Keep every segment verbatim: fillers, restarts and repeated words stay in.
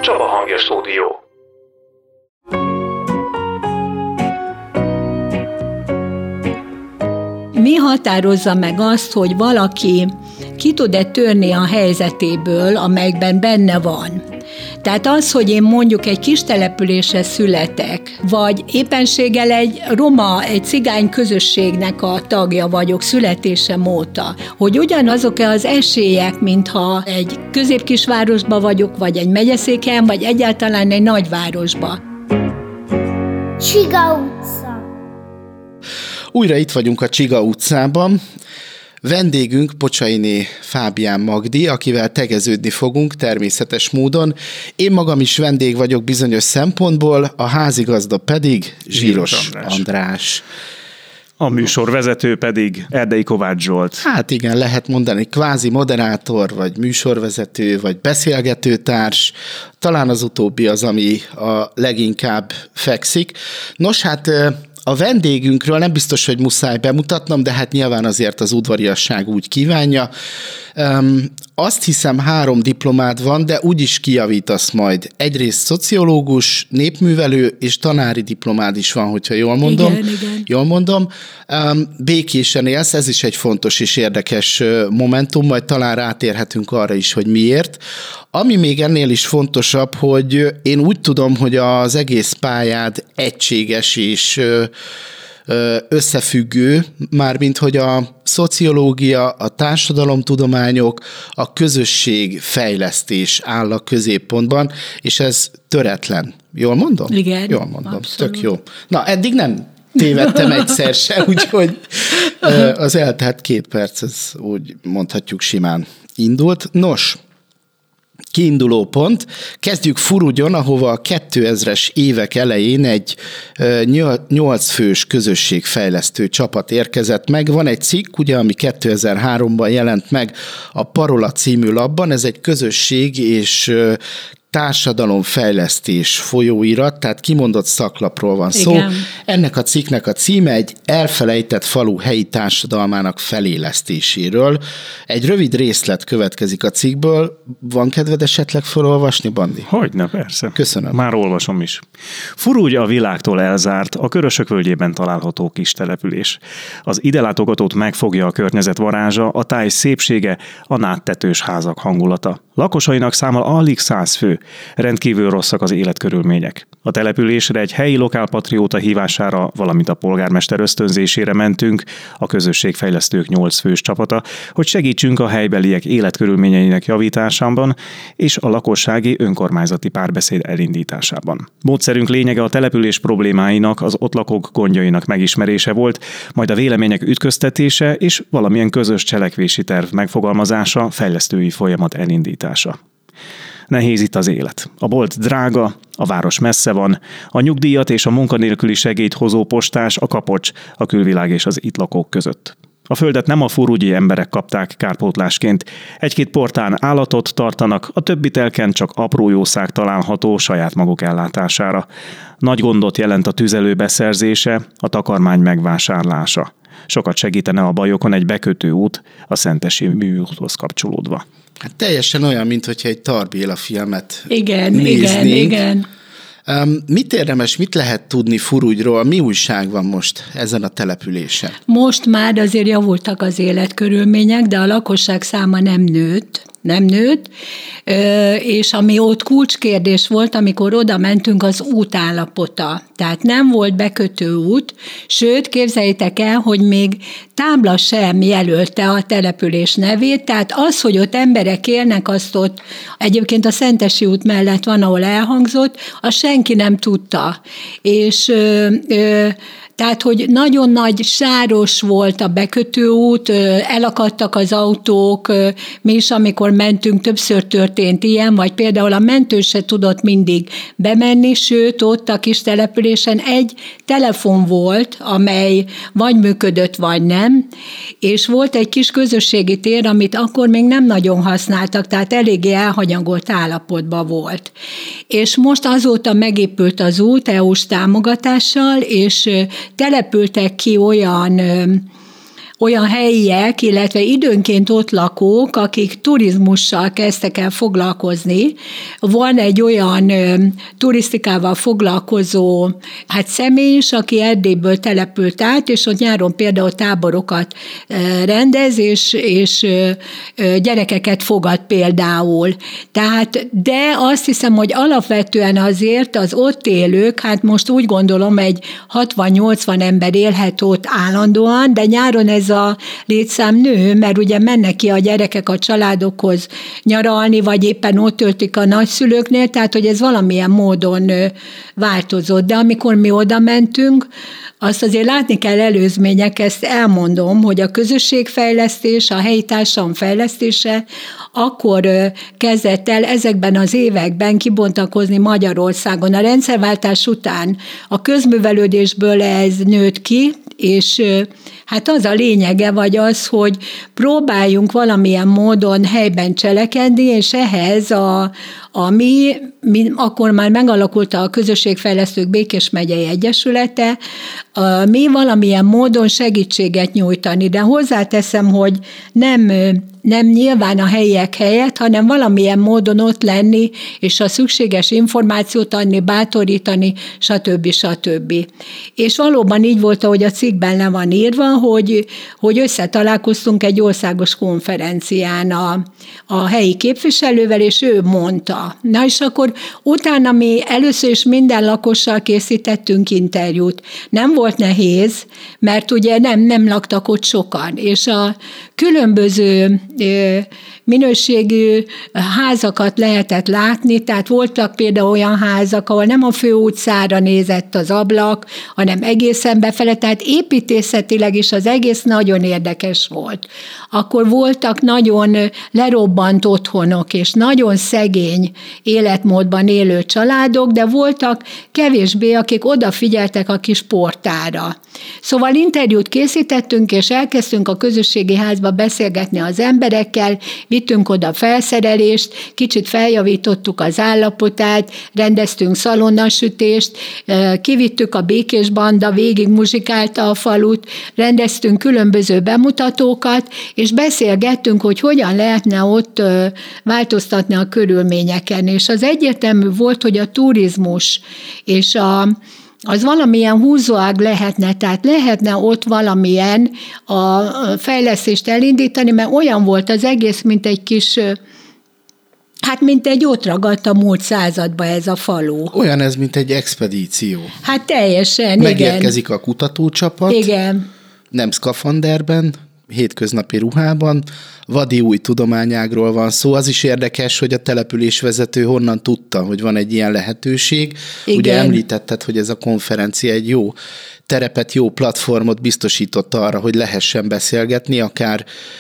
Csaba Hangja Stúdió. Mi határozza meg azt, hogy valaki ki tud-e törni a helyzetéből, amelyikben benne van? Tehát az, hogy én mondjuk egy kis településre születek, vagy éppenséggel egy roma, egy cigány közösségnek a tagja vagyok születésem óta, hogy ugyanazok-e az esélyek, mintha egy középkisvárosba vagyok, vagy egy megyeszékhelyen, vagy egyáltalán egy nagyvárosba. Csiga utca. Újra itt vagyunk a Csiga utcában. Vendégünk Pocsainé Fábián Magdi, akivel tegeződni fogunk természetes módon. Én magam is vendég vagyok bizonyos szempontból, a házigazda pedig Zsíros András. András. A műsorvezető pedig Erdei Kovács Zsolt. Hát igen, lehet mondani kvázi moderátor, vagy műsorvezető, vagy beszélgetőtárs. Talán az utóbbi az, ami a leginkább fekszik. Nos, hát a vendégünkről nem biztos, hogy muszáj bemutatnom, de hát nyilván azért az udvariasság úgy kívánja. Um, azt hiszem három diplomád van, de úgyis kijavítasz majd. Egyrészt szociológus, népművelő és tanári diplomád is van, hogyha jól mondom. Igen, igen. Jól mondom. Um, békésen élsz, ez is egy fontos és érdekes momentum, majd talán rátérhetünk arra is, hogy miért. Ami még ennél is fontosabb, hogy én úgy tudom, hogy az egész pályád egységes és összefüggő, mármint hogy a szociológia, a társadalomtudományok, a közösségfejlesztés áll a középpontban, és ez töretlen. Jól mondom? Igen. Jól mondom, abszolút. Tök jó. Na, eddig nem tévedtem egyszer se, úgyhogy az eltelt két perc, ez úgy mondhatjuk simán indult. Nos, kiinduló pont. Kezdjük Furugyon, ahova a kétezres évek elején egy nyolc fős közösségfejlesztő csapat érkezett meg. Van egy cikk, ugye, ami kétezer-háromban jelent meg a Parola című lapban, ez egy közösség és társadalomfejlesztés folyóirat, tehát kimondott szaklapról van szó. Igen. Ennek a cikknek a címe egy elfelejtett falu helyi társadalmának felélesztéséről. Egy rövid részlet következik a cikkből. Van kedved esetleg felolvasni, Bandi? Hogyne, persze. Köszönöm. Már olvasom is. Furugy a világtól elzárt, a Körösök völgyében található kis település. Az ide látogatót megfogja a környezet varázsa, a táj szépsége, a nádtetős házak hangulata. Lakosainak száma alig száz fő. Rendkívül rosszak az életkörülmények. A településre egy helyi lokálpatrióta hívására, valamint a polgármester ösztönzésére mentünk, a közösségfejlesztők nyolc fős csapata, hogy segítsünk a helybeliek életkörülményeinek javításában és a lakossági önkormányzati párbeszéd elindításában. Módszerünk lényege a település problémáinak, az ott lakók gondjainak megismerése volt, majd a vélemények ütköztetése és valamilyen közös cselekvési terv megfogalmazása, fejlesztői folyamat elindítása. Nehéz itt az élet. A bolt drága, a város messze van, a nyugdíjat és a munkanélküli segélyt hozó postás a kapocs a külvilág és az itt lakók között. A földet nem a furugyi emberek kapták kárpótlásként. Egy-két portán állatot tartanak, a többi telken csak apró jószág található saját maguk ellátására. Nagy gondot jelent a tüzelő beszerzése, a takarmány megvásárlása. Sokat segítene a bajokon egy bekötő út, a Szentesi műúthoz kapcsolódva. Hát teljesen olyan, mint hogyha egy Tar Béla filmet Igen, néznénk. igen, igen. Um, mit érdemes, mit lehet tudni Furugyról? Mi újság van most ezen a településen? Most már azért javultak az életkörülmények, de a lakosság száma nem nőtt, nem nőtt, és ami ott kulcskérdés volt, amikor oda mentünk, az útállapota. Tehát nem volt bekötő út, sőt, képzeljétek el, hogy még tábla sem jelölte a település nevét, tehát az, hogy ott emberek élnek, azt ott egyébként a Szentesi út mellett van, ahol elhangzott, azt senki nem tudta. És ö, ö, Tehát, hogy nagyon nagy sáros volt a bekötőút, elakadtak az autók, mi is, amikor mentünk, többször történt ilyen, vagy például a mentő se tudott mindig bemenni, sőt, ott a kis településen egy telefon volt, amely vagy működött, vagy nem, és volt egy kis közösségi tér, amit akkor még nem nagyon használtak, tehát eléggé elhanyagolt állapotban volt. És most azóta megépült az út é u-s támogatással, és települtek ki olyan olyan helyiek, illetve időnként ott lakók, akik turizmussal kezdtek el foglalkozni. Van egy olyan ö, turisztikával foglalkozó hát személy is, aki Erdélyből települt át, és ott nyáron például táborokat ö, rendez, és, és ö, ö, gyerekeket fogad például. Tehát, de azt hiszem, hogy alapvetően azért az ott élők, hát most úgy gondolom, egy hatvan-nyolcvan ember élhet ott állandóan, de nyáron ez a létszám nő, mert ugye mennek ki a gyerekek a családokhoz nyaralni, vagy éppen ott töltik a nagyszülőknél, tehát hogy ez valamilyen módon változott. De amikor mi oda mentünk, azt azért látni kell előzmények, ezt elmondom, hogy a közösségfejlesztés, a helyi társadalom fejlesztése akkor kezdett el ezekben az években kibontakozni Magyarországon. A rendszerváltás után a közművelődésből ez nőtt ki, és hát az a lényege, vagy az, hogy próbáljunk valamilyen módon helyben cselekedni, és ehhez a, a mi, mi, akkor már megalakult a Közösségfejlesztők Békés megyei Egyesülete, a, mi valamilyen módon segítséget nyújtani, de hozzáteszem, hogy nem, nem nyilván a helyiek helyett, hanem valamilyen módon ott lenni, és a szükséges információt adni, bátorítani, stb. stb. És valóban így volt, ahogy a cikkben le van írva, hogy, hogy összetalálkoztunk egy országos konferencián a, a helyi képviselővel, és ő mondta. Na és akkor utána mi először is minden lakossal készítettünk interjút. Nem volt nehéz, mert ugye nem, nem laktak ott sokan, és a különböző minőségű házakat lehetett látni, tehát voltak például olyan házak, ahol nem a főutcára nézett az ablak, hanem egészen befele, tehát építészetileg is az egész nagyon érdekes volt. Akkor voltak nagyon lerobbant otthonok, és nagyon szegény életmódban élő családok, de voltak kevésbé, akik odafigyeltek a kis portára. Szóval interjút készítettünk, és elkezdtünk a közösségi házba beszélgetni az emberekkel, vittünk oda felszerelést, kicsit feljavítottuk az állapotát, rendeztünk szalonnasütést, kivittük a Békés Banda, végig muzsikálta a falut, rendeztünk különböző bemutatókat, és beszélgettünk, hogy hogyan lehetne ott változtatni a körülményeken. És az egyértelmű volt, hogy a turizmus és a az valamilyen húzóág lehetne, tehát lehetne ott valamilyen a fejlesztést elindítani, mert olyan volt az egész, mint egy kis, hát mint egy ott ragadt a múlt századba ez a falu. Olyan ez, mint egy expedíció. Hát teljesen, Megérkezik igen. a kutatócsapat, igen. nem szkafanderben, hétköznapi ruhában, vadi új tudományágról van szó. Az is érdekes, hogy a településvezető honnan tudta, hogy van egy ilyen lehetőség. Igen. Ugye említetted, hogy ez a konferencia egy jó terepet, jó platformot biztosított arra, hogy lehessen beszélgetni, akár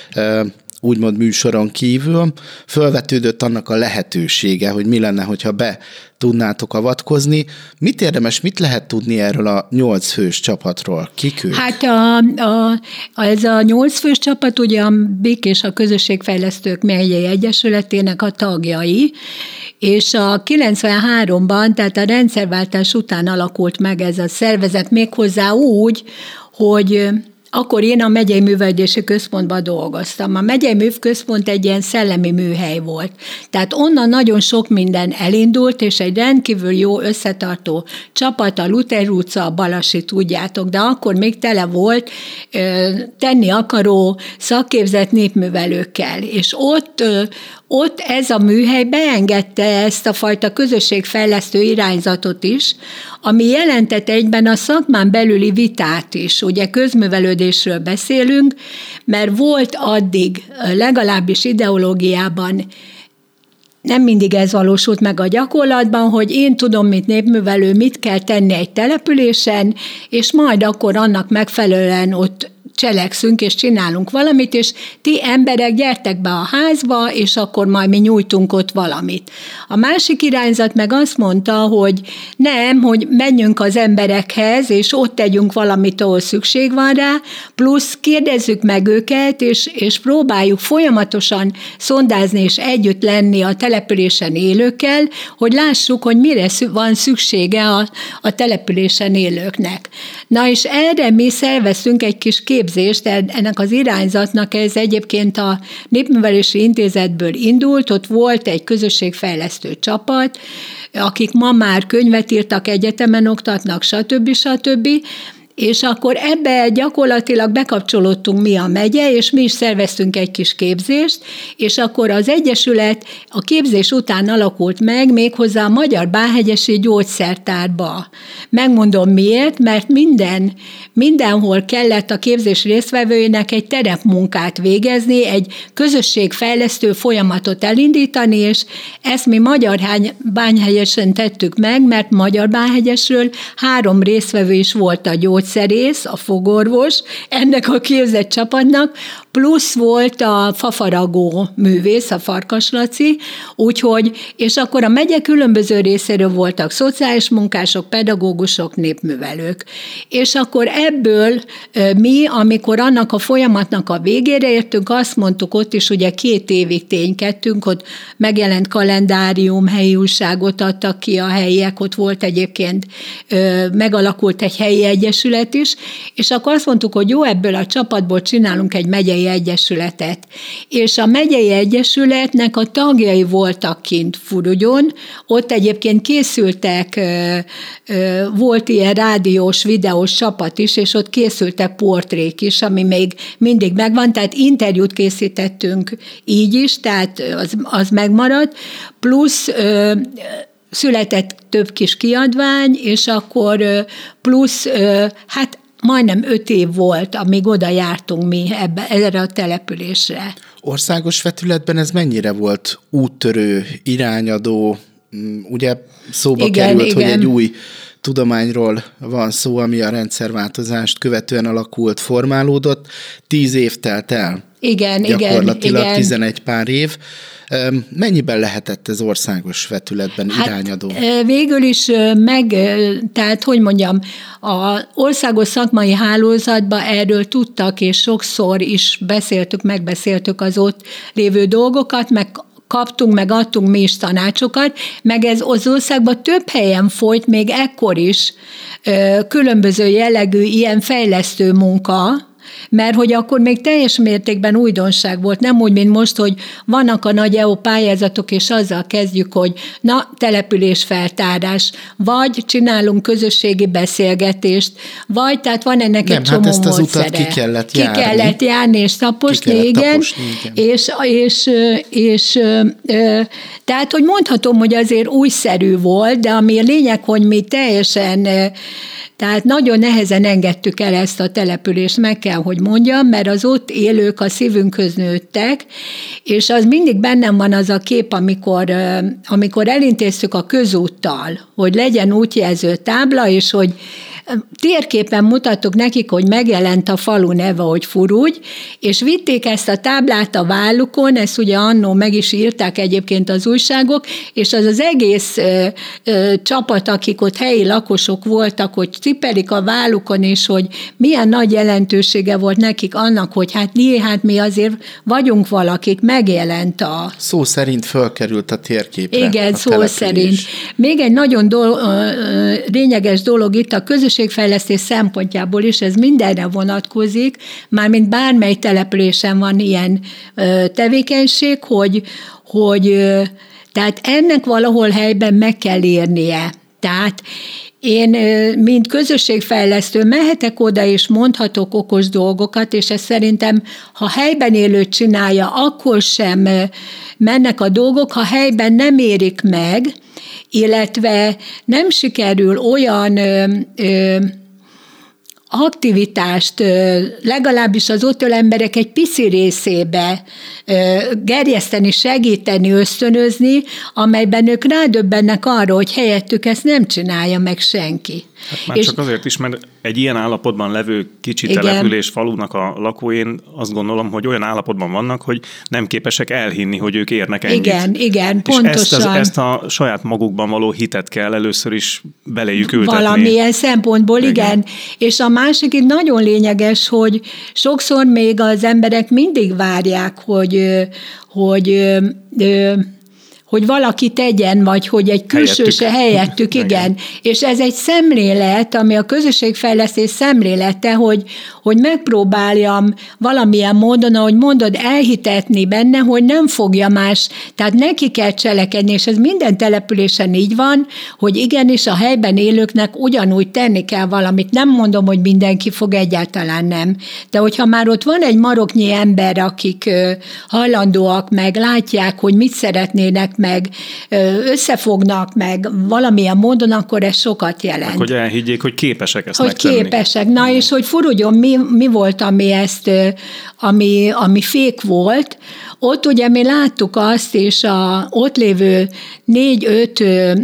úgymond műsoron kívül. Fölvetődött annak a lehetősége, hogy mi lenne, hogyha be tudnátok avatkozni. Mit érdemes, mit lehet tudni erről a nyolc fős csapatról? Kik ők? Hát a, a, ez a nyolc fős csapat ugye a Békés a Közösségfejlesztők megyei Egyesületének a tagjai, és a kilencvenháromban, tehát a rendszerváltás után alakult meg ez a szervezet, méghozzá úgy, hogy akkor én a Megyei Művelődési Központban dolgoztam. A Megyei Művközpont egy ilyen szellemi műhely volt. Tehát onnan nagyon sok minden elindult, és egy rendkívül jó összetartó csapat, a Luther utca, a Balasi, tudjátok, de akkor még tele volt ö, tenni akaró szakképzett népművelőkkel. És ott, ö, ott ez a műhely beengedte ezt a fajta közösségfejlesztő irányzatot is, ami jelentett egyben a szakmán belüli vitát is. Ugye közművelődésről beszélünk, mert volt addig legalábbis ideológiában, nem mindig ez valósult meg a gyakorlatban, hogy én tudom, mint népművelő, mit kell tenni egy településen, és majd akkor annak megfelelően ott cselekszünk, és csinálunk valamit, és ti emberek gyertek be a házba, és akkor majd mi nyújtunk ott valamit. A másik irányzat meg azt mondta, hogy nem, hogy menjünk az emberekhez, és ott tegyünk valamit, ahol szükség van rá, plusz kérdezzük meg őket, és, és próbáljuk folyamatosan szondázni és együtt lenni a településen élőkkel, hogy lássuk, hogy mire van szüksége a, a településen élőknek. Na és erre mi szerveztünk egy kis kép képzést, ennek az irányzatnak ez egyébként a Népművelési Intézetből indult, ott volt egy közösségfejlesztő csapat, akik ma már könyvet írtak, egyetemen oktatnak, stb. stb., és akkor ebbe gyakorlatilag bekapcsolódtunk mi a megye, és mi is szerveztünk egy kis képzést, és akkor az Egyesület a képzés után alakult meg méghozzá a Magyar Bánhegyesi Gyógyszertárba. Megmondom miért, mert minden, mindenhol kellett a képzés résztvevőinek egy terepmunkát végezni, egy közösségfejlesztő folyamatot elindítani, és ezt mi Magyar Bánhegyesen tettük meg, mert Magyar Bánhegyesről három résztvevő is volt a gyógyszer, szerész, a fogorvos, ennek a képzett csapatnak, plusz volt a fafaragó művész, a Farkas Laci, úgyhogy, és akkor a megye különböző részéről voltak szociális munkások, pedagógusok, népművelők. És akkor ebből mi, amikor annak a folyamatnak a végére értünk, azt mondtuk, ott is ugye két évig ténykedtünk, ott megjelent kalendárium, helyi újságot adtak ki a helyiek, ott volt egyébként, megalakult egy helyi egyesület is, és akkor azt mondtuk, hogy jó, ebből a csapatból csinálunk egy megyei egyesületet. És a megyei egyesületnek a tagjai voltak kint Furugyon, ott egyébként készültek, volt ilyen rádiós, videós csapat is, és ott készültek portrék is, ami még mindig megvan, tehát interjút készítettünk így is, tehát az, az megmaradt, plusz született több kis kiadvány, és akkor plusz, hát majdnem öt év volt, amíg oda jártunk mi ebbe, erre a településre. Országos vetületben ez mennyire volt úttörő, irányadó? Ugye szóba igen, került, igen. hogy egy új tudományról van szó, ami a rendszerváltozást követően alakult, formálódott. Tíz év telt el. Igen, gyakorlatilag igen, tizenegy pár év. Mennyiben lehetett ez országos vetületben hát, irányadó? Végül is meg, tehát hogy mondjam, az országos szakmai hálózatban erről tudtak, és sokszor is beszéltük, megbeszéltük az ott lévő dolgokat, meg kaptunk, meg adtunk mi is tanácsokat, meg ez az országban több helyen folyt, még ekkor is különböző jellegű ilyen fejlesztő munka, mert hogy akkor még teljes mértékben újdonság volt, nem úgy, mint most, hogy vannak a nagy é u pályázatok, és azzal kezdjük, hogy na, településfeltárás, vagy csinálunk közösségi beszélgetést, vagy tehát van ennek nem, egy csomó hát ezt az módszere. utat ki kellett ki járni. Ki kellett járni, és taposni, kellett igen. taposni, igen. És, és, és tehát, hogy mondhatom, hogy azért újszerű volt, de ami a lényeg, hogy mi teljesen, tehát nagyon nehezen engedtük el ezt a települést, meg kell, hogy mondjam, mert az ott élők a szívünkhöz nőttek, és az mindig bennem van az a kép, amikor, amikor elintéztük a közúttal, hogy legyen útjelző tábla, és hogy térképen mutattuk nekik, hogy megjelent a falu neve, hogy Furugy, és vitték ezt a táblát a vállukon, ezt ugye annó meg is írták egyébként az újságok, és az az egész ö, ö, csapat, akik ott helyi lakosok voltak, hogy cipelik a vállukon, és hogy milyen nagy jelentősége volt nekik annak, hogy hát mi, hát mi azért vagyunk valakik, megjelent a... Szó szerint fölkerült a térképre. Igen, a szó település. szerint. Még egy nagyon do- lényeges dolog itt a közösségfejlesztés szempontjából is, ez mindenre vonatkozik, mármint bármely településen van ilyen tevékenység, hogy, hogy tehát ennek valahol helyben meg kell érnie. Tehát én, mint közösségfejlesztő, mehetek oda és mondhatok okos dolgokat, és ez szerintem, ha helyben élő csinálja, akkor sem mennek a dolgok, ha helyben nem érik meg, illetve nem sikerül olyan ö, ö, aktivitást legalábbis az ott élő emberek egy pici részébe gerjeszteni, segíteni, ösztönözni, amelyben ők rádöbbennek arra, hogy helyettük ezt nem csinálja meg senki. Hát már és csak azért is, mert egy ilyen állapotban levő kicsi igen. település falunak a lakóin azt gondolom, hogy olyan állapotban vannak, hogy nem képesek elhinni, hogy ők érnek ennyit. Igen, igen, és pontosan. Ezt, az, ezt a saját magukban való hitet kell először is beléjük ültetni. Valamilyen szempontból, igen. igen. És a másik itt nagyon lényeges, hogy sokszor még az emberek mindig várják, hogy, hogy hogy valaki tegyen, vagy hogy egy külsős helyettük, helyettük igen. igen. És ez egy szemlélet, ami a közösségfejlesztés szemlélete, hogy, hogy megpróbáljam valamilyen módon, ahogy mondod, elhitetni benne, hogy nem fogja más, tehát neki kell cselekedni, és ez minden településen így van, hogy igenis a helyben élőknek ugyanúgy tenni kell valamit. Nem mondom, hogy mindenki fog, egyáltalán nem. De hogyha már ott van egy maroknyi ember, akik hajlandóak, meg látják, hogy mit szeretnének, meg összefognak, meg valamilyen módon, akkor ez sokat jelent. Meg hogy elhiggyék, hogy képesek ezt hogy megtenni. Hogy képesek. Na, és hogy furudjon, mi, mi volt, ami ezt, ami, ami fék volt. Ott ugye mi láttuk azt, és a ott lévő négy-öt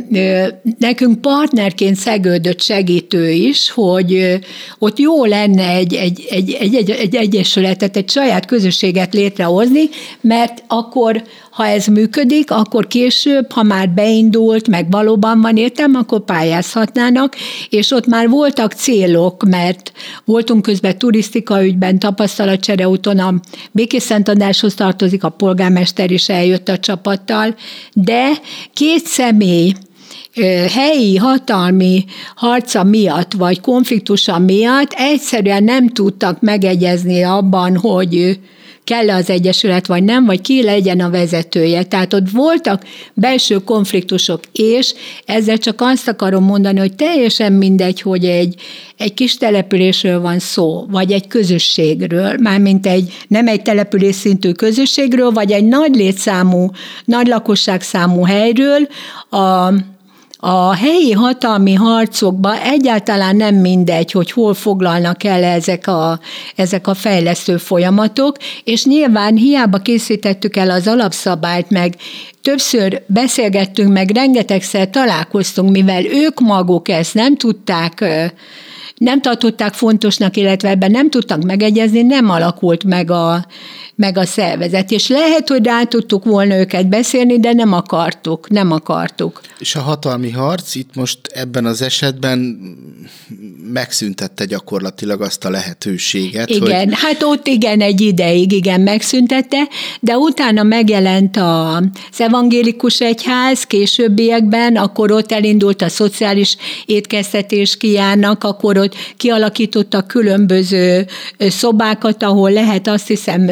nekünk partnerként szegődött segítő is, hogy ott jó lenne egy, egy, egy, egy, egy, egy egyesületet, egy saját közösséget létrehozni, mert akkor, ha ez működik, akkor később, ha már beindult, meg valóban van értelme, akkor pályázhatnának, és ott már voltak célok, mert voltunk közben turisztika ügyben, tapasztalatcsere úton, a Békés-Szent Andráshoz tartozik, a polgármester is eljött a csapattal, de két személy helyi hatalmi harca miatt, vagy konfliktusa miatt egyszerűen nem tudtak megegyezni abban, hogy kell-e az egyesület, vagy nem, vagy ki legyen a vezetője. Tehát ott voltak belső konfliktusok, és ezzel csak azt akarom mondani, hogy teljesen mindegy, hogy egy, egy kis településről van szó, vagy egy közösségről, mármint egy, nem egy település szintű közösségről, vagy egy nagy létszámú, nagy lakosságszámú helyről, a A helyi hatalmi harcokban egyáltalán nem mindegy, hogy hol foglalnak el ezek a, ezek a fejlesztő folyamatok, és nyilván hiába készítettük el az alapszabályt, meg többször beszélgettünk, meg rengetegszer találkoztunk, mivel ők maguk ezt nem tudták, nem tartották fontosnak, illetve ebben nem tudtak megegyezni, nem alakult meg a, meg a szervezet. És lehet, hogy rá tudtuk volna őket beszélni, de nem akartuk, nem akartuk. És a hatalmi harc itt most ebben az esetben megszüntette gyakorlatilag azt a lehetőséget. Igen, hogy... hát ott igen, egy ideig igen megszüntette, de utána megjelent az evangélikus egyház későbbiekben, akkor ott elindult a szociális étkeztetés kijárnak, akkor ott kialakítottak különböző szobákat, ahol lehet azt hiszem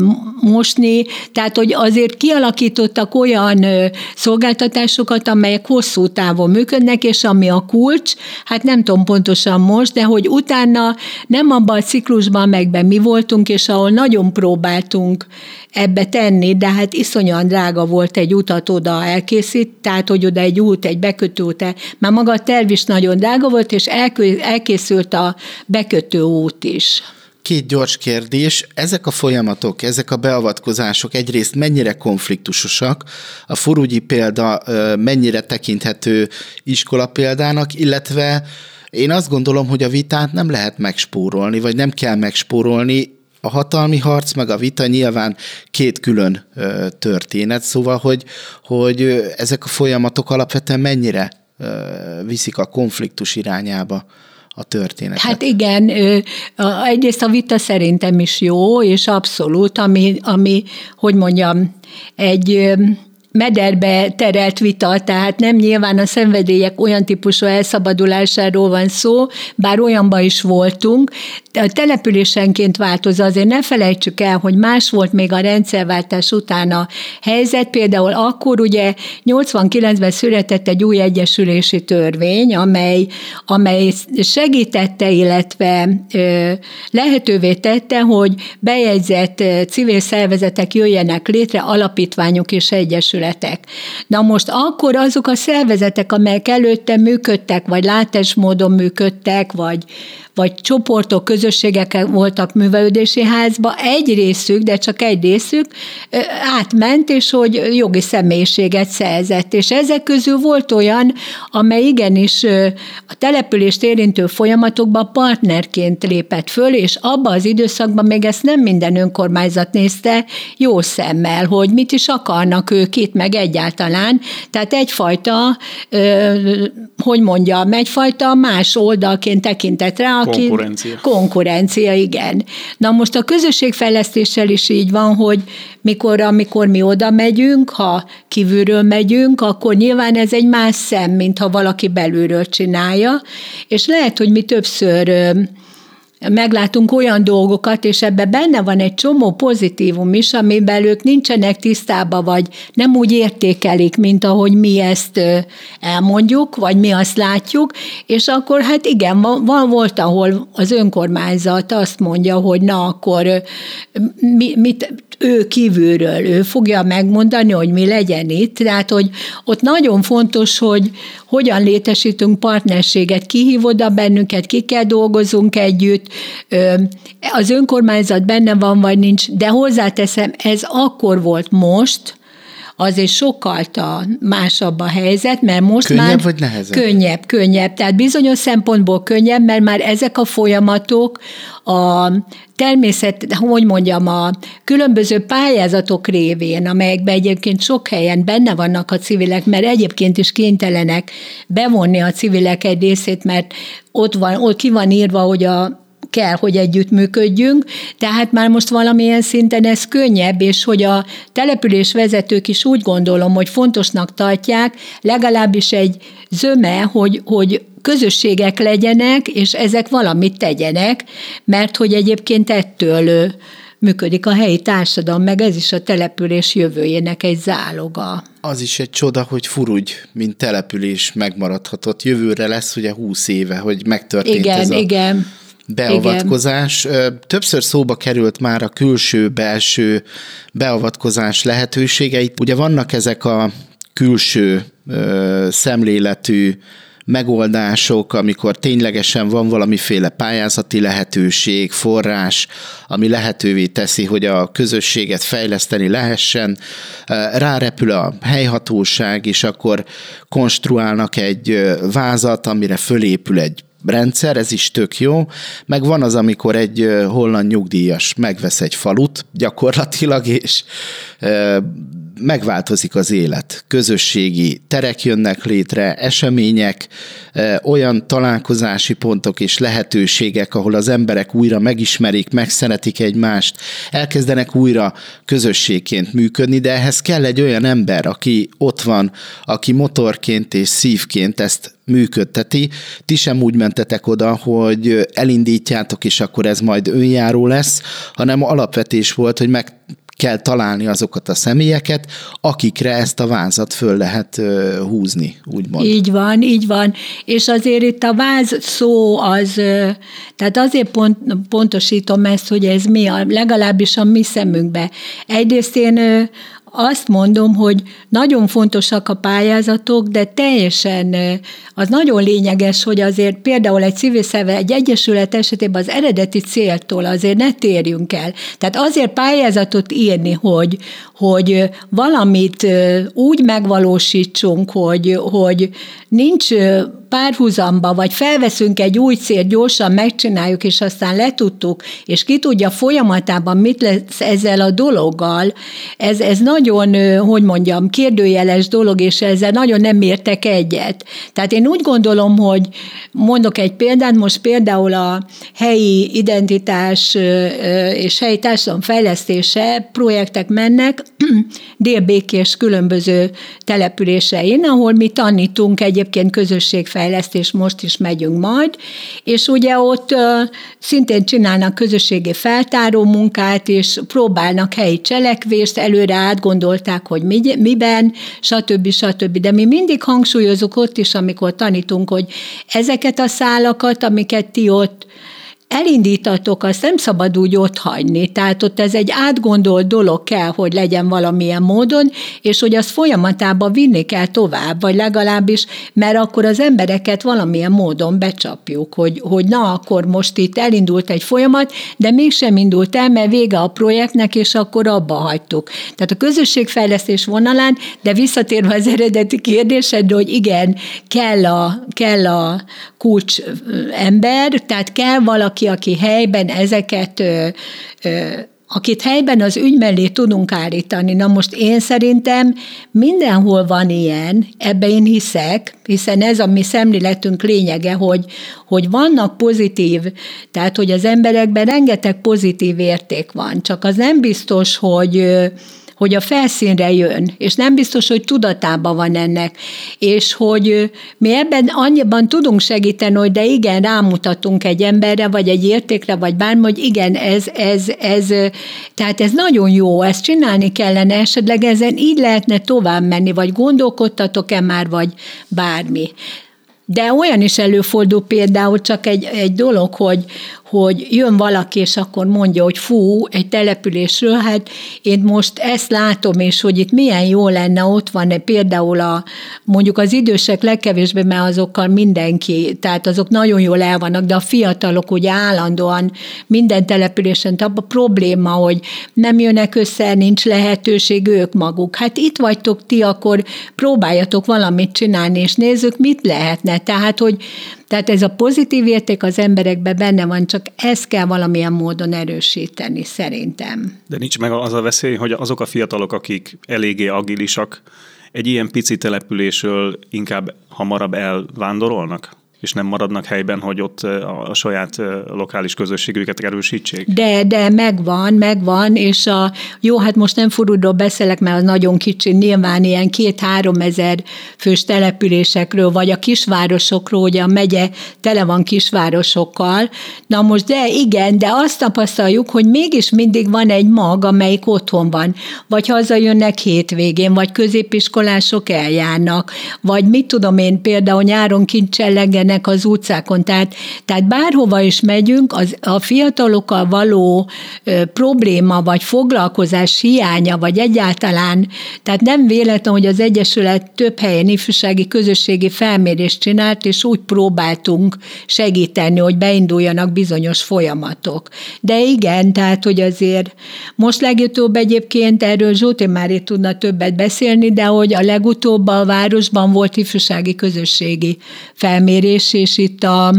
mosni, tehát hogy azért kialakítottak olyan szolgáltatásokat, amelyek hosszú távon működnek, és ami a kulcs, hát nem tudom pontosan most, de hogy utána nem abban a ciklusban, megben mi voltunk, és ahol nagyon próbáltunk ebbe tenni, de hát iszonyúan drága volt egy utat oda elkészít, tehát hogy oda egy út, egy bekötő út, már maga a terv is nagyon drága volt, és elkészült a bekötő út is. Két gyors kérdés. Ezek a folyamatok, ezek a beavatkozások egyrészt mennyire konfliktusosak, a furugyi példa mennyire tekinthető iskolapéldának, illetve én azt gondolom, hogy a vitát nem lehet megspórolni, vagy nem kell megspórolni. A hatalmi harc meg a vita nyilván két külön történet, szóval, hogy, hogy ezek a folyamatok alapvetően mennyire viszik a konfliktus irányába a történetet. Hát igen, egyrészt a vita szerintem is jó, és abszolút, ami, ami hogy mondjam, egy mederbe terelt vita, tehát nem nyilván a szenvedélyek olyan típusú elszabadulásáról van szó, bár olyanban is voltunk, de a településenként változó, azért ne felejtsük el, hogy más volt még a rendszerváltás után a helyzet, például akkor ugye nyolcvankilencben született egy új egyesülési törvény, amely, amely segítette, illetve ö, lehetővé tette, hogy bejegyzett civil szervezetek jöjjenek létre, alapítványok és egyesületek. Na most akkor azok a szervezetek, amelyek előtte működtek, vagy látás módon működtek, vagy, vagy csoportok, közösségek voltak művelődési házba, egy részük, de csak egy részük átment, és hogy jogi személyiséget szerzett. És ezek közül volt olyan, amely igenis a települést érintő folyamatokban partnerként lépett föl, és abban az időszakban még ezt nem minden önkormányzat nézte jó szemmel, hogy mit is akarnak ők itt, meg egyáltalán. Tehát egyfajta, hogy mondjam, egyfajta más oldalként tekintett rá, aki... Konkurencia. Konkurencia, igen. Na most a közösségfejlesztéssel is így van, hogy mikor, amikor mi oda megyünk, ha kívülről megyünk, akkor nyilván ez egy más szem, mint ha valaki belülről csinálja, és lehet, hogy mi többször meglátunk olyan dolgokat, és ebben benne van egy csomó pozitívum is, amiben ők nincsenek tisztában, vagy nem úgy értékelik, mint ahogy mi ezt elmondjuk, vagy mi azt látjuk, és akkor hát igen, van, volt, ahol az önkormányzat azt mondja, hogy na akkor mi, mit, ő kívülről, ő fogja megmondani, hogy mi legyen itt, tehát hogy ott nagyon fontos, hogy hogyan létesítünk partnerséget, ki hív oda bennünket, kikkel dolgozunk együtt, az önkormányzat benne van, vagy nincs, de hozzáteszem, ez akkor volt, most, azért sokkal másabb a helyzet, mert most könnyebb már... Könnyebb vagy nehezebb? Könnyebb, könnyebb. Tehát bizonyos szempontból könnyebb, mert már ezek a folyamatok a természet, hogy mondjam, a különböző pályázatok révén, amelyekben egyébként sok helyen benne vannak a civilek, mert egyébként is kénytelenek bevonni a civilek egy részét, mert ott, van, ott ki van írva, hogy a kell, hogy együttműködjünk, tehát már most valamilyen szinten ez könnyebb, és hogy a település vezetők is úgy gondolom, hogy fontosnak tartják, legalábbis egy zöme, hogy, hogy közösségek legyenek, és ezek valamit tegyenek, mert hogy egyébként ettől működik a helyi társadalom, meg ez is a település jövőjének egy záloga. Az is egy csoda, hogy Furugy, mint település megmaradhatott. Jövőre lesz ugye húsz éve, hogy megtörtént igen, ez a... Igen. beavatkozás. Igen. Többször szóba került már a külső-belső beavatkozás lehetőségeit. Ugye vannak ezek a külső ö, szemléletű megoldások, amikor ténylegesen van valamiféle pályázati lehetőség, forrás, ami lehetővé teszi, hogy a közösséget fejleszteni lehessen. Rárepül a helyhatóság, és akkor konstruálnak egy vázat, amire fölépül egy rendszer, ez is tök jó, meg van az, amikor egy holland nyugdíjas megvesz egy falut gyakorlatilag, és megváltozik az élet. Közösségi terek jönnek létre, események, olyan találkozási pontok és lehetőségek, ahol az emberek újra megismerik, megszeretik egymást, elkezdenek újra közösségként működni, de ehhez kell egy olyan ember, aki ott van, aki motorként és szívként ezt működteti. Ti sem úgy mentetek oda, hogy elindítjátok, és akkor ez majd önjáró lesz, hanem alapvetés volt, hogy meg kell találni azokat a személyeket, akikre ezt a vázat föl lehet húzni, úgymond. Így van, így van. És azért itt a váz szó az, tehát azért pont, pontosítom ezt, hogy ez mi, a, legalábbis a mi szemünkbe. Egyrészt én azt mondom, hogy nagyon fontosak a pályázatok, de teljesen az nagyon lényeges, hogy azért például egy civil szerve, egy egyesület esetében az eredeti céltól azért ne térjünk el. Tehát azért pályázatot írni, hogy, hogy valamit úgy megvalósítsunk, hogy, hogy nincs párhuzamba, vagy felveszünk egy új célt, gyorsan megcsináljuk, és aztán letudtuk, és ki tudja folyamatában, mit lesz ezzel a dologgal, ez, ez nagyon, hogy mondjam, kérdőjeles dolog, és ezzel nagyon nem értek egyet. Tehát én úgy gondolom, hogy mondok egy példát, most például a helyi identitás és helyi társadalom fejlesztése projektek mennek délbékés különböző településein, ahol mi tanítunk egyébként közösségfejlesztés, most is megyünk majd, és ugye ott szintén csinálnak közösségi feltáró munkát, és próbálnak helyi cselekvést, előre átgondolták, hogy miben, stb. stb. De mi mindig hangsúlyozunk ott is, amikor tanítunk, hogy ezeket a szálakat, amiket ti ott elindítatok, azt nem szabad úgy otthagyni. Tehát ott ez egy átgondolt dolog kell, hogy legyen valamilyen módon, és hogy azt folyamatában vinni kell tovább, vagy legalábbis, mert akkor az embereket valamilyen módon becsapjuk, hogy, hogy na, akkor most itt elindult egy folyamat, de mégsem indult el, mert vége a projektnek, és akkor abba hagytuk. Tehát a közösségfejlesztés vonalán, de visszatérve az eredeti kérdésedre, hogy igen, kell a, kell a kulcs ember, tehát kell valaki, aki helyben ezeket ö, ö, akit helyben az ügy mellé tudunk állítani. Na most én szerintem mindenhol van ilyen, ebbe én hiszek, hiszen ez a mi szemléletünk lényege, hogy, hogy vannak pozitív, tehát hogy az emberekben rengeteg pozitív érték van, csak az nem biztos, hogy hogy a felszínre jön, és nem biztos, hogy tudatában van ennek, és hogy mi ebben annyiban tudunk segíteni, hogy de igen, rámutatunk egy emberre, vagy egy értékre, vagy bármi, hogy igen, ez, ez, ez, tehát ez nagyon jó, ezt csinálni kellene, esetleg ezen így lehetne tovább menni, vagy gondolkodtatok-e már, vagy bármi. De olyan is előfordul például csak egy, egy dolog, hogy, hogy jön valaki, és akkor mondja, hogy fú, egy településről, hát én most ezt látom, és hogy itt milyen jó lenne, ott van például a, mondjuk az idősek legkevésbé, mert azokkal mindenki, tehát azok nagyon jól el vannak, de a fiatalok ugye állandóan minden településen, tehát a probléma, hogy nem jönnek össze, nincs lehetőség ők maguk. Hát itt vagytok ti, akkor próbáljatok valamit csinálni, és nézzük, mit lehetne. Tehát, hogy Tehát ez a pozitív érték az emberekben benne van, csak ezt kell valamilyen módon erősíteni, szerintem. De nincs meg az a veszély, hogy azok a fiatalok, akik eléggé agilisak, egy ilyen pici településről inkább hamarabb elvándorolnak? És nem maradnak helyben, hogy ott a saját lokális közösségüket erősítsék? De, de megvan, megvan, és a, jó, hát most nem Furudról beszélek, mert az nagyon kicsi, nyilván ilyen két-három ezer fős településekről, vagy a kisvárosokról, ugye a megye tele van kisvárosokkal. Na most de igen, de azt tapasztaljuk, hogy mégis mindig van egy mag, amelyik otthon van, vagy hazajönnek hétvégén, vagy középiskolások eljárnak, vagy mit tudom én, például nyáron kincsellegen az utcákon, tehát, tehát bárhova is megyünk, az, a fiatalokkal való ö, probléma, vagy foglalkozás hiánya, vagy egyáltalán, tehát nem véletlen, hogy az Egyesület több helyen ifjúsági közösségi felmérést csinált, és úgy próbáltunk segíteni, hogy beinduljanak bizonyos folyamatok. De igen, tehát, hogy azért most legutóbb egyébként erről Zsóti Mári tudna többet beszélni, de hogy a legutóbb a városban volt ifjúsági közösségi felmérés, és itt a,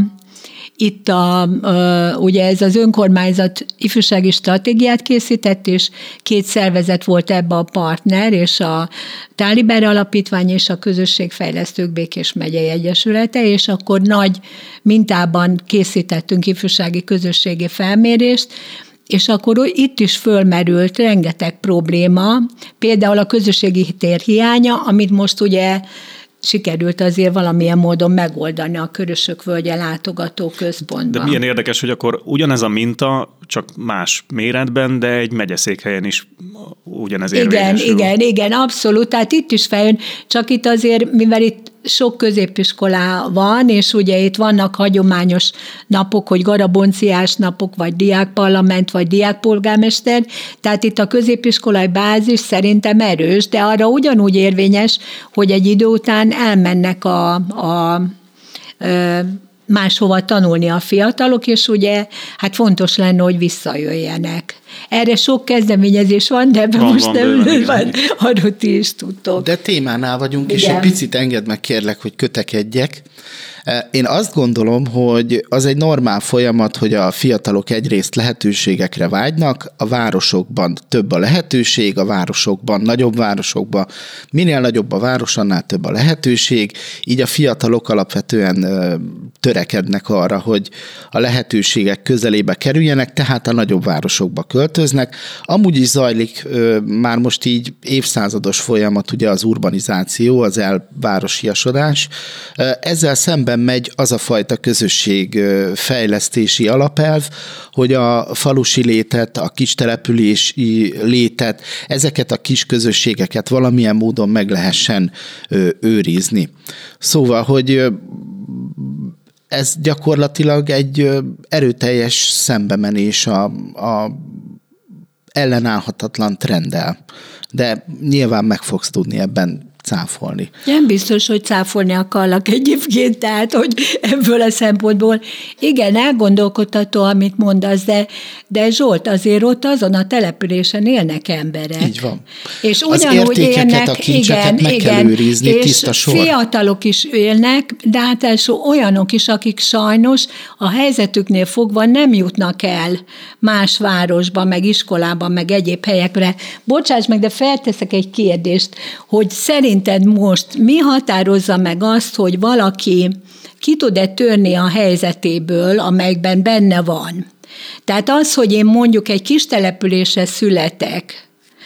itt a, ugye ez az önkormányzat ifjúsági stratégiát készített, és két szervezet volt ebbe a partner, és a Tálibár Alapítvány és a Közösségfejlesztők Békés megyei Egyesülete, és akkor nagy mintában készítettünk ifjúsági közösségi felmérést, és akkor itt is fölmerült rengeteg probléma, például a közösségi tér hiánya, amit most ugye sikerült azért valamilyen módon megoldani a Körösök-völgye látogató központban. De milyen érdekes, hogy akkor ugyanez a minta, csak más méretben, de egy megyeszékhelyen is ugyanez érvényesül. Igen, igen, igen, abszolút. Tehát itt is feljön, csak itt azért, mivel itt sok középiskolá van, és ugye itt vannak hagyományos napok, hogy garabonciás napok, vagy diákparlament, vagy diákpolgármester, tehát itt a középiskolai bázis szerintem erős, de arra ugyanúgy érvényes, hogy egy idő után elmennek a, a, a máshova tanulni a fiatalok, és ugye hát fontos lenne, hogy visszajöjjenek. Erre sok kezdeményezés van, de ebben van, most van, nem bőven, van, arról ti is tudtok. De témánál vagyunk, igen. És egy picit engedd meg, kérlek, hogy kötekedjek. Én azt gondolom, hogy az egy normál folyamat, hogy a fiatalok egyrészt lehetőségekre vágynak, a városokban több a lehetőség, a városokban, nagyobb városokban, minél nagyobb a város, annál több a lehetőség, így a fiatalok alapvetően törekednek arra, hogy a lehetőségek közelébe kerüljenek, tehát a nagyobb városokba költöznek. Amúgy is zajlik már most így évszázados folyamat, ugye az urbanizáció, az elvárosiasodás. Ezzel szemben megy az a fajta közösségfejlesztési alapelv, hogy a falusi létet, a kistelepülési létet, ezeket a kis közösségeket valamilyen módon meg lehessen őrizni. Szóval, hogy ez gyakorlatilag egy erőteljes szembemenés a, a ellenállhatatlan trenddel. De nyilván meg fogsz tudni ebben cáfolni. Nem biztos, hogy cáfolni akarlak egyébként, tehát, hogy ebből a szempontból, igen, elgondolkodtató, amit mondasz, de, de Zsolt, azért ott azon a településen élnek emberek. Így van. És az ugyanúgy élnek, a kincseket igen, meg igen, kell őrizni, és tiszta sor. Fiatalok is élnek, de hát első olyanok is, akik sajnos a helyzetüknél fogva nem jutnak el más városba, meg iskolába, meg egyéb helyekre. Bocsáss meg, de felteszek egy kérdést, hogy szerinted most mi határozza meg azt, hogy valaki ki tud-e törni a helyzetéből, amelyben benne van. Tehát az, hogy én mondjuk egy kis településre születek,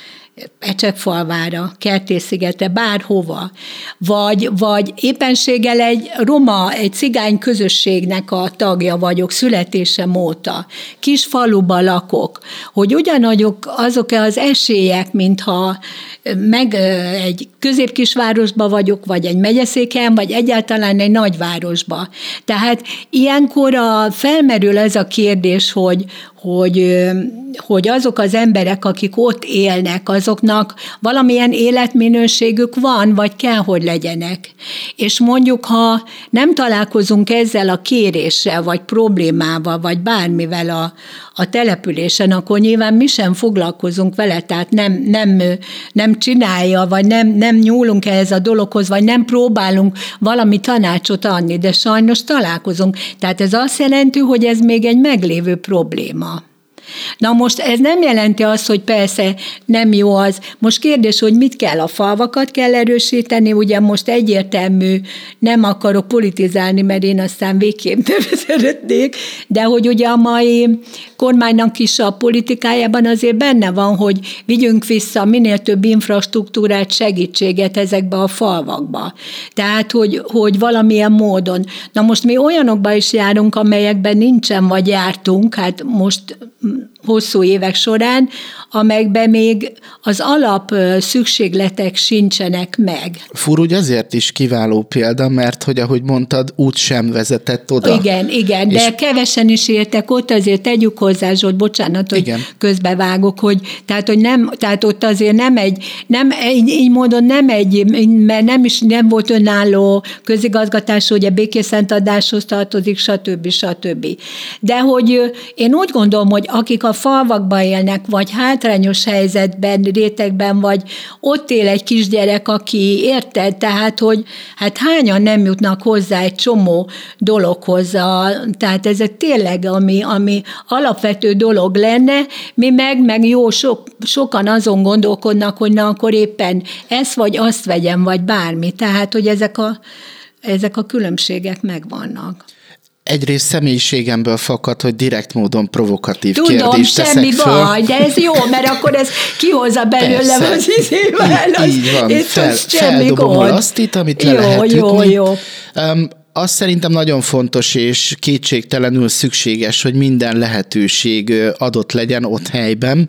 Ecsekfalvára, Kertészszigetre, bárhova, vagy, vagy éppenséggel egy roma, egy cigány közösségnek a tagja vagyok születésem óta, kis faluba lakok, hogy ugyanagyok azok az esélyek, mintha meg egy középkisvárosba vagyok, vagy egy megyeszéken, vagy egyáltalán egy nagyvárosba. Tehát ilyenkor a, felmerül ez a kérdés, hogy, hogy, hogy azok az emberek, akik ott élnek, azoknak valamilyen életminőségük van, vagy kell, hogy legyenek. És mondjuk, ha nem találkozunk ezzel a kéréssel, vagy problémával, vagy bármivel a, a településen, akkor nyilván mi sem foglalkozunk vele, tehát nem, nem, nem csinálja, vagy nem, nem nyúlunk ehhez a dologhoz, vagy nem próbálunk valami tanácsot adni, de sajnos találkozunk. Tehát ez azt jelenti, hogy ez még egy meglévő probléma. Na most ez nem jelenti azt, hogy persze nem jó az. Most kérdés, hogy mit kell, a falvakat kell erősíteni, ugye most egyértelmű, nem akarok politizálni, mert én aztán végképp nem szeretnék, de hogy ugye a mai kormánynak is a politikájában azért benne van, hogy vigyünk vissza minél több infrastruktúrát, segítséget ezekbe a falvakba. Tehát, hogy, hogy valamilyen módon. Na most mi olyanokba is járunk, amelyekben nincsen, vagy jártunk, hát most hosszú évek során, amelyekben még az alap szükségletek sincsenek meg. Furugy azért is kiváló példa, mert hogy ahogy mondtad, út sem vezetett oda. Igen, igen, de és kevesen is éltek ott, azért tegyük hozzá, Zsolt, bocsánat, hogy igen. közbevágok, hogy tehát, hogy nem, tehát ott azért nem egy, nem, így, így módon nem egy, mert nem is nem volt önálló közigazgatás, ugye békészentadáshoz tartozik, stb. stb. De hogy én úgy gondolom, hogy akik a falvakban élnek, vagy hátrányos helyzetben, rétegben, vagy ott él egy kisgyerek, aki érted, tehát, hogy hát hányan nem jutnak hozzá egy csomó dologhoz, a, tehát ez tényleg, ami, ami alapvető dolog lenne, mi meg, meg jó, sok, sokan azon gondolkodnak, hogy na, akkor éppen ezt vagy azt vegyem, vagy bármi, tehát, hogy ezek a, ezek a különbségek megvannak. Egyrészt személyiségemből fakad, hogy direkt módon provokatív Tudom, kérdést teszek föl. Tudom, semmi baj, de ez jó, mert akkor ez kihozza belőlem persze. Az izével. Így, így van, Fel, feldobom azt itt, amit le jó, lehet jó, ütni. Jó, um, Azt szerintem nagyon fontos és kétségtelenül szükséges, hogy minden lehetőség adott legyen ott helyben,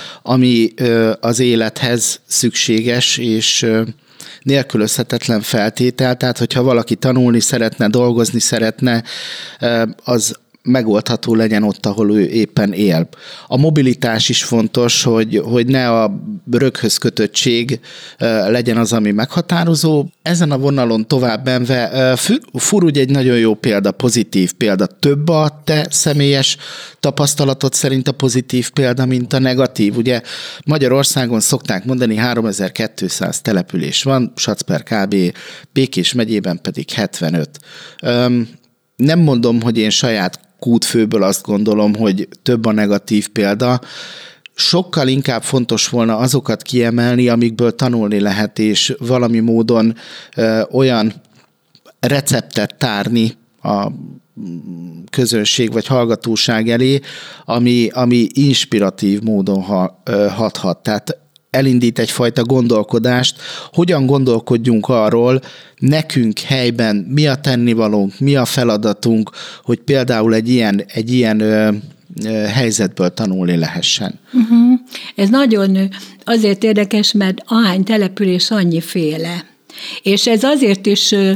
ami az élethez szükséges, és nélkülözhetetlen feltétel, tehát hogyha valaki tanulni szeretne, dolgozni szeretne, az megoldható legyen ott, ahol ő éppen él. A mobilitás is fontos, hogy, hogy ne a röghöz kötöttség legyen az, ami meghatározó. Ezen a vonalon tovább menve, Furugy egy nagyon jó példa, pozitív példa. Több a te személyes tapasztalatod szerint a pozitív példa, mint a negatív. Ugye Magyarországon szokták mondani, háromezer-kétszáz település van, Sacper kb. Békés megyében pedig hetvenöt. Nem mondom, hogy én saját kútfőből azt gondolom, hogy több a negatív példa. Sokkal inkább fontos volna azokat kiemelni, amikből tanulni lehet, és valami módon ö, olyan receptet tárni a közönség vagy hallgatóság elé, ami, ami inspiratív módon ha, ö, hathat. Tehát elindít egyfajta gondolkodást, hogyan gondolkodjunk arról, nekünk helyben mi a tennivalónk, mi a feladatunk, hogy például egy ilyen, egy ilyen ö, ö, helyzetből tanulni lehessen. Uh-huh. Ez nagyon azért érdekes, mert ahány település annyiféle. És ez azért is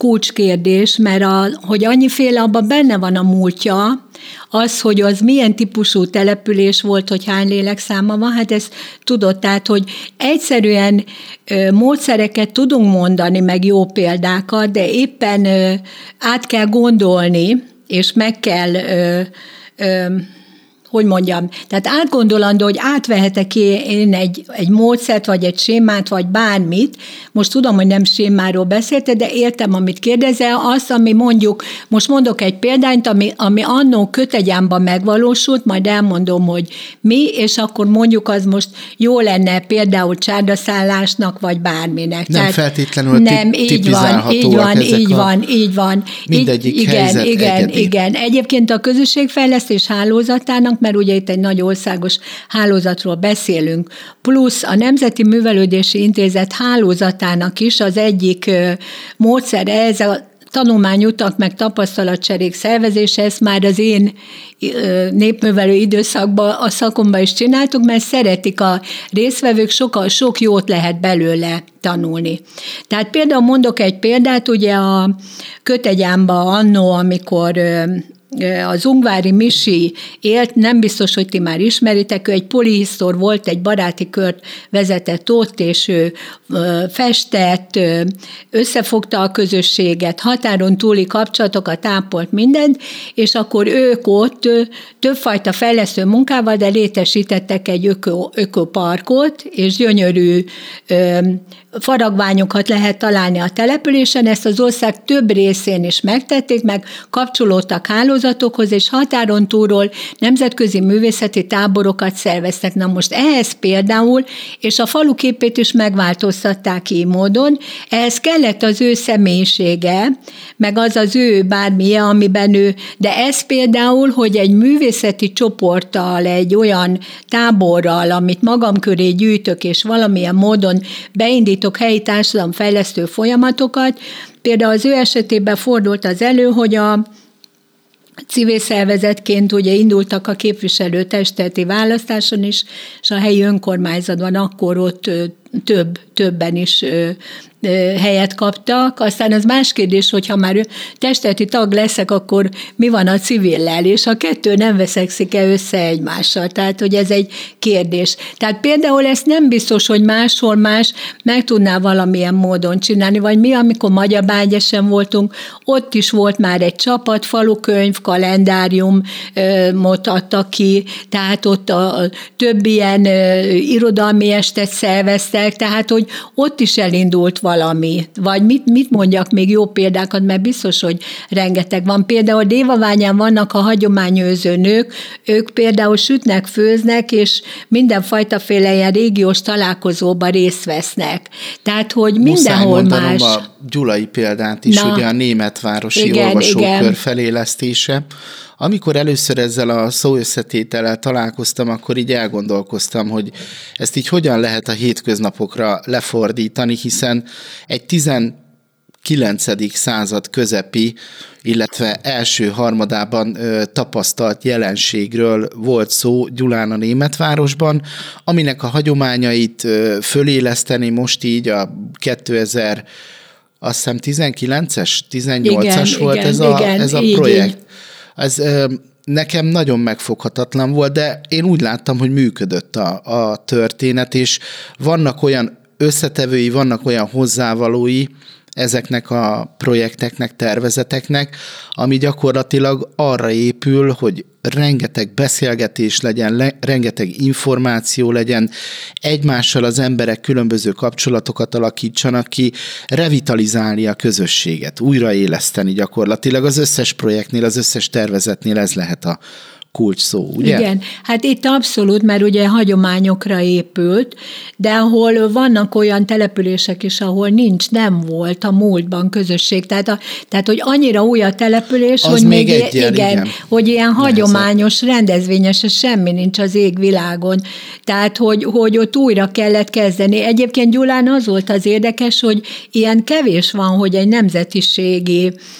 kulcskérdés, mert a, hogy annyiféle abban benne van a múltja, az, hogy az milyen típusú település volt, hogy hány lélekszáma van, hát ezt tudod, tehát, hogy egyszerűen ö, módszereket tudunk mondani, meg jó példákat, de éppen ö, át kell gondolni, és meg kell ö, ö, hogy mondjam, tehát átgondolandó, hogy átvehetek én egy, egy módszert, vagy egy sémát, vagy bármit. Most tudom, hogy nem sémáról beszéltél, de értem, amit kérdezel, az, ami mondjuk, most mondok egy példányt, ami, ami annó Kötegyánban megvalósult, majd elmondom, hogy mi, és akkor mondjuk az most jó lenne például csárdaszállásnak, vagy bárminek. Nem tehát feltétlenül nem, így van, így van, így van, így van. Mindegyik így, igen, helyzet igen, egyedi. igen. Egyébként a közösségfejlesztés hálózatának, mert ugye itt egy nagy országos hálózatról beszélünk, plusz a Nemzeti Művelődési Intézet hálózatának is az egyik módszere, ez a tanulmányutak meg tapasztalatcserék szervezése, ezt már az én népművelő időszakban, a szakomban is csináltuk, mert szeretik a résztvevők, sokkal, sok jót lehet belőle tanulni. Tehát például mondok egy példát, ugye a Kötegyánban annó, amikor az Ungvári Misi élt, nem biztos, hogy ti már ismeritek, ő egy polihisztor volt, egy baráti kört vezetett ott, és ő festett, összefogta a közösséget, határon túli kapcsolatokat ápolt, mindent, és akkor ők ott többfajta fejlesztő munkával, de létesítettek egy öko, ökoparkot, és gyönyörű faragványokat lehet találni a településen, ezt az ország több részén is megtették, meg kapcsolódtak hálózatokhoz, és határon túlról nemzetközi művészeti táborokat szerveztek. Na most ehhez például, és a faluképét is megváltoztatták így módon, ehhez kellett az ő személyisége, meg az az ő bármilyen, amiben ő, de ez például, hogy egy művészeti csoporttal, egy olyan táborral, amit magam köré gyűjtök, és valamilyen módon beindítok helyi társadalomfejlesztő folyamatokat, például az ő esetében fordult az elő, hogy a civil szervezetként ugye indultak a képviselőtestületi választáson is, és a helyi önkormányzatban akkor ott több, többen is helyet kaptak. Aztán az más kérdés, hogyha már testületi tag leszek, akkor mi van a civillel, és a kettő nem veszekszik-e össze egymással. Tehát, hogy ez egy kérdés. Tehát például ezt nem biztos, hogy máshol más meg tudná valamilyen módon csinálni, vagy mi, amikor Magyarbágyesen voltunk, ott is volt már egy csapat, falukönyv, kalendáriumot adtak ki, tehát ott a, a több ilyen irodalmi estet szerveztek, tehát, hogy ott is elindult valami. Vagy mit, mit mondjak még jó példákat, mert biztos, hogy rengeteg van. Például Dévaványán vannak a hagyományőrző nők, ők például sütnek, főznek, és mindenfajtaféle ilyen régiós találkozóba részt vesznek. Tehát, hogy mindenhol más. A gyulai példát is, Na, ugye a németvárosi igen, olvasókör igen. felélesztése. Amikor először ezzel a szóösszetétellel találkoztam, akkor így elgondolkoztam, hogy ezt így hogyan lehet a hétköznapokra lefordítani, hiszen egy tizenkilencedik század közepi, illetve első harmadában ö, tapasztalt jelenségről volt szó Gyulán a Németvárosban, aminek a hagyományait ö, föléleszteni most így a kétezer, azt hiszem tizenkilences, tizennyolcas igen, volt igen, ez a, igen, ez a projekt. Így. Ez ö, nekem nagyon megfoghatatlan volt, de én úgy láttam, hogy működött a, a történet, és vannak olyan összetevői, vannak olyan hozzávalói ezeknek a projekteknek, tervezeteknek, ami gyakorlatilag arra épül, hogy rengeteg beszélgetés legyen, le, rengeteg információ legyen, egymással az emberek különböző kapcsolatokat alakítsanak ki, revitalizálni a közösséget, újraéleszteni gyakorlatilag. Az összes projektnél, az összes tervezetnél ez lehet a kulcs szó, ugye? Igen, hát itt abszolút, mert ugye hagyományokra épült, de ahol vannak olyan települések is, ahol nincs, nem volt a múltban közösség. Tehát, a, tehát hogy annyira új a település, az hogy még még egyen, igen, igen, hogy ilyen hagyományos, rendezvényes, semmi nincs az égvilágon. Tehát, hogy, hogy ott újra kellett kezdeni. Egyébként Gyulán az volt az érdekes, hogy ilyen kevés van, hogy egy nemzetiségi.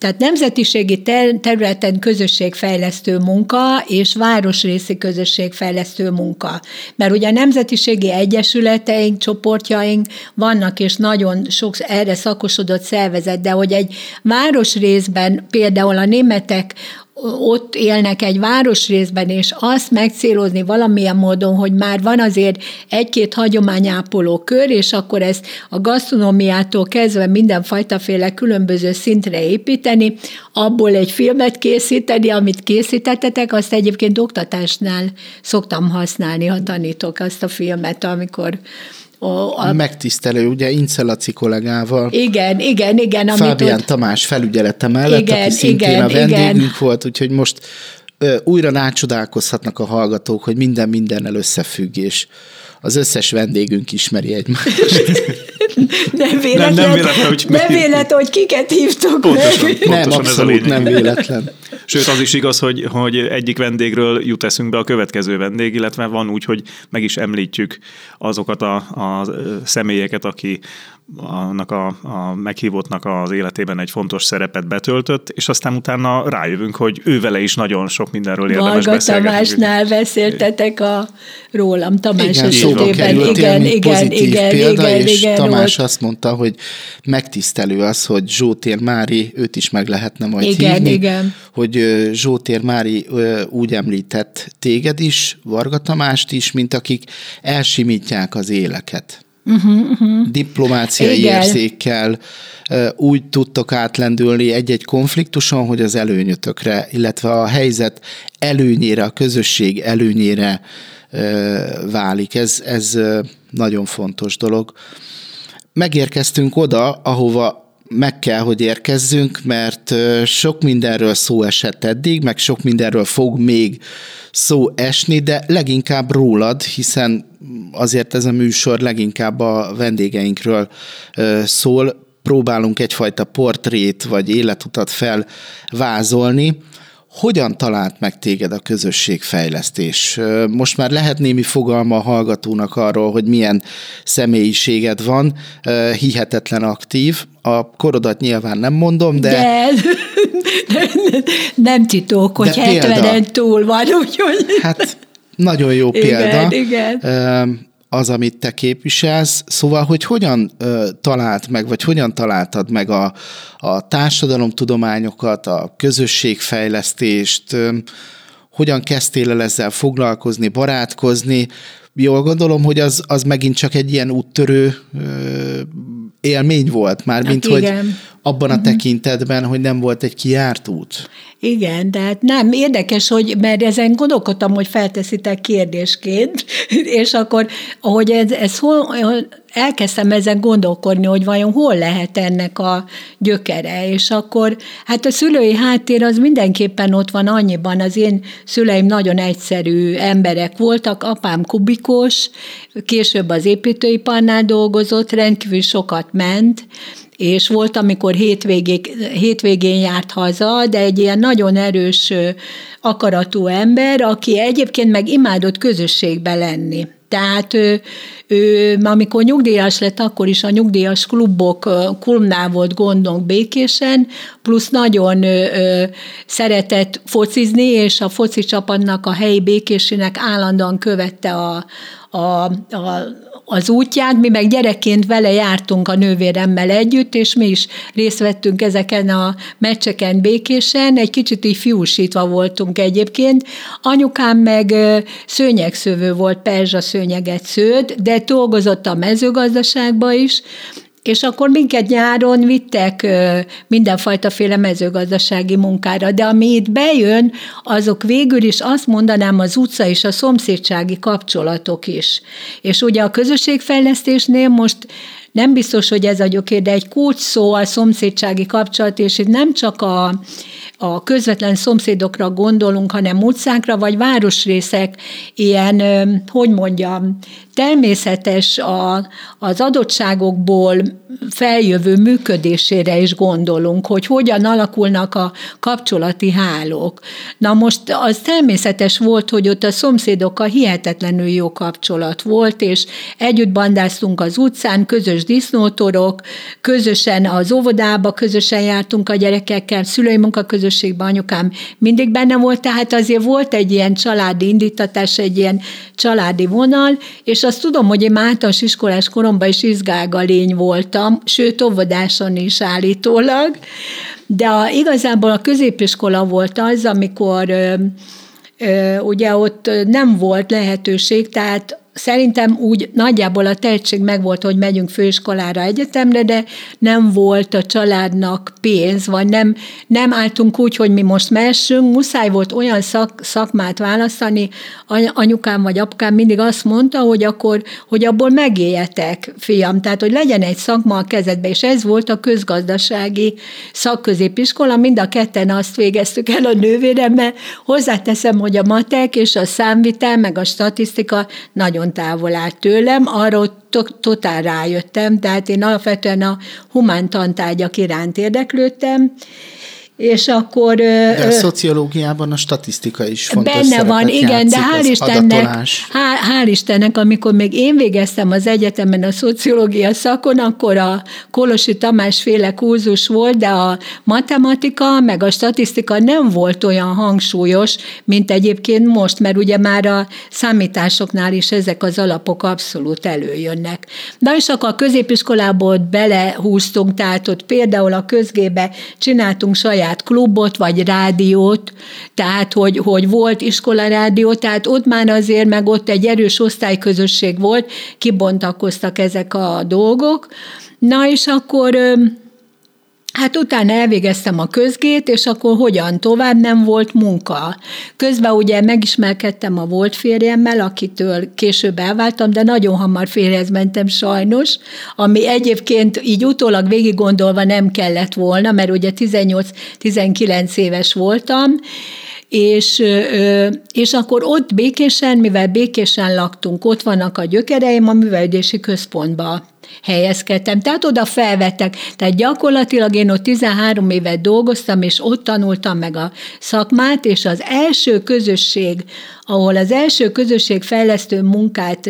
Tehát nemzetiségi területen közösségfejlesztő munka és városrészi közösségfejlesztő munka. Mert ugye a nemzetiségi egyesületeink, csoportjaink vannak, és nagyon sok erre szakosodott szervezet, de hogy egy városrészben például a németek ott élnek egy városrészben, és azt megcélozni valamilyen módon, hogy már van azért egy-két hagyományápoló kör, és akkor ezt a gasztronómiától kezdve mindenfajtaféle különböző szintre építeni, abból egy filmet készíteni, amit készítettetek, azt egyébként oktatásnál szoktam használni, ha tanítok azt a filmet, amikor A, a megtisztelő, ugye Ince Laci kollégával. Igen, igen, igen. Fábián ott... Tamás felügyelete mellett, igen, aki szintén igen, a vendégünk igen. volt, úgyhogy most ö, újra rácsodálkozhatnak a hallgatók, hogy minden mindennel összefügg, és az összes vendégünk ismeri egymást. Nem véletlen, nem, nem véletlen, hogy, nem véletlen, hogy kiket hívtok pontosan, meg. Pontosan nem, abszolút nem véletlen. Sőt, az is igaz, hogy, hogy egyik vendégről jut eszünkbe a következő vendég, illetve van úgy, hogy meg is említjük azokat a, a személyeket, aki annak a, a meghívottnak az életében egy fontos szerepet betöltött, és aztán utána rájövünk, hogy ő vele is nagyon sok mindenről érdemes Varga beszélgetni. Tamásnál beszéltetek a rólam Tamás igen, esetében. Igen, igen, igen, példa, igen, és igen, Tamás volt. Azt mondta, hogy megtisztelő az, hogy Zsótér Mári, őt is meg lehetne majd igen, hívni, igen. hogy Zsótér Mári úgy említett téged is, Varga Tamást is, mint akik elsimítják az éleket. Uh-huh, uh-huh. Diplomáciai igen. érzékkel úgy tudtok átlendülni egy-egy konfliktuson, hogy az előnyötökre, illetve a helyzet előnyére, a közösség előnyére válik. Ez, ez nagyon fontos dolog. Megérkeztünk oda, ahova meg kell, hogy érkezzünk, mert sok mindenről szó esett eddig, meg sok mindenről fog még szó esni, de leginkább rólad, hiszen azért ez a műsor leginkább a vendégeinkről szól. Próbálunk egyfajta portrét vagy életutat felvázolni. Hogyan talált meg téged a közösségfejlesztés? Most már lehet némi fogalma a hallgatónak arról, hogy milyen személyiséged van, hihetetlen aktív. A korodat nyilván nem mondom, de... de nem titok, hogy hetvenen túl van, úgyhogy... Hát nagyon jó példa. Igen, igen. Az, amit te képviselsz. Szóval, hogy hogyan ö, talált meg, vagy hogyan találtad meg a, a társadalomtudományokat, a közösségfejlesztést, ö, hogyan kezdtél el ezzel foglalkozni, barátkozni. Jól gondolom, hogy az, az megint csak egy ilyen úttörő ö, élmény volt már, mint hát hogy abban a tekintetben, hogy nem volt egy kijárt út. Igen, de hát nem, érdekes, hogy, mert ezen gondolkodtam, hogy felteszitek kérdésként, és akkor, ahogy ez, ez hol, elkezdtem ezen gondolkodni, hogy vajon hol lehet ennek a gyökere, és akkor hát a szülői háttér az mindenképpen ott van annyiban, az én szüleim nagyon egyszerű emberek voltak, apám kubikos, később az építőiparnál dolgozott, rendkívül sokat ment, és volt, amikor hétvégén, hétvégén járt haza, de egy ilyen nagyon erős akaratú ember, aki egyébként meg imádott közösségbe lenni. Tehát ő, ő, amikor nyugdíjas lett, akkor is a nyugdíjas klubok, klubnál volt gondunk Békésen, plusz nagyon ö, szeretett focizni, és a foci csapatnak, a helyi békésének állandóan követte a, a, a az útját, mi meg gyerekként vele jártunk a nővéremmel együtt, és mi is részt vettünk ezeken a meccseken Békésen, egy kicsit így fiúsítva voltunk egyébként. Anyukám meg szőnyegszövő volt, perzsa szőnyeget szőtt, de dolgozott a mezőgazdaságba is, és akkor minket nyáron vittek mindenfajtaféle mezőgazdasági munkára, de ami itt bejön, azok végül is azt mondanám az utca és a szomszédsági kapcsolatok is. És ugye a közösségfejlesztésnél most nem biztos, hogy ez a gyökér, de egy kulcs szó a szomszédsági kapcsolat, és itt nem csak a, a közvetlen szomszédokra gondolunk, hanem utcákra, vagy városrészek ilyen, hogy mondjam, természetes a, az adottságokból feljövő működésére is gondolunk, hogy hogyan alakulnak a kapcsolati hálók. Na most az természetes volt, hogy ott a szomszédokkal hihetetlenül jó kapcsolat volt, és együtt bandáztunk az utcán, közös disznótorok, közösen az óvodába, közösen jártunk a gyerekekkel, szülői munkaközösségben, anyukám mindig benne volt, tehát azért volt egy ilyen családi indítatás, egy ilyen családi vonal, és azt tudom, hogy én általános iskolás koromban is izgága lény voltam, sőt, óvodáson is állítólag, de a, igazából a középiskola volt az, amikor ö, ö, ugye ott nem volt lehetőség, tehát szerintem úgy nagyjából a tehetség megvolt, hogy megyünk főiskolára, egyetemre, de nem volt a családnak pénz, vagy nem, nem álltunk úgy, hogy mi most mehessünk, muszáj volt olyan szak, szakmát választani, anyukám vagy apukám mindig azt mondta, hogy akkor, hogy abból megéljetek, fiam, tehát, hogy legyen egy szakma a kezedbe, és ez volt a közgazdasági szakközépiskola, mind a ketten azt végeztük el a nővéremmel, hozzáteszem, hogy a matek és a számvitel, meg a statisztika nagyon távol állt tőlem, arra totál rájöttem, tehát én alapvetően a humán tantárgyak iránt érdeklődtem, és akkor... De a szociológiában a statisztika is fontos benne van, igen, de hál' Istennek, hál', hál' Istennek, amikor még én végeztem az egyetemen a szociológia szakon, akkor a Kolosi Tamás féle kurzus volt, de a matematika meg a statisztika nem volt olyan hangsúlyos, mint egyébként most, mert ugye már a számításoknál is ezek az alapok abszolút előjönnek. De és akkor a középiskolából belehúztunk, tehát ott például a közgébe csináltunk saját klubot, vagy rádiót, tehát, hogy, hogy volt iskolarádió, tehát ott már azért, meg ott egy erős osztályközösség volt, kibontakoztak ezek a dolgok. Na, és akkor hát utána elvégeztem a közgét, és akkor hogyan tovább, nem volt munka. Közben ugye megismerkedtem a volt férjemmel, akitől később elváltam, de nagyon hamar férjhez mentem sajnos, ami egyébként így utólag végig gondolva nem kellett volna, mert ugye tizennyolc-tizenkilenc éves voltam, és, és akkor ott békésen, mivel békésen laktunk, ott vannak a gyökereim, a művelődési központba helyezkedtem, tehát oda felvettek, tehát gyakorlatilag én ott tizenhárom évet dolgoztam, és ott tanultam meg a szakmát, és az első közösség, ahol az első közösségfejlesztő munkát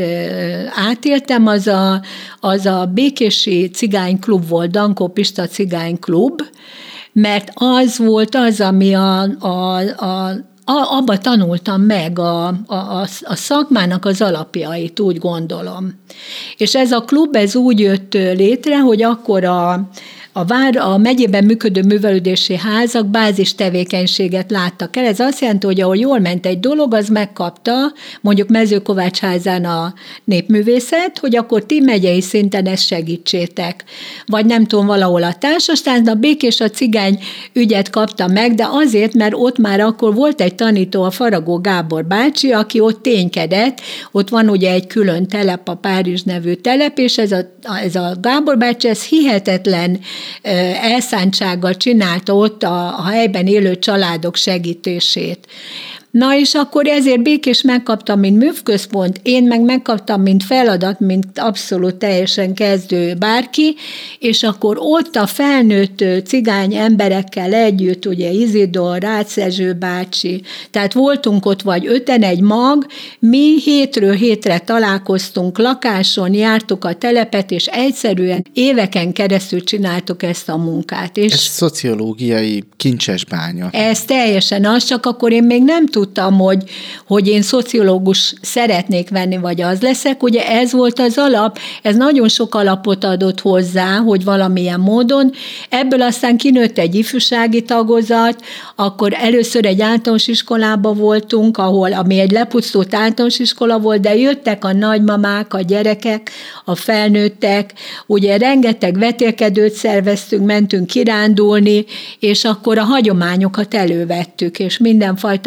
átéltem, az a, az a békési cigányklub volt, Dankó Pista cigányklub, mert az volt az, ami a, a, a abba tanultam meg a, a, a szakmának az alapjait, úgy gondolom. És ez a klub, ez úgy jött létre, hogy akkor a, a, vár, a megyében működő művelődési házak bázis tevékenységet láttak el. Ez azt jelenti, hogy ahol jól ment egy dolog, az megkapta, mondjuk Mezőkovácsházán a népművészet, hogy akkor ti megyei szinten ezt segítsétek. Vagy nem tudom, valahol a társastán, a Békés a cigány ügyet kapta meg, de azért, mert ott már akkor volt egy tanító, a Faragó Gábor bácsi, aki ott ténykedett, ott van ugye egy külön telep, a Párizs nevű telep, és ez a, ez a Gábor bácsi, ez hihetetlen elszántsággal csinálta ott a, a helyben élő családok segítését. Na és akkor ezért Békés megkaptam, mint művközpont, én meg megkaptam, mint feladat, mint abszolút teljesen kezdő bárki, és akkor ott a felnőtt cigány emberekkel együtt, ugye Izidor, Rácz Erzső bácsi, tehát voltunk ott vagy öten egy mag, mi hétről hétre találkoztunk lakáson, jártuk a telepet, és egyszerűen éveken keresztül csináltuk ezt a munkát. És ez szociológiai kincses bánya. Ez teljesen az, csak akkor én még nem tudtam, tudtam, hogy, hogy én szociológus szeretnék venni, vagy az leszek. Ugye ez volt az alap, ez nagyon sok alapot adott hozzá, hogy valamilyen módon. Ebből aztán kinőtt egy ifjúsági tagozat, akkor először egy általános iskolában voltunk, ahol, ami egy lepusztult általános iskola volt, de jöttek a nagymamák, a gyerekek, a felnőttek, ugye rengeteg vetélkedőt szerveztünk, mentünk kirándulni, és akkor a hagyományokat elővettük, és mindenfajta akkor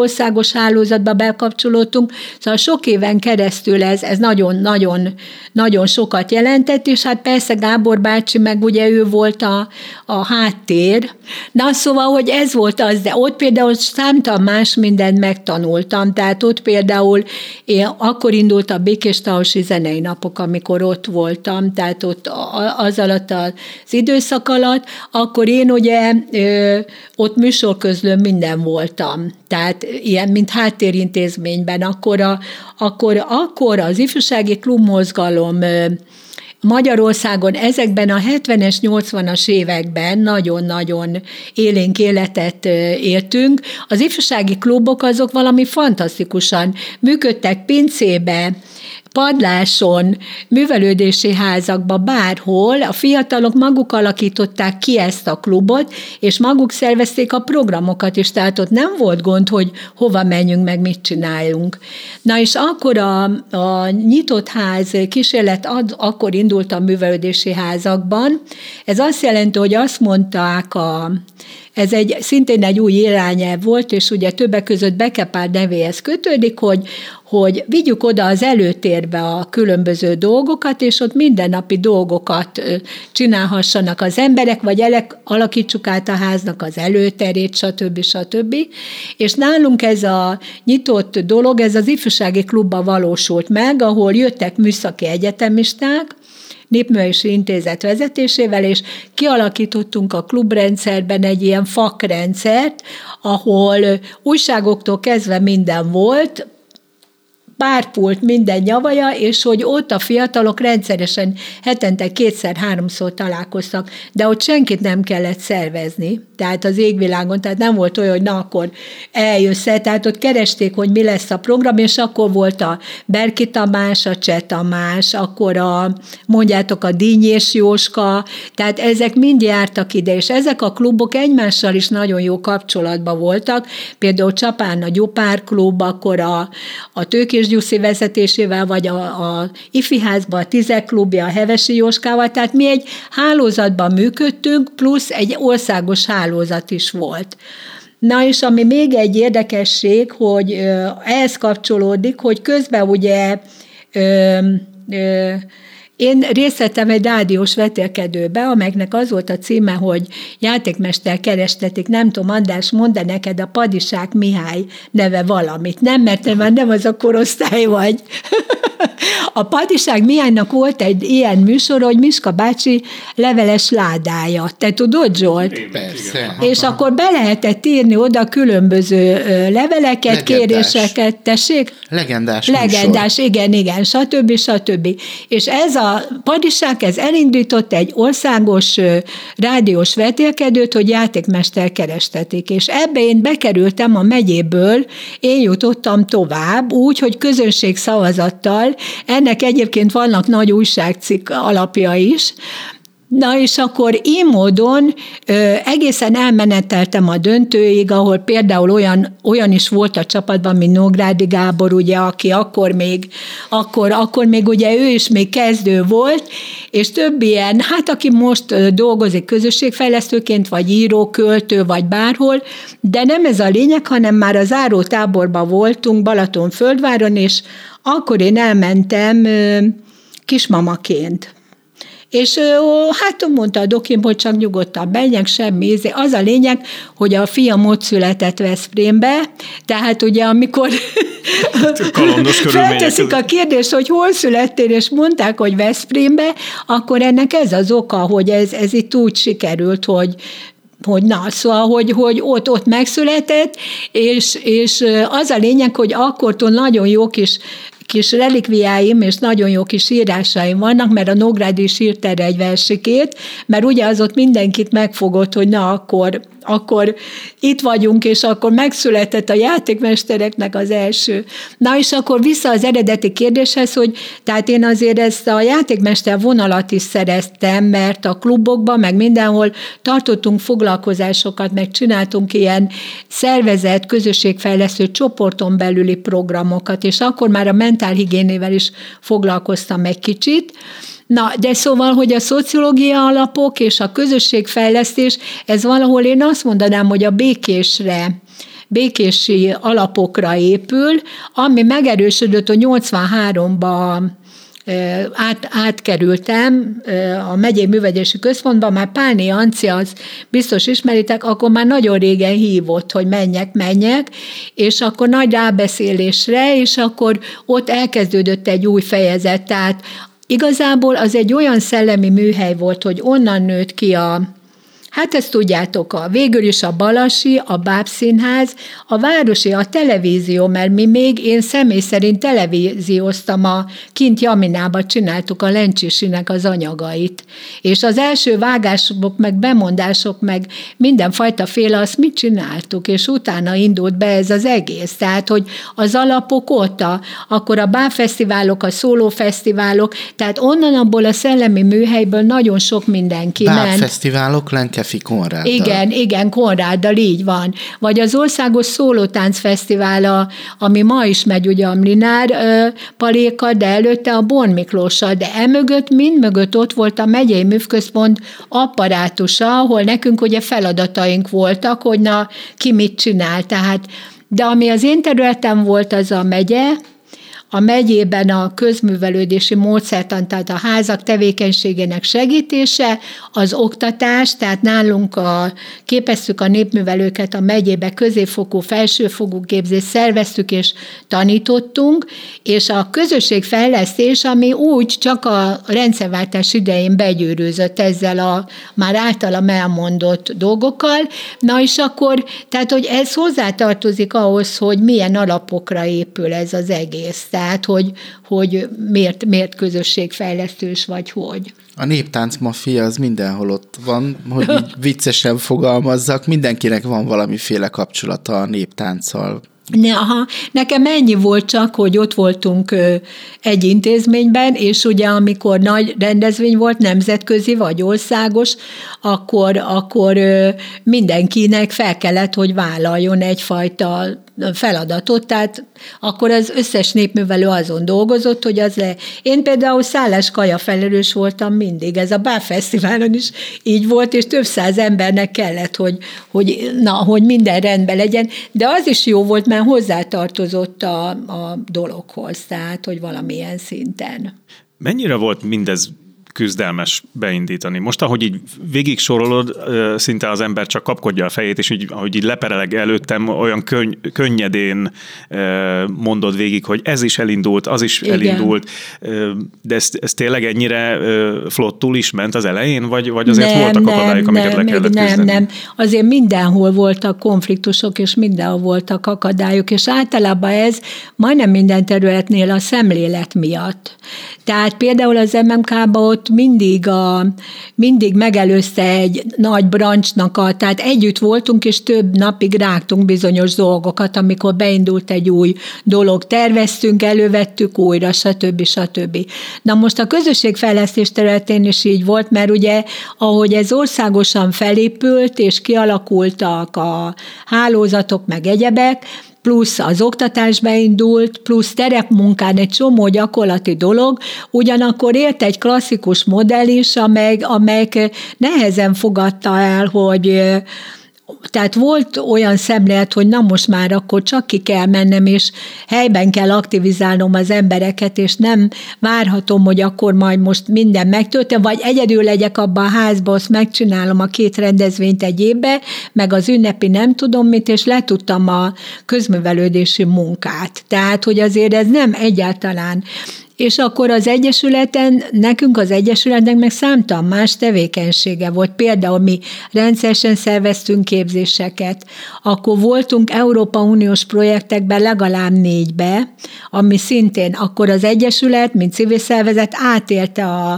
országos hálózatba bekapcsolódtunk, szóval sok éven keresztül ez, ez nagyon-nagyon nagyon sokat jelentett, és hát persze Gábor bácsi, meg ugye ő volt a, a háttér. Na szóval, hogy ez volt az, de ott például számtalan más mindent megtanultam, tehát ott például én, akkor indult a Békés-Tahosi zenei napok, amikor ott voltam, tehát ott az alatt az időszak alatt, akkor én ugye ott műsorközlőn minden voltam, tehát ilyen, mint háttérintézményben, akkor, a, akkor, akkor az ifjúsági klubmozgalom Magyarországon ezekben a hetvenes, nyolcvanas években nagyon-nagyon élénk életet éltünk. Az ifjúsági klubok azok valami fantasztikusan működtek pincébe, padláson, művelődési házakba, bárhol, a fiatalok maguk alakították ki ezt a klubot, és maguk szervezték a programokat is, tehát ott nem volt gond, hogy hova menjünk, meg mit csináljunk. Na és akkor a, a nyitott ház kísérlet ad, akkor indult a művelődési házakban. Ez azt jelenti, hogy azt mondták a Ez egy, szintén egy új irányelv volt, és ugye többek között Bekepár nevéhez kötődik, hogy, hogy vigyük oda az előtérbe a különböző dolgokat, és ott mindennapi dolgokat csinálhassanak az emberek, vagy elek, alakítsuk át a háznak az előterét, stb. stb. És nálunk ez a nyitott dolog, ez az ifjúsági klubban valósult meg, ahol jöttek műszaki egyetemisták, Népművelési Intézet vezetésével, és kialakítottunk a klubrendszerben egy ilyen fakrendszert, ahol újságoktól kezdve minden volt, párpult, minden nyavaja, és hogy ott a fiatalok rendszeresen hetente kétszer-háromszor találkoztak, de ott senkit nem kellett szervezni, tehát az égvilágon, tehát nem volt olyan, hogy na akkor eljössz el, tehát ott keresték, hogy mi lesz a program, és akkor volt a Berki Tamás, a Cseh Tamás, akkor a, mondjátok, a Dínyés Jóska, tehát ezek mind jártak ide, és ezek a klubok egymással is nagyon jó kapcsolatban voltak, például Csapán a Gyopár klub, akkor a, a Tőkés Gyuszi vezetésével, vagy a, a ifiházban a Tizek klubja, a Hevesi Jóskával, tehát mi egy hálózatban működtünk, plusz egy országos hálózat is volt. Na és ami még egy érdekesség, hogy ö, ehhez kapcsolódik, hogy közben ugye ö, ö, én részt vettem egy rádiós vetélkedőbe, amelynek az volt a címe, hogy játékmester kerestetik, nem tudom, András, mondd neked a Padisák Mihály neve valamit, nem, mert te már nem az a korosztály vagy. A Padisák Mihálynak volt egy ilyen műsor, hogy Miska bácsi leveles ládája. Te tudod, Zsolt? Persze. És akkor be lehetett írni oda különböző leveleket, legendás. Kéréseket, tessék? Legendás Legendás, műsor. igen, igen, stb. stb. És ez a Padisák, ez elindított egy országos rádiós vetélkedőt, hogy játékmester kerestetik. És ebbe én bekerültem a megyéből, én jutottam tovább, úgy, hogy közönség szavazattal. Ennek egyébként vannak nagy újságcikk alapja is. Na és akkor így módon ö, egészen elmeneteltem a döntőig, ahol például olyan, olyan is volt a csapatban, mint Nógrádi Gábor, ugye, aki akkor még, akkor, akkor még ugye ő is még kezdő volt, és több ilyen, hát aki most dolgozik közösségfejlesztőként, vagy író, költő, vagy bárhol, de nem ez a lényeg, hanem már a záró táborban voltunk Balatonföldváron, és akkor én elmentem ö, kismamaként. És hát mondta a dokim, hogy csak nyugodtan menjek, semmi. Az a lényeg, hogy a fiam ott született Veszprémbe, tehát ugye amikor felteszik a kérdést, hogy hol születtél, és mondták, hogy Veszprémbe, akkor ennek ez az oka, hogy ez, ez itt úgy sikerült, hogy hogy na, szóval, hogy, hogy ott, ott megszületett, és, és az a lényeg, hogy akkortól nagyon jó kis kis relikviáim és nagyon jó kis írásaim vannak, mert a Nógrádi is írt erre egy versikét, mert ugye az ott mindenkit megfogott, hogy na akkor, akkor itt vagyunk, és akkor megszületett a játékmestereknek az első. Na és akkor vissza az eredeti kérdéshez, hogy tehát én azért ezt a játékmester vonalat is szereztem, mert a klubokban, meg mindenhol tartottunk foglalkozásokat, meg csináltunk ilyen szervezett, közösségfejlesztő csoporton belüli programokat, és akkor már a mentálhigiénével is foglalkoztam egy kicsit. Na, de szóval, hogy a szociológia alapok és a közösségfejlesztés, ez valahol én azt mondanám, hogy a Békésre békési alapokra épül, ami megerősödött, hogy nyolcvanháromban Át, átkerültem a megyei művelődési központba, már Pálné Anci, az biztos ismeritek, akkor már nagyon régen hívott, hogy menjek, menjek, és akkor nagy rábeszélésre, és akkor ott elkezdődött egy új fejezet, tehát igazából az egy olyan szellemi műhely volt, hogy onnan nőtt ki a Hát ezt tudjátok, a, végül is a Balasi, a Bábszínház, a városi, a televízió, mert mi még, én személy szerint televízióztam, a kint Jaminába csináltuk a Lencsisinek az anyagait. És az első vágások, meg bemondások, meg mindenfajta féle, azt mit csináltuk, és utána indult be ez az egész. Tehát, hogy az alapok ott, a, akkor a bábfesztiválok, a szólófesztiválok, tehát onnan abból a szellemi műhelyből nagyon sok mindenki ment. Bábfesztiválok, Lenkefi Konráddal. Igen, igen, Konráddal, így van. Vagy az Országos Szólótáncfesztivál, ami ma is megy, ugye a Mlinár Paléka, de előtte a Born Miklóssal, de emögött, mind mögött ott volt a megyei művközpont apparátusa, ahol nekünk ugye feladataink voltak, hogy na, ki mit csinál. Tehát, de ami az én területem volt, az a megye, a megyében a közművelődési módszertan, tehát a házak tevékenységének segítése, az oktatás, tehát nálunk a, képeztük a népművelőket a megyébe, középfokú, felsőfokú képzést szerveztük és tanítottunk, és a közösségfejlesztés, ami úgy csak a rendszerváltás idején begyűrűzött ezzel a már általam elmondott dolgokkal, na és akkor, tehát hogy ez hozzátartozik ahhoz, hogy milyen alapokra épül ez az egész. Tehát, hogy, hogy miért, miért közösségfejlesztős vagy hogy. A néptánc maffia az mindenhol ott van, hogy így viccesen fogalmazzak, mindenkinek van valamiféle kapcsolata a néptánccal. Ne, aha, nekem ennyi volt csak, hogy ott voltunk ö, egy intézményben, és ugye amikor nagy rendezvény volt, nemzetközi vagy országos, akkor, akkor ö, mindenkinek fel kellett, hogy vállaljon egyfajta feladatot, tehát akkor az összes népművelő azon dolgozott, hogy az le... Én például szállás kaja felelős voltam mindig, ez a Bábfesztiválon is így volt, és több száz embernek kellett, hogy, hogy, na, hogy minden rendben legyen, de az is jó volt, mert hozzátartozott a, a dologhoz, tehát, hogy valamilyen szinten. Mennyire volt mindez küzdelmes beindítani? Most, ahogy így végig sorolod, szinte az ember csak kapkodja a fejét, és így, ahogy így lepereleg előttem, olyan könny, könnyedén mondod végig, hogy ez is elindult, az is Igen. elindult, de ez, ez tényleg ennyire flottul is ment az elején, vagy, vagy azért nem, voltak akadályok, amiket le kellett nem, küzdeni? Nem, nem. Azért mindenhol voltak konfliktusok, és mindenhol voltak akadályok, és általában ez majdnem minden területnél a szemlélet miatt. Tehát például az em em ká-ba ott mindig, a, mindig megelőzte egy nagy brancsnak, a, tehát együtt voltunk, és több napig rágtunk bizonyos dolgokat, amikor beindult egy új dolog, terveztünk, elővettük újra, stb. stb. Na most a közösségfejlesztés területén is így volt, mert ugye, ahogy ez országosan felépült, és kialakultak a hálózatok, meg egyebek, plusz az oktatás beindult, plusz terepmunkán egy csomó gyakorlati dolog, ugyanakkor élt egy klasszikus modell is, amely, amely nehezen fogadta el, hogy tehát volt olyan szemlélet, hogy na most már akkor csak ki kell mennem, és helyben kell aktivizálnom az embereket, és nem várhatom, hogy akkor majd most minden megtöltöm, vagy egyedül legyek abban a házban, azt megcsinálom a két rendezvényt egy évbe, meg az ünnepi nem tudom mit, és letudtam a közművelődési munkát. Tehát, hogy azért ez nem egyáltalán. És akkor az Egyesületen, nekünk az Egyesületnek meg számtalan más tevékenysége volt. Például mi rendszeresen szerveztünk képzéseket, akkor voltunk Európa Uniós projektekben legalább négybe, ami szintén akkor az Egyesület, mint civil szervezet átélte a,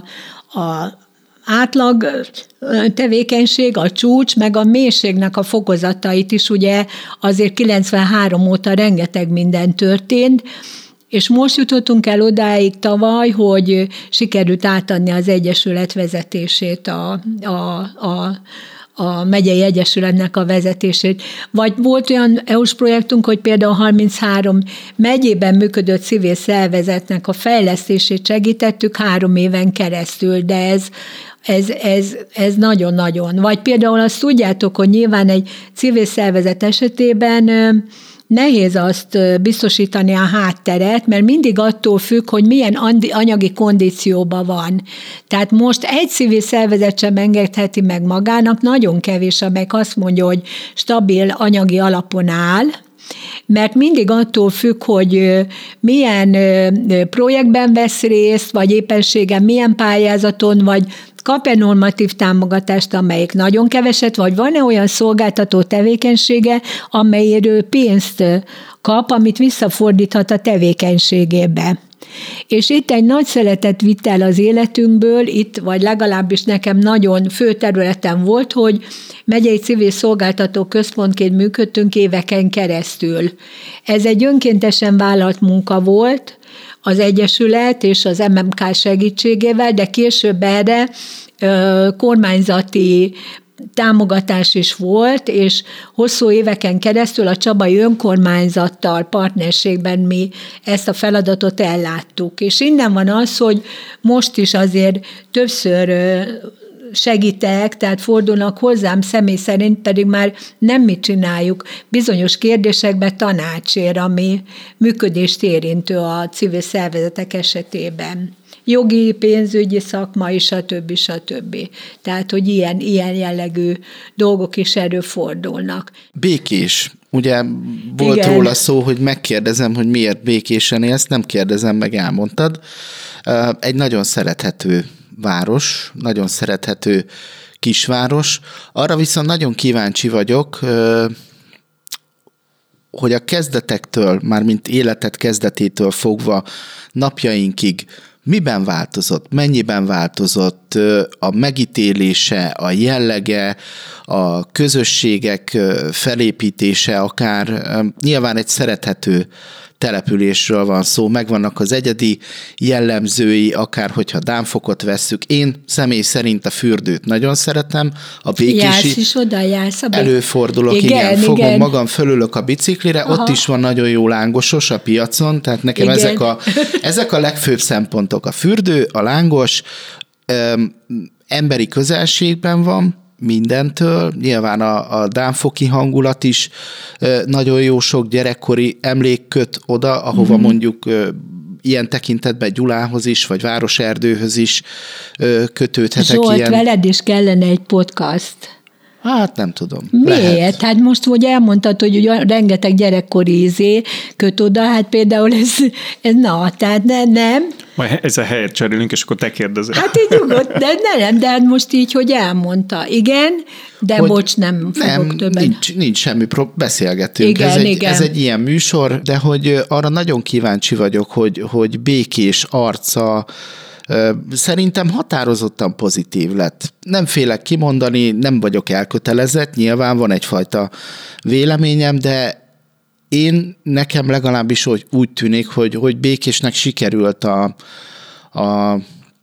a átlag tevékenység, a csúcs, meg a mélységnek a fokozatait is, ugye azért kilencvenhárom óta rengeteg minden történt, és most jutottunk el odáig tavaly, hogy sikerült átadni az Egyesület vezetését a, a, a, a megyei egyesületnek a vezetését. Vagy volt olyan é u-s projektunk, hogy például harminchárom megyében működő civil szervezetnek a fejlesztését segítettük három éven keresztül, de ez Ez, ez, ez nagyon-nagyon. Vagy például azt tudjátok, hogy nyilván egy civil szervezet esetében nehéz azt biztosítani a hátteret, mert mindig attól függ, hogy milyen anyagi kondícióban van. Tehát most egy civil szervezet sem engedheti meg magának, nagyon kevés, amelyik azt mondja, hogy stabil anyagi alapon áll, mert mindig attól függ, hogy milyen projektben vesz részt, vagy éppenséggel milyen pályázaton, vagy kap-e normatív támogatást, amelyik nagyon keveset, vagy van-e olyan szolgáltató tevékenysége, amelyért ő pénzt kap, amit visszafordíthat a tevékenységébe. És itt egy nagy szeletet vitt el az életünkből, itt, vagy legalábbis nekem nagyon fő területen volt, hogy megyei civil szolgáltató központként működtünk éveken keresztül. Ez egy önkéntesen vállalt munka volt, az Egyesület és az em em ká segítségével, de később erre ö, kormányzati támogatás is volt, és hosszú éveken keresztül a csabai önkormányzattal partnerségben mi ezt a feladatot elláttuk. És innen van az, hogy most is azért többször segítek, tehát fordulnak hozzám, személy szerint pedig már nem mi csináljuk, bizonyos kérdésekben tanácsért, ami működést érintő a civil szervezetek esetében. Jogi, pénzügyi, szakmai, stb. stb. Tehát, hogy ilyen, ilyen jellegű dolgok is előfordulnak. Békés. Ugye volt Igen. róla szó, hogy megkérdezem, hogy miért békésen élsz, nem kérdezem meg, elmondtad. Egy nagyon szerethető város, nagyon szerethető kisváros. Arra viszont nagyon kíváncsi vagyok, hogy a kezdetektől, mármint életed kezdetétől fogva napjainkig miben változott, mennyiben változott a megítélése, a jellege, a közösségek felépítése, akár nyilván egy szerethető településről van szó, megvannak az egyedi jellemzői, akár hogyha Dámfokot vesszük. Én személy szerint a Fürdőt nagyon szeretem, a Békési jársz is oda, jársz a Bé... előfordulok, igen, igen fogom igen. magam, fölülök a biciklire, Aha. ott is van nagyon jó lángosos a piacon, tehát nekem ezek a, ezek a legfőbb szempontok. A fürdő, a lángos, öm, emberi közelségben van, mindentől. Nyilván a, a dámfoki hangulat is nagyon jó, sok gyerekkori emlék köt oda, ahova mm-hmm. mondjuk ilyen tekintetben Gyulához is, vagy Városerdőhöz is kötődhetek. Zsolt, ilyen... veled is kellene egy podcast. Hát nem tudom. Miért? Lehet. Hát most, hogy elmondtad, hogy rengeteg gyerekkori izé köt oda, hát például ez, ez na, tehát ne, nem. Majd ezzel helyet cserélünk, és akkor te kérdezel. Hát így nyugodt, de nem, de hát most így, hogy elmondta. Igen, de hogy bocs, nem fogok nem, többen. Nincs, nincs semmi, pro- beszélgetünk. Igen, ez, egy, igen. ez egy ilyen műsor, de hogy arra nagyon kíváncsi vagyok, hogy, hogy Békés arca szerintem határozottan pozitív lett. Nem félek kimondani, nem vagyok elkötelezett, nyilván van egyfajta véleményem, de én nekem legalábbis úgy, úgy tűnik, hogy, hogy Békésnek sikerült a, a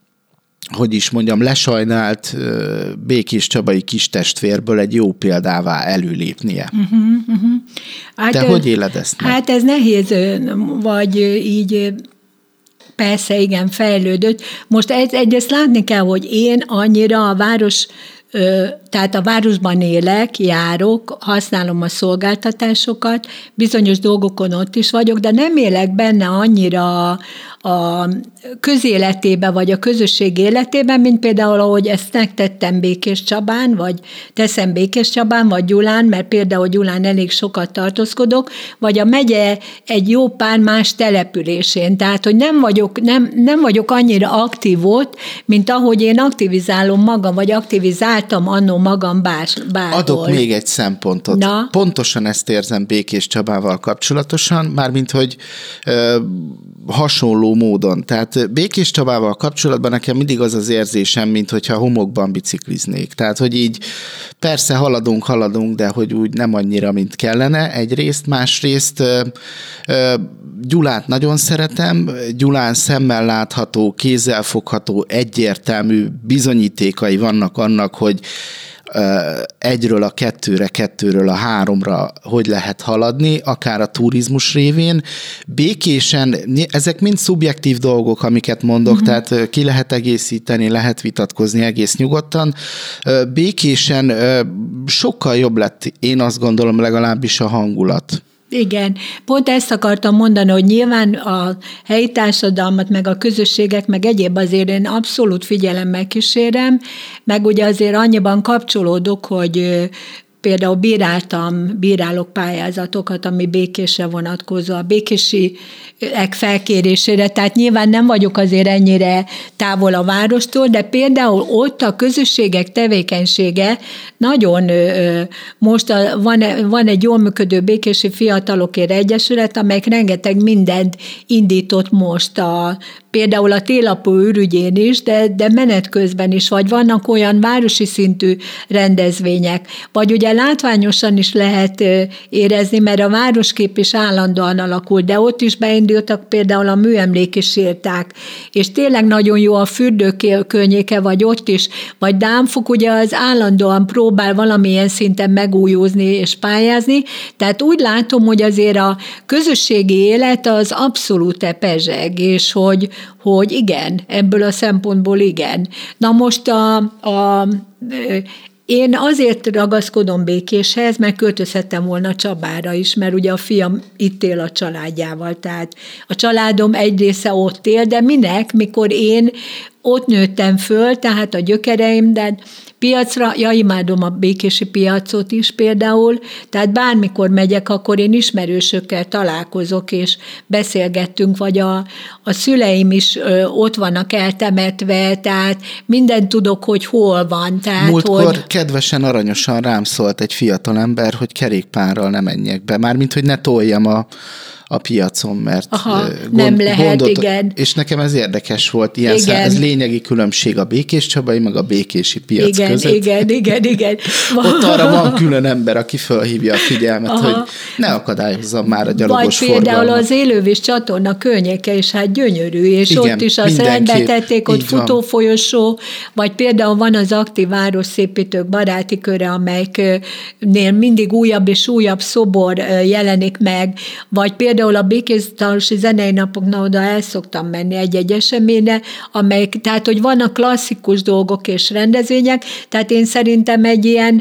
hogy is mondjam, lesajnált Békés csabai kistestvérből egy jó példává előlépnie. Uh-huh, uh-huh. Hát, Te hogy éled ezt meg? Hát ez nehéz, vagy így persze, igen, fejlődött. Most egy, egyrészt látni kell, hogy én annyira a város, tehát a városban élek, járok, használom a szolgáltatásokat, bizonyos dolgokon ott is vagyok, de nem élek benne annyira a közéletében, vagy a közösség életében, mint például, ahogy ezt megtettem Békéscsabán, vagy teszem Békéscsabán, vagy Gyulán, mert például Gyulán elég sokat tartózkodok, vagy a megye egy jó pár más településén. Tehát, hogy nem vagyok, nem, nem vagyok annyira aktív ott, mint ahogy én aktivizálom magam, vagy aktivizáltam annó magam bár, bárhol. Adok még egy szempontot. Na? Pontosan ezt érzem Békéscsabával kapcsolatosan, mármint, hogy ö, hasonló módon. Tehát Békéscsabával kapcsolatban nekem mindig az az érzésem, mint hogyha homokban bicikliznék. Tehát, hogy így persze haladunk, haladunk, de hogy úgy nem annyira, mint kellene egyrészt. Másrészt Gyulát nagyon szeretem, Gyulán szemmel látható, kézzelfogható, egyértelmű bizonyítékai vannak annak, hogy egyről a kettőre, kettőről a háromra hogy lehet haladni, akár a turizmus révén. Békésen, ezek mind szubjektív dolgok, amiket mondok, uh-huh. tehát ki lehet egészíteni, lehet vitatkozni egész nyugodtan. Békésen sokkal jobb lett, én azt gondolom, legalábbis a hangulat. Igen, pont ezt akartam mondani, hogy nyilván a helyi társadalmat, meg a közösségek, meg egyéb azért én abszolút figyelemmel kísérem, meg ugye azért annyiban kapcsolódok, hogy például bíráltam, bírálok pályázatokat, ami Békésre vonatkozó, a békésiek felkérésére, tehát nyilván nem vagyok azért ennyire távol a várostól, de például ott a közösségek tevékenysége nagyon, most a, van, van egy jól működő Békési Fiatalokért Egyesület, amelyik rengeteg mindent indított most a például a télapó ürügyén is, de, de menet közben is, vagy vannak olyan városi szintű rendezvények, vagy ugye látványosan is lehet érezni, mert a városkép is állandóan alakul, de ott is beindultak például a műemléki sírták, és tényleg nagyon jó a fürdők környéke, vagy ott is, vagy Dámfok ugye az állandóan próbál valamilyen szinten megújulni és pályázni, tehát úgy látom, hogy azért a közösségi élet az abszolút pezseg, és hogy hogy igen, ebből a szempontból igen. Na most a, a, én azért ragaszkodom Békéshez, mert költözhettem volna Csabára is, mert ugye a fiam itt él a családjával, tehát a családom egy része ott él, de minek, mikor én ott nőttem föl, tehát a gyökereim, de piacra, ja, imádom a békési piacot is például, tehát bármikor megyek, akkor én ismerősökkel találkozok, és beszélgettünk, vagy a, a szüleim is ö, ott vannak eltemetve, tehát mindent tudok, hogy hol van. Tehát, Múltkor hogy... kedvesen, aranyosan rám szólt egy fiatalember, hogy kerékpárral ne menjek be, mármint, hogy ne toljam a a piacon, mert Aha, gond, nem lehet, gondot, igen. És nekem ez érdekes volt, ilyen szám, ez lényegi különbség a Békés-Csabai, meg a békési piac igen, között. Igen, igen, igen. Ott arra van külön ember, aki felhívja a figyelmet, Aha. hogy ne akadályozzam már a gyalogos forgalmat. Vagy például az élővíz csatorna környéke is hát gyönyörű, és igen, ott is azt rendbe tették, ott futófolyosó, vagy például van az Aktív Városszépítők baráti köre, amelyiknél mindig újabb és újabb szobor jelenik meg, vagy például Például a Békéstárosi Zenei Napoknál oda el szoktam menni egy-egy eseményre, amelyik, tehát, hogy vannak klasszikus dolgok és rendezvények, tehát én szerintem egy ilyen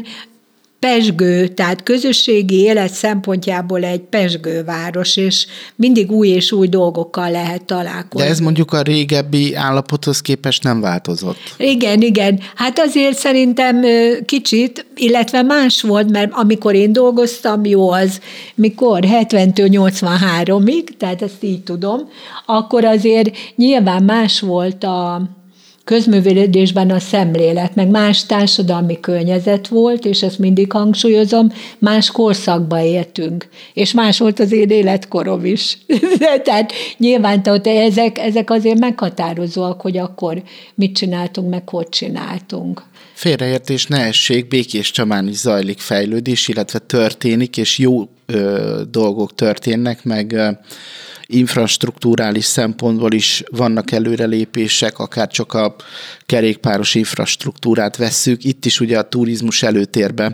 pezsgő, tehát közösségi élet szempontjából egy pezsgő város, és mindig új és új dolgokkal lehet találkozni. De ez mondjuk a régebbi állapothoz képest nem változott. Igen, igen. Hát azért szerintem kicsit, illetve más volt, mert amikor én dolgoztam, jó az, mikor hetventől nyolcvanháromig, tehát ezt így tudom, akkor azért nyilván más volt a közművelődésben a szemlélet, meg más társadalmi környezet volt, és ezt mindig hangsúlyozom, más korszakba éltünk, és más volt az én életkorom is. Tehát nyilván tehát ezek, ezek azért meghatározóak, hogy akkor mit csináltunk, meg hogy csináltunk. Félreértés ne essék, Békéscsabán is zajlik fejlődés, illetve történik, és jó ö, dolgok történnek, meg ö, infrastruktúrális szempontból is vannak előrelépések, akár csak a kerékpáros infrastruktúrát vesszük. Itt is ugye a turizmus előtérbe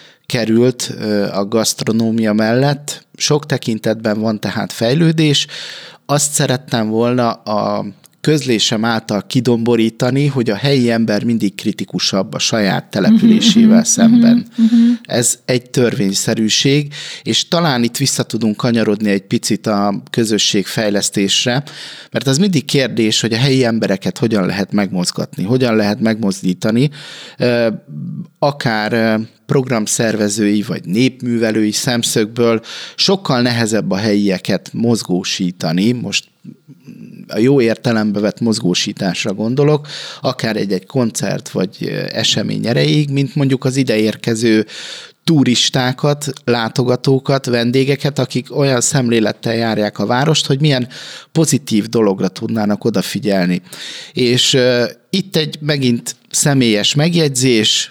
került a gasztronómia mellett. Sok tekintetben van tehát fejlődés. Azt szerettem volna a közlésem által kidomborítani, hogy a helyi ember mindig kritikusabb a saját településével uh-huh, szemben. Uh-huh. Ez egy törvényszerűség, és talán itt vissza tudunk kanyarodni egy picit a közösségfejlesztésre, mert az mindig kérdés, hogy a helyi embereket hogyan lehet megmozgatni, hogyan lehet megmozdítani, akár programszervezői vagy népművelői szemszögből sokkal nehezebb a helyieket mozgósítani, most a jó értelembe vett mozgósításra gondolok, akár egy-egy koncert vagy esemény erejéig, mint mondjuk az ideérkező turistákat, látogatókat, vendégeket, akik olyan szemlélettel járják a várost, hogy milyen pozitív dologra tudnának odafigyelni. És uh, itt egy megint személyes megjegyzés,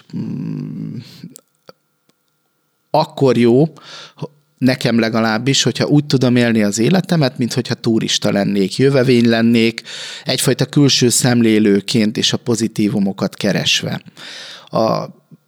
akkor jó, nekem legalábbis, hogyha úgy tudom élni az életemet, mint hogyha turista lennék, jövevény lennék, egyfajta külső szemlélőként és a pozitívumokat keresve. A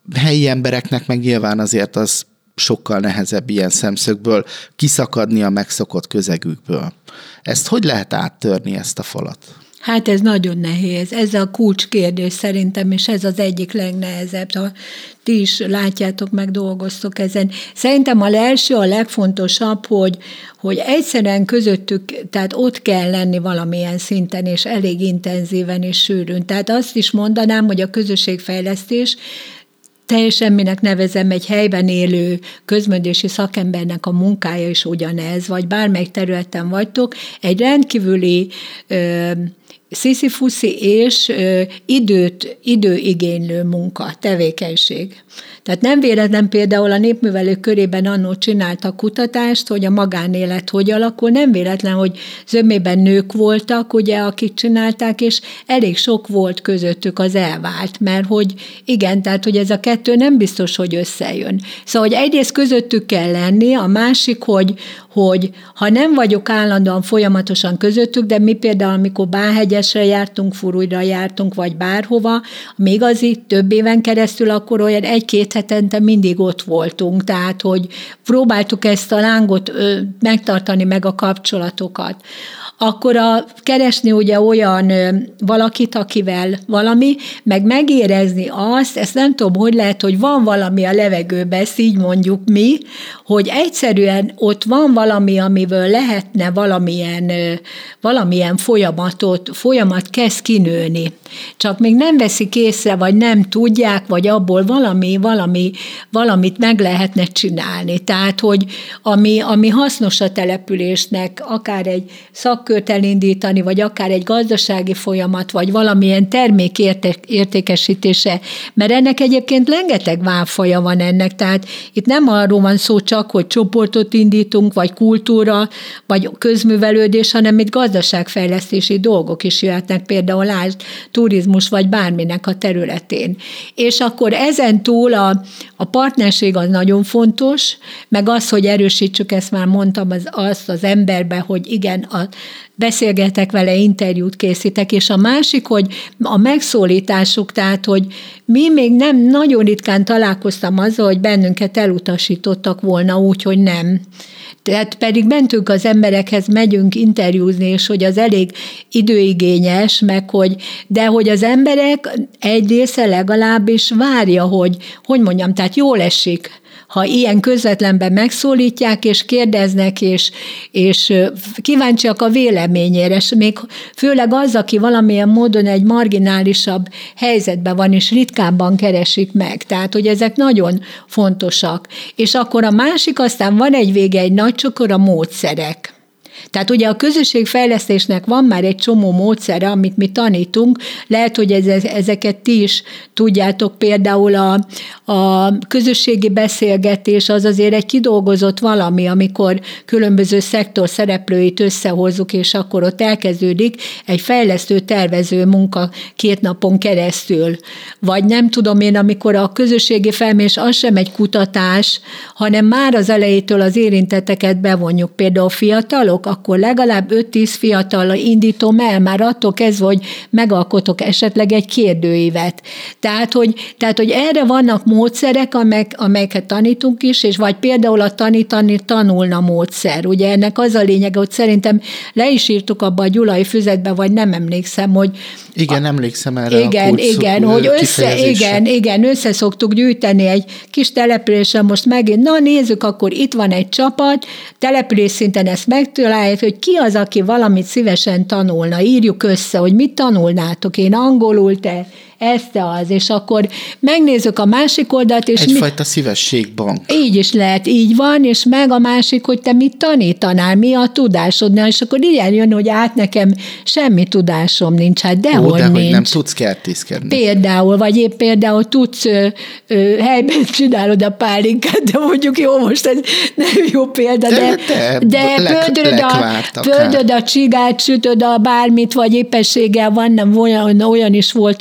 helyi embereknek meg nyilván azért az sokkal nehezebb ilyen szemszögből kiszakadni a megszokott közegükből. Ezt hogy lehet áttörni, ezt a falat? Hát ez nagyon nehéz. Ez a kulcskérdés szerintem, és ez az egyik legnehezebb. Ha ti is látjátok, meg dolgoztok ezen. Szerintem a első, a legfontosabb, hogy, hogy egyszerűen közöttük, tehát ott kell lenni valamilyen szinten, és elég intenzíven és sűrűn. Tehát azt is mondanám, hogy a közösségfejlesztés teljesen minek nevezem, egy helyben élő közművelési szakembernek a munkája is ugyanez, vagy bármelyik területen vagytok, egy rendkívüli ö, sziszifuszi és ö, időt, időigénylő munka, tevékenység. Tehát nem véletlen például a népművelők körében annó csináltak kutatást, hogy a magánélet hogy alakul, nem véletlen, hogy zömében nők voltak, ugye, akik csinálták, és elég sok volt közöttük az elvált, mert hogy igen, tehát hogy ez a kettő nem biztos, hogy összejön. Szóval, hogy egyrészt közöttük kell lenni, a másik, hogy, hogy ha nem vagyok állandóan folyamatosan közöttük, de mi például, amikor Báhegyesre jártunk, Furujra jártunk, vagy bárhova, még az itt több éven keresztül, akkor olyan egy-két hetente mindig ott voltunk, tehát, hogy próbáltuk ezt a lángot ö, megtartani, meg a kapcsolatokat. Akkor a, keresni ugye olyan ö, valakit, akivel valami, meg megérezni azt, ezt nem tudom, hogy lehet, hogy van valami a levegőben, ezt így mondjuk mi, hogy egyszerűen ott van valami, amiből lehetne valamilyen, ö, valamilyen folyamatot, folyamat kezd kinőni. Csak még nem veszik észre, vagy nem tudják, vagy abból valami, valami, valamit meg lehetne csinálni. Tehát, hogy ami, ami hasznos a településnek, akár egy szakkört elindítani, vagy akár egy gazdasági folyamat, vagy valamilyen termék értékesítése, mert ennek egyébként rengeteg válfaja van ennek, tehát itt nem arról van szó csak, hogy csoportot indítunk, vagy kultúra, vagy közművelődés, hanem itt gazdaságfejlesztési dolgok is jöhetnek, például át, turizmus, vagy bárminek a területén. És akkor ezen túl a, a partnerség az nagyon fontos, meg az, hogy erősítsük, ezt már mondtam, az, azt az emberbe, hogy igen, a, beszélgetek vele, interjút készítek, és a másik, hogy a megszólításuk, tehát, hogy mi még nem nagyon ritkán találkoztam azzal, hogy bennünket elutasítottak volna úgy, hogy nem. Tehát pedig mentünk az emberekhez, megyünk interjúzni, és hogy az elég időigényes, meg hogy, de hogy az emberek egy része legalábbis várja, hogy, hogy mondjam, tehát jól esik, ha ilyen közvetlenben megszólítják, és kérdeznek, és, és kíváncsiak a véleményére, és még főleg az, aki valamilyen módon egy marginálisabb helyzetben van, és ritkábban keresik meg. Tehát, hogy ezek nagyon fontosak. És akkor a másik, aztán van egy vége, egy nagy csokor, a módszerek. Tehát ugye a közösségfejlesztésnek van már egy csomó módszere, amit mi tanítunk, lehet, hogy ezeket ti is tudjátok, például a, a közösségi beszélgetés az azért egy kidolgozott valami, amikor különböző szektor szereplőit összehozzuk, és akkor ott elkezdődik egy fejlesztő, tervező munka két napon keresztül. Vagy nem tudom én, amikor a közösségi felmérés az sem egy kutatás, hanem már az elejétől az érintetteket bevonjuk, például fiatalok, akkor legalább öt-tíz fiatal indítom el, már attól kezdve, hogy megalkotok esetleg egy kérdőívet. Tehát, hogy, tehát, hogy erre vannak módszerek, amelyek, amelyeket tanítunk is, és vagy például a tanítani tanulna módszer. Ugye ennek az a lényege, hogy szerintem le is írtuk abba a gyulai füzetbe, vagy nem emlékszem, hogy... Igen, a, emlékszem erre igen, a kulcs igen, hogy össze, igen, igen, össze szoktuk gyűjteni egy kis településen, most megint, na nézzük, akkor itt van egy csapat, település szinten ezt megtaláljuk, hogy ki az, aki valamit szívesen tanulna, írjuk össze, hogy mit tanulnátok, én angolul, te ezt, te az, és akkor megnézzük a másik oldalt, és egyfajta mi... szívességbank. Így is lehet, így van, és meg a másik, hogy te mit tanítanál, mi a tudásodnál, és akkor ilyen jön, hogy át nekem semmi tudásom nincs, hát dehogy de nincs. Hogy nem tudsz kertészkedni. Például, vagy épp például tudsz ö, ö, helyben csinálod a pálinkát, de mondjuk jó, most ez nem jó példa, de, de, de pöldöd a, pöldöd a csigát, sütöd a bármit, vagy éppességgel van, nem olyan, olyan is volt, hogy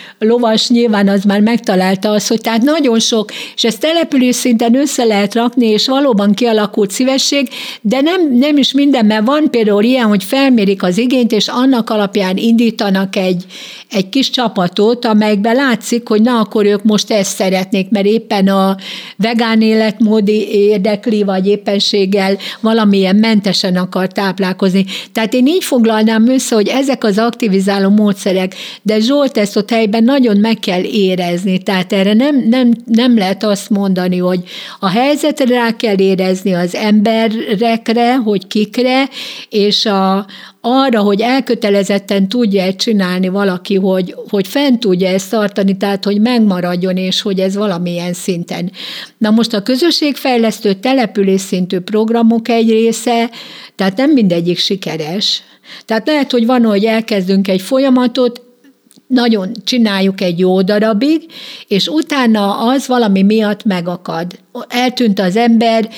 lovas nyilván az már megtalálta azt, hogy tehát nagyon sok, és ezt település szinten össze lehet rakni, és valóban kialakult szívesség, de nem, nem is minden, mert van például ilyen, hogy felmérik az igényt, és annak alapján indítanak egy, egy kis csapatot, amelyikben látszik, hogy na, akkor ők most ezt szeretnék, mert éppen a vegán életmódi érdekli, vagy éppenséggel valamilyen mentesen akar táplálkozni. Tehát én így foglalnám össze, hogy ezek az aktivizáló módszerek, de Zsolt, ezt ott helyben nagyon meg kell érezni, tehát erre nem, nem, nem lehet azt mondani, hogy a helyzetre rá kell érezni, az emberekre, hogy kikre, és a, arra, hogy elkötelezetten tudja csinálni valaki, hogy, hogy fent tudja ezt tartani, tehát hogy megmaradjon, és hogy ez valamilyen szinten. Na most a közösségfejlesztő település szintű programok egy része, tehát nem mindegyik sikeres. Tehát lehet, hogy van, hogy elkezdünk egy folyamatot, nagyon csináljuk egy jó darabig, és utána az valami miatt megakad. Eltűnt az ember,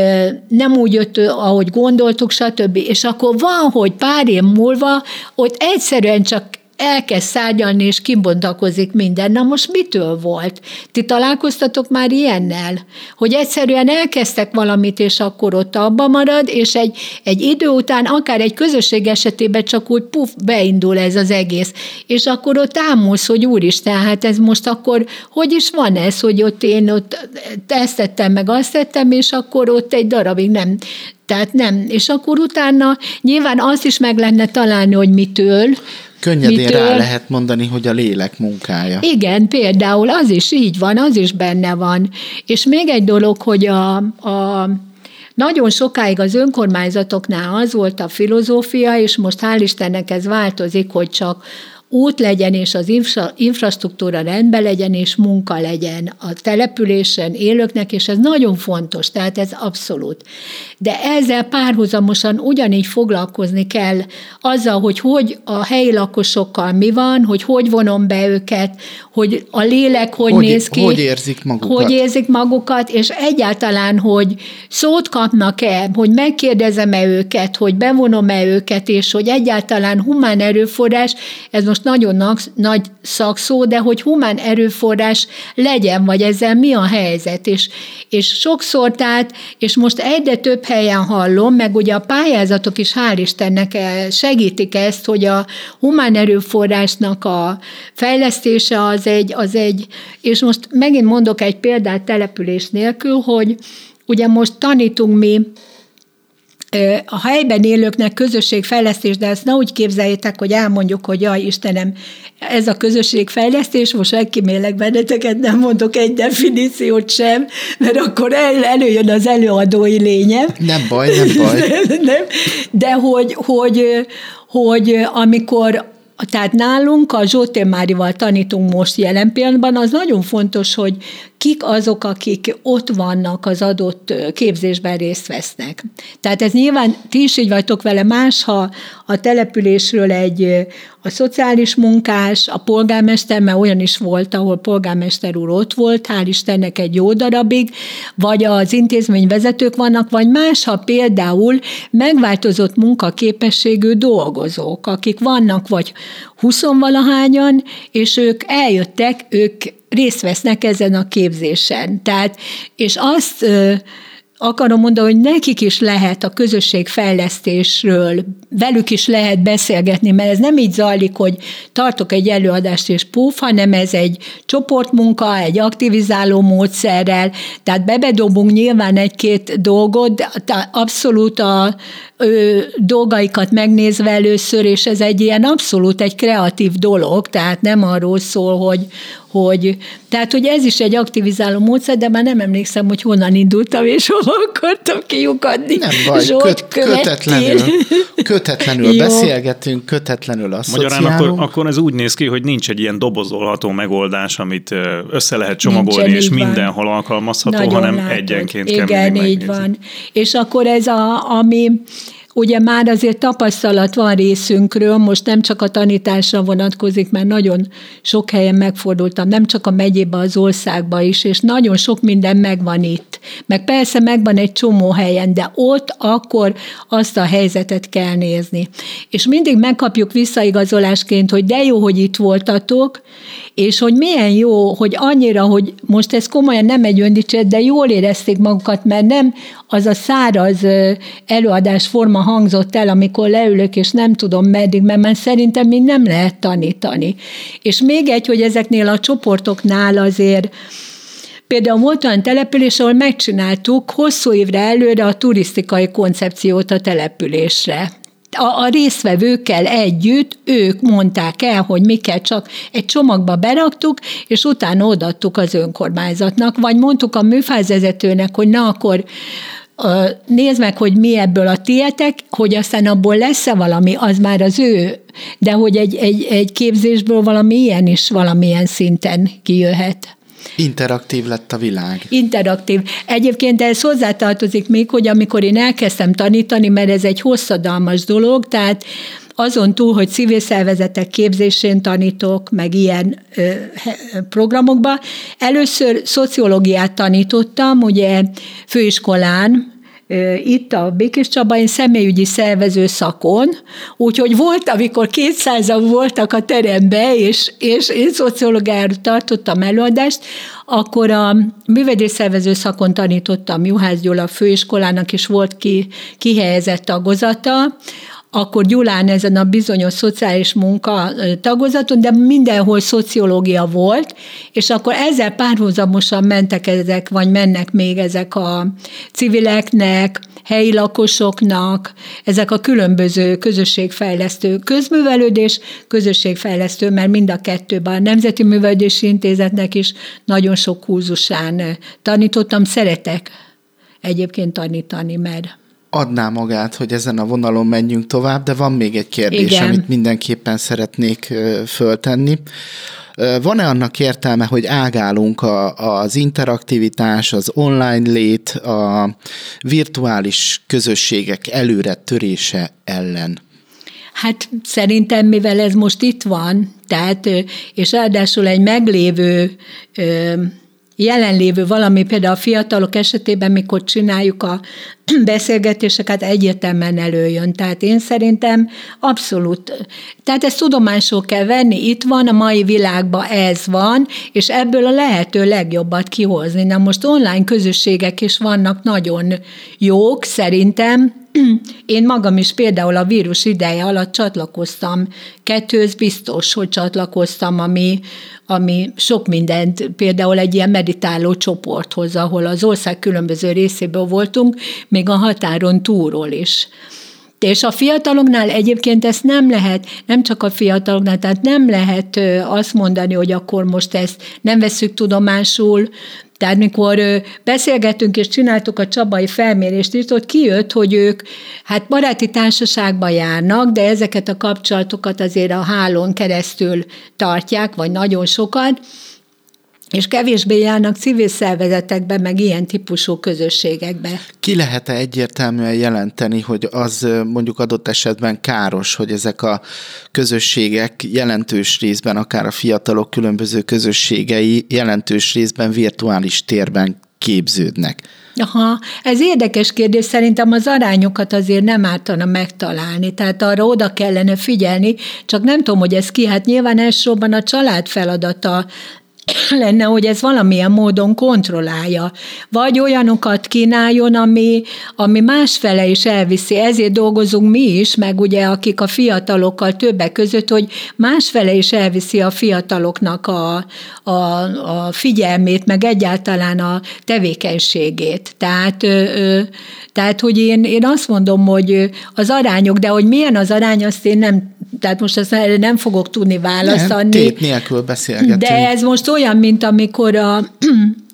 nem úgy jött, ahogy gondoltuk, stb. És akkor van, hogy pár év múlva ott egyszerűen csak elkezd szárnyalni, és kibontakozik minden. Na most mitől volt? Ti találkoztatok már ilyennel? Hogy egyszerűen elkezdtek valamit, és akkor ott abba marad, és egy, egy idő után, akár egy közösség esetében csak úgy puf, beindul ez az egész. És akkor ott ámulsz, hogy úristen, hát ez most akkor, hogy is van ez, hogy ott én ott ezt tettem, meg azt tettem, és akkor ott egy darabig nem. Tehát nem. És akkor utána nyilván azt is meg lehetne találni, hogy mitől, Könnyedén mitől? rá lehet mondani, hogy a lélek munkája. Igen, például az is így van, az is benne van. És még egy dolog, hogy a, a nagyon sokáig az önkormányzatoknál az volt a filozófia, és most hál' Istennek ez változik, hogy csak út legyen, és az infra, infrastruktúra rendben legyen, és munka legyen a településen élőknek, és ez nagyon fontos, tehát ez abszolút. De ezzel párhuzamosan ugyanígy foglalkozni kell azzal, hogy hogy a helyi lakosokkal mi van, hogy hogy vonom be őket, hogy a lélek hogy, hogy néz ki. Hogy érzik magukat. Hogy érzik magukat, és egyáltalán, hogy szót kapnak-e, hogy megkérdezem-e őket, hogy bevonom-e őket, és hogy egyáltalán humán erőforrás, ez most nagyon nagy szakszó, de hogy humán erőforrás legyen, vagy ezzel mi a helyzet. És, és sokszor, tehát, és most egyre több helyen hallom, meg ugye a pályázatok is hál' Istennek segítik ezt, hogy a humán erőforrásnak a fejlesztése az egy, az egy, és most megint mondok egy példát település nélkül, hogy ugye most tanítunk mi a helyben élőknek közösségfejlesztés, de ezt ne úgy képzeljétek, hogy elmondjuk, hogy jaj, Istenem, ez a közösségfejlesztés, most megkímélek benneteket, nem mondok egy definíciót sem, mert akkor el, előjön az előadói lényem. Nem baj, nem baj. nem, de hogy, hogy, hogy amikor tehát nálunk a Zsótér Márival tanítunk most jelen pillanatban, az nagyon fontos, hogy kik azok, akik ott vannak az adott képzésben részt vesznek. Tehát ez nyilván, ti is így vagytok vele, más, ha a településről egy a szociális munkás, a polgármester, mert olyan is volt, ahol polgármester úr ott volt, hál' Istennek egy jó darabig, vagy az intézményvezetők vannak, vagy más, ha például megváltozott munkaképességű dolgozók, akik vannak, vagy huszonvalahányan, és ők eljöttek, ők részt vesznek ezen a képzésen. Tehát, és azt ö, akarom mondani, hogy nekik is lehet a közösségfejlesztésről, velük is lehet beszélgetni, mert ez nem így zajlik, hogy tartok egy előadást és puf, hanem ez egy csoportmunka, egy aktivizáló módszerrel, tehát bebedobunk nyilván egy-két dolgot, de abszolút a ő, dolgaikat megnézve először, és ez egy ilyen abszolút egy kreatív dolog, tehát nem arról szól, hogy, hogy tehát, hogy ez is egy aktivizáló módszer, de már nem emlékszem, hogy honnan indultam, és hova akartam kiukadni. Nem baj, Zsolt, köt, kötetlenül, kötetlenül beszélgetünk, kötetlenül asszociálunk. Magyarán akkor, akkor ez úgy néz ki, hogy nincs egy ilyen dobozolható megoldás, amit össze lehet csomagolni, nincsen, és mindenhol van. Alkalmazható, nagyon hanem látod. Egyenként Igen, kell mindig így megnézni. Van. És akkor ez a, ami... ugye már azért tapasztalat van részünkről, most nem csak a tanításra vonatkozik, mert nagyon sok helyen megfordultam, nem csak a megyébe, az országba is, és nagyon sok minden megvan itt. Meg persze megvan egy csomó helyen, de ott akkor azt a helyzetet kell nézni. És mindig megkapjuk visszaigazolásként, hogy de jó, hogy itt voltatok, és hogy milyen jó, hogy annyira, hogy most ez komolyan nem egy öndicséret, de jól érezték magukat, mert nem az a száraz előadásforma hangzott el, amikor leülök, és nem tudom meddig, mert már szerintem még nem lehet tanítani. És még egy, hogy ezeknél a csoportoknál azért például volt olyan település, ahol megcsináltuk hosszú évre előre a turisztikai koncepciót a településre. A, a résztvevőkkel együtt ők mondták el, hogy mi kell, csak egy csomagba beraktuk, és utána odaadtuk az önkormányzatnak, vagy mondtuk a műfázvezetőnek, hogy na akkor nézd meg, hogy mi ebből a tietek, hogy aztán abból lesz-e valami, az már az ő, de hogy egy, egy, egy képzésből valami ilyen is valamilyen szinten kijöhet. Interaktív lett a világ. Interaktív. Egyébként ez hozzátartozik még, hogy amikor én elkezdtem tanítani, mert ez egy hosszadalmas dolog, tehát azon túl, hogy civil szervezetek képzésén tanítok, meg ilyen ö, programokban, először szociológiát tanítottam, ugye főiskolán, itt a Békés Csabain személyügyi szervező szakon, úgyhogy volt, amikor kétszázan voltak a terembe, és, és én szociológiáról tartottam előadást, akkor a művelődésszervező szakon tanítottam Juhász Gyula főiskolának, és volt ki, kihelyezett tagozata, akkor Gyulán ezen a bizonyos szociális munka tagozaton, de mindenhol szociológia volt, és akkor ezzel párhuzamosan mentek ezek, vagy mennek még ezek a civileknek, helyi lakosoknak, ezek a különböző közösségfejlesztő közművelődés, közösségfejlesztő, mert mind a kettőben a Nemzeti Művelődési Intézetnek is nagyon sok kurzusán tanítottam, szeretek egyébként tanítani, mert adná magát, hogy ezen a vonalon menjünk tovább, de van még egy kérdés, igen, amit mindenképpen szeretnék föltenni. Van-e annak értelme, hogy ágálunk a, az interaktivitás, az online lét, a virtuális közösségek előre törése ellen? Hát szerintem, mivel ez most itt van, tehát, és ráadásul egy meglévő jelenlévő valami, például a fiatalok esetében, mikor csináljuk a beszélgetéseket, egyértelműen előjön. Tehát én szerintem abszolút, tehát ezt tudomásul kell venni, itt van, a mai világban ez van, és ebből a lehető legjobbat kihozni. Na most online közösségek is vannak nagyon jók, szerintem. Én magam is például a vírus ideje alatt csatlakoztam, kettőhöz biztos, hogy csatlakoztam, ami, ami sok mindent, például egy ilyen meditáló csoporthoz, ahol az ország különböző részéből voltunk, még a határon túlról is. És a fiataloknál egyébként ezt nem lehet, nem csak a fiataloknál, tehát nem lehet azt mondani, hogy akkor most ezt nem vesszük tudomásul. Tehát mikor beszélgettünk és csináltuk a csabai felmérést, itt ott kijött, hogy ők hát baráti társaságban járnak, de ezeket a kapcsolatokat azért a hálón keresztül tartják, vagy nagyon sokat, és kevésbé járnak civil szervezetekbe, meg ilyen típusú közösségekbe. Ki lehet-e egyértelműen jelenteni, hogy az mondjuk adott esetben káros, hogy ezek a közösségek jelentős részben, akár a fiatalok különböző közösségei jelentős részben virtuális térben képződnek? Aha, ez érdekes kérdés, szerintem az arányokat azért nem ártana megtalálni, tehát arra oda kellene figyelni, csak nem tudom, hogy ez ki, hát nyilván elsősorban a család feladata lenne, hogy ez valamilyen módon kontrollálja. Vagy olyanokat kínáljon, ami, ami másfele is elviszi. Ezért dolgozunk mi is, meg ugye akik a fiatalokkal többek között, hogy másfele is elviszi a fiataloknak a, a, a figyelmét, meg egyáltalán a tevékenységét. Tehát, ö, tehát hogy én, én azt mondom, hogy az arányok, de hogy milyen az arány, azt én nem, tehát most azt nem fogok tudni válaszolni. Nem, tét nélkül beszélgetünk. De ez most olyan, mint amikor a,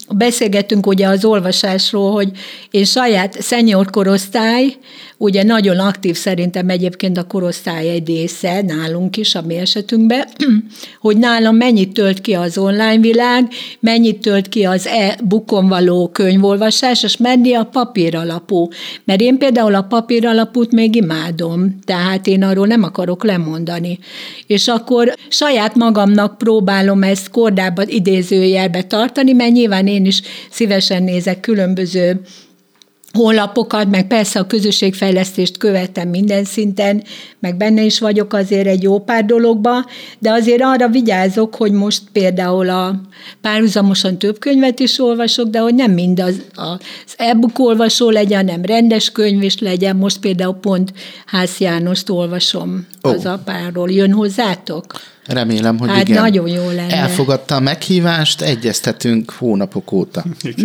beszélgettünk ugye az olvasásról, hogy én saját senior korosztály, ugye nagyon aktív szerintem egyébként a korosztály egy része, nálunk is, a mi esetünkben, hogy nálam mennyit tölt ki az online világ, mennyit tölt ki az e-bookon való könyvolvasás, és mennyi a papíralapú. Mert én például a papíralapút még imádom, tehát én arról nem akarok lemondani. És akkor saját magamnak próbálom ezt kordában idézőjelbe tartani, mert nyilván én is szívesen nézek különböző honlapokat, meg persze a közösségfejlesztést követem minden szinten, meg benne is vagyok azért egy jó pár dologba, de azért arra vigyázok, hogy most például a párhuzamosan több könyvet is olvasok, de hogy nem mind az, az e-book olvasó legyen, nem rendes könyv is legyen. Most például pont Hász Jánost olvasom oh. az apáról. Jön hozzátok? Remélem, hogy hát igen. nagyon jó lenne. Elfogadta a meghívást, egyeztetünk hónapok óta.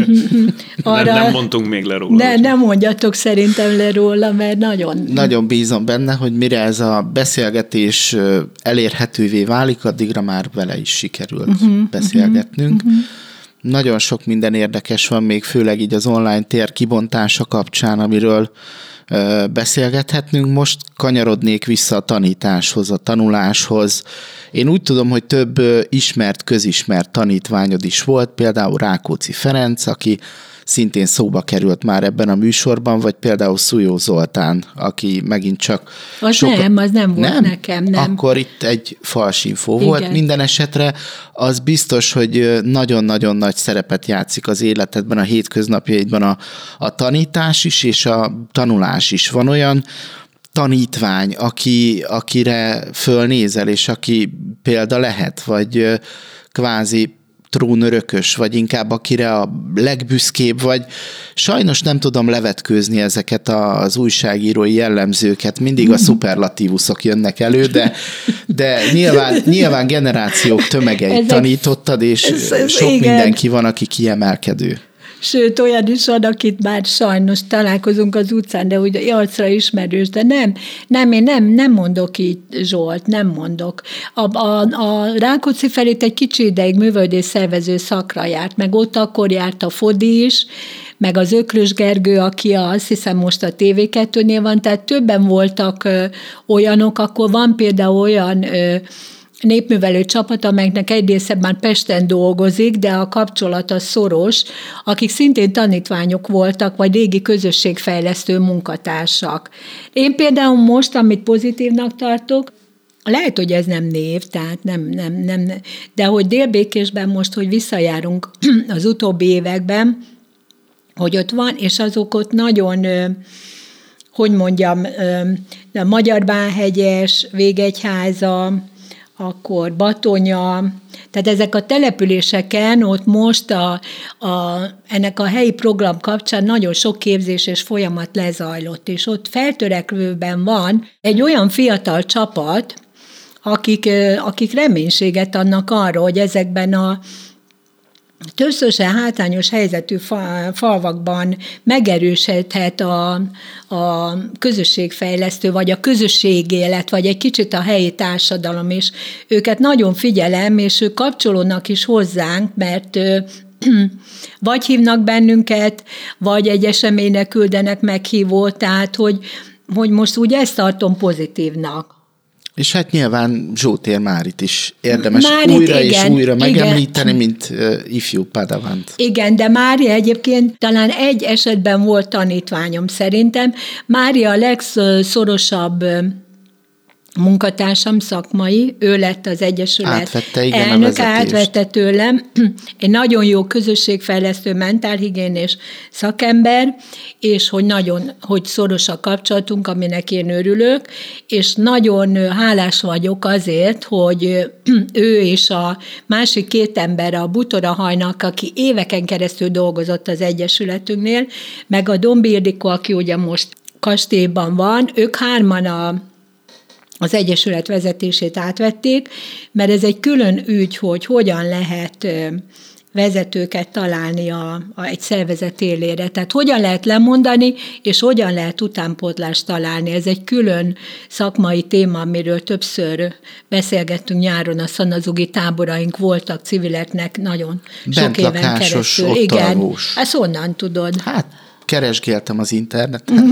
Arra, nem, nem mondtunk még le róla. Ne, nem mondjatok szerintem le róla, mert nagyon... Nagyon bízom benne, hogy mire ez a beszélgetés elérhetővé válik, addigra már vele is sikerült uh-huh, beszélgetnünk. Uh-huh. Nagyon sok minden érdekes van még, főleg így az online tér kibontása kapcsán, amiről beszélgethetnünk. Most kanyarodnék vissza a tanításhoz, a tanuláshoz. Én úgy tudom, hogy több ismert, közismert tanítványod is volt, például Rákóczi Ferenc, aki szintén szóba került már ebben a műsorban, vagy például Szújó Zoltán, aki megint csak... Az soka... nem, az nem volt nem? nekem, nem. Akkor itt egy falsinfó volt. Minden esetre az biztos, hogy nagyon-nagyon nagy szerepet játszik az életedben, a hétköznapjaidban a, a tanítás is, és a tanulás is. Van olyan tanítvány, aki, akire fölnézel, és aki példa lehet, vagy kvázi trónörökös, vagy inkább akire a legbüszkébb, vagy sajnos nem tudom levetkőzni ezeket az újságírói jellemzőket, mindig a szuperlatívuszok jönnek elő, de, de nyilván, nyilván generációk tömegeit ezek, tanítottad, és ez, ez sok igen. mindenki van, aki kiemelkedő. Sőt, olyan is van, akit már sajnos találkozunk az utcán, de úgy arcra ismerős, de nem, nem, én nem, nem mondok így, Zsolt, nem mondok. A, a, a Rákóczi Ferit egy kicsi ideig művelődés szervező szakra járt, meg ott akkor járt a Fodi is, meg az Ökrös Gergő, aki a, azt hiszem most a té vé kettőnél van, tehát többen voltak ö, olyanok, akkor van például olyan ö, népművelő csapat, amelynek egy része már Pesten dolgozik, de a kapcsolata szoros, akik szintén tanítványok voltak, vagy régi közösségfejlesztő munkatársak. Én például most, amit pozitívnak tartok, lehet, hogy ez nem név, tehát nem, nem, nem, de hogy Délbékésben most, hogy visszajárunk az utóbbi években, hogy ott van, és azok ott nagyon, hogy mondjam, Magyarbánhegyes, Végegyháza, akkor Batonya, tehát ezek a településeken ott most a, a, ennek a helyi program kapcsán nagyon sok képzés és folyamat lezajlott, és ott feltörekvőben van egy olyan fiatal csapat, akik, akik reménységet adnak arra, hogy ezekben a többszörösen hátrányos helyzetű falvakban megerősödhet a, a közösségfejlesztő, vagy a közösségélet, vagy egy kicsit a helyi társadalom, és őket nagyon figyelem, és ők kapcsolódnak is hozzánk, mert vagy hívnak bennünket, vagy egy eseményre küldenek meghívót, tehát hogy, hogy most úgy ezt tartom pozitívnak. És hát nyilván Zsótér Márit is érdemes Márit, újra igen, és újra megemlíteni, igen. mint uh, ifjú Padavant. Igen, de Mária egyébként talán egy esetben volt tanítványom szerintem. Mária a legszorosabb munkatársam szakmai, ő lett az Egyesület átvette, igen, elnök, átvette tőlem. Egy nagyon jó közösségfejlesztő, mentálhigiénés szakember, és hogy nagyon, hogy szoros a kapcsolatunk, aminek én örülök, és nagyon hálás vagyok azért, hogy ő és a másik két ember, a Butora Hajnak, aki éveken keresztül dolgozott az Egyesületünknél, meg a Dombi Ildikó, aki ugye most kastélyban van, ők hárman a az Egyesület vezetését átvették, mert ez egy külön ügy, hogy hogyan lehet vezetőket találni a, a, egy szervezet élére. Tehát hogyan lehet lemondani, és hogyan lehet utánpótlást találni. Ez egy külön szakmai téma, amiről többször beszélgettünk nyáron, a szanazugi táboraink voltak civileknek nagyon sok éven keresztül. Igen, ezt honnan tudod? Hát, keresgéltem az interneten.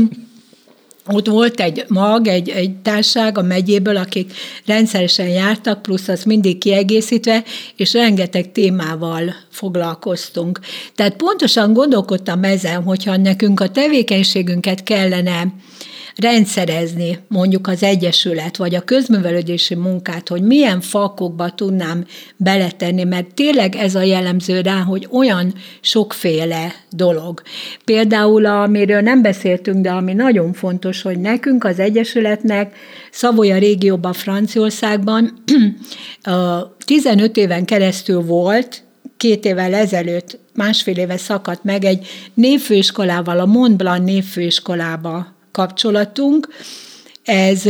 Ott volt egy mag, egy, egy társaság a megyéből, akik rendszeresen jártak, plusz az mindig kiegészítve, és rengeteg témával foglalkoztunk. Tehát pontosan gondolkodtam ezen, hogyha nekünk a tevékenységünket kellene rendszerezni, mondjuk az egyesület, vagy a közművelődési munkát, hogy milyen fakokba tudnám beletenni, mert tényleg ez a jellemző rá, hogy olyan sokféle dolog. Például, amiről nem beszéltünk, de ami nagyon fontos, hogy nekünk az egyesületnek Savoya régióban, Franciaországban tizenöt éven keresztül volt, két évvel ezelőtt, másfél éve szakadt meg egy névfőiskolával, a Mont Blanc névfőiskolába kapcsolatunk, ez,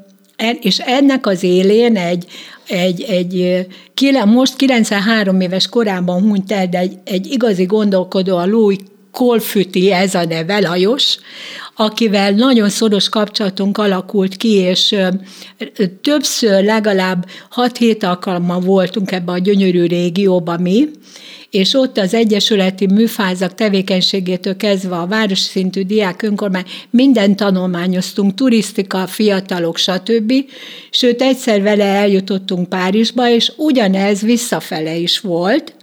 és ennek az élén egy, egy, egy most kilencvenhárom éves korában hunyt el, de egy, egy igazi gondolkodó, a Louis Kolfüti, ez a neve, Lajos, akivel nagyon szoros kapcsolatunk alakult ki, és többször, legalább hat-hét alkalommal voltunk ebbe a gyönyörű régióba mi, és ott az egyesületi műfázak tevékenységétől kezdve a városi szintű diák önkormány, mindent tanulmányoztunk, turisztika, fiatalok, stb. Sőt, egyszer vele eljutottunk Párizsba, és ugyanez visszafele is volt,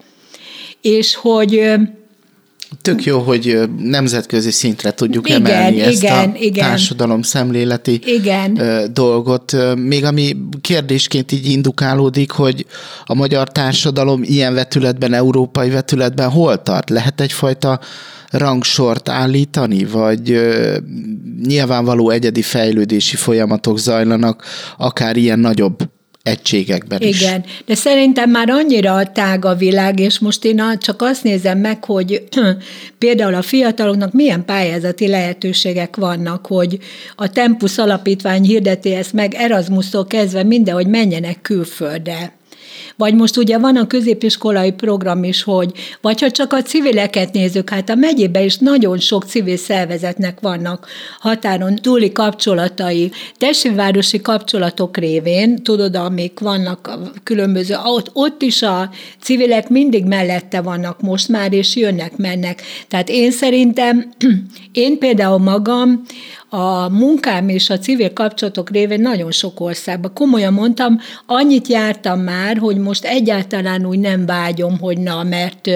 és hogy tök jó, hogy nemzetközi szintre tudjuk igen, emelni ezt igen, a igen. társadalom szemléleti igen. dolgot. Még ami kérdésként így indukálódik, hogy a magyar társadalom ilyen vetületben, európai vetületben hol tart? Lehet egyfajta rangsort állítani, vagy nyilvánvaló egyedi fejlődési folyamatok zajlanak, akár ilyen nagyobb egységekben is. Igen, de szerintem már annyira tág a világ, és most én csak azt nézem meg, hogy például a fiataloknak milyen pályázati lehetőségek vannak, hogy a Tempus Alapítvány hirdeti ezt meg Erasmustól kezdve mindenhogy menjenek külföldre. Vagy most ugye van a középiskolai program is, hogy, vagy ha csak a civileket nézzük, hát a megyében is nagyon sok civil szervezetnek vannak határon túli kapcsolatai, testvérvárosi kapcsolatok révén, tudod, amik vannak különböző, ott, ott is a civilek mindig mellette vannak most már, és jönnek, mennek. Tehát én szerintem, én például magam, a munkám és a civil kapcsolatok révén nagyon sok országban. Komolyan mondtam, annyit jártam már, hogy most egyáltalán úgy nem vágyom, hogy na, mert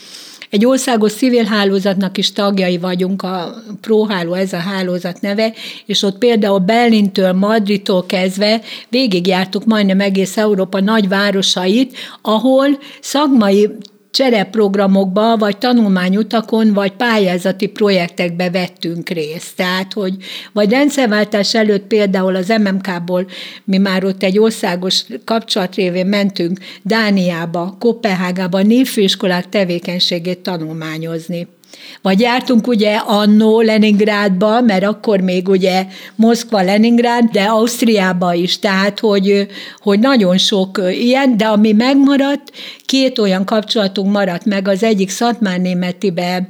egy országos civil hálózatnak is tagjai vagyunk, a Próháló, ez a hálózat neve, és ott például Berlintől, Madridtól kezdve végigjártuk majdnem egész Európa nagy városait, ahol szakmai csereprogramokba, vagy tanulmányutakon, vagy pályázati projektekbe vettünk részt. Tehát, hogy vagy rendszerváltás előtt például az em em ká-ból mi már ott egy országos kapcsolat révén mentünk Dániába, Koppenhágába, névfőiskolák tevékenységét tanulmányozni. Vagy jártunk ugye annó Leningrádba, mert akkor még ugye Moszkva, Leningrád, de Ausztriába is, tehát hogy, hogy nagyon sok ilyen, de ami megmaradt, két olyan kapcsolatunk maradt meg, az egyik Szatmárnémetibe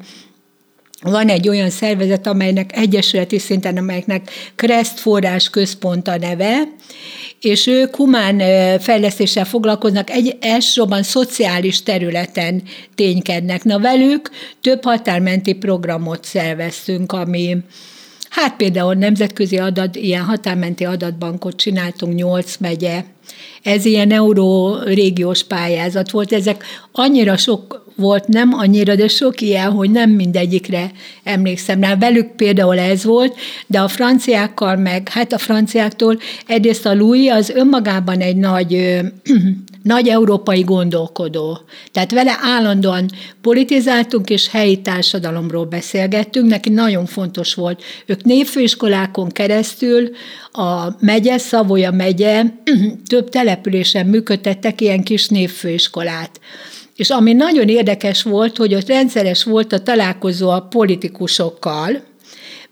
van egy olyan szervezet, amelynek egyesületi szinten, amelyeknek Kreszt Forrás Központ a neve, és ők humán fejlesztéssel foglalkoznak, egy elsősorban szociális területen ténykednek. Na velük több határmenti programot szerveztünk, ami hát például nemzetközi adat, ilyen határmenti adatbankot csináltunk, nyolc megye. Ez ilyen eurórégiós pályázat volt, ezek annyira sok volt, nem annyira, de sok ilyen, hogy nem mindegyikre emlékszem rá. Velük például ez volt, de a franciákkal meg, hát a franciáktól egyrészt a Louis az önmagában egy nagy, nagy európai gondolkodó. Tehát vele állandóan politizáltunk, és helyi társadalomról beszélgettünk, neki nagyon fontos volt. Ők névfőiskolákon keresztül a megye, Savoya megye több településen működtettek ilyen kis névfőiskolát. És ami nagyon érdekes volt, hogy ott rendszeres volt a találkozó a politikusokkal,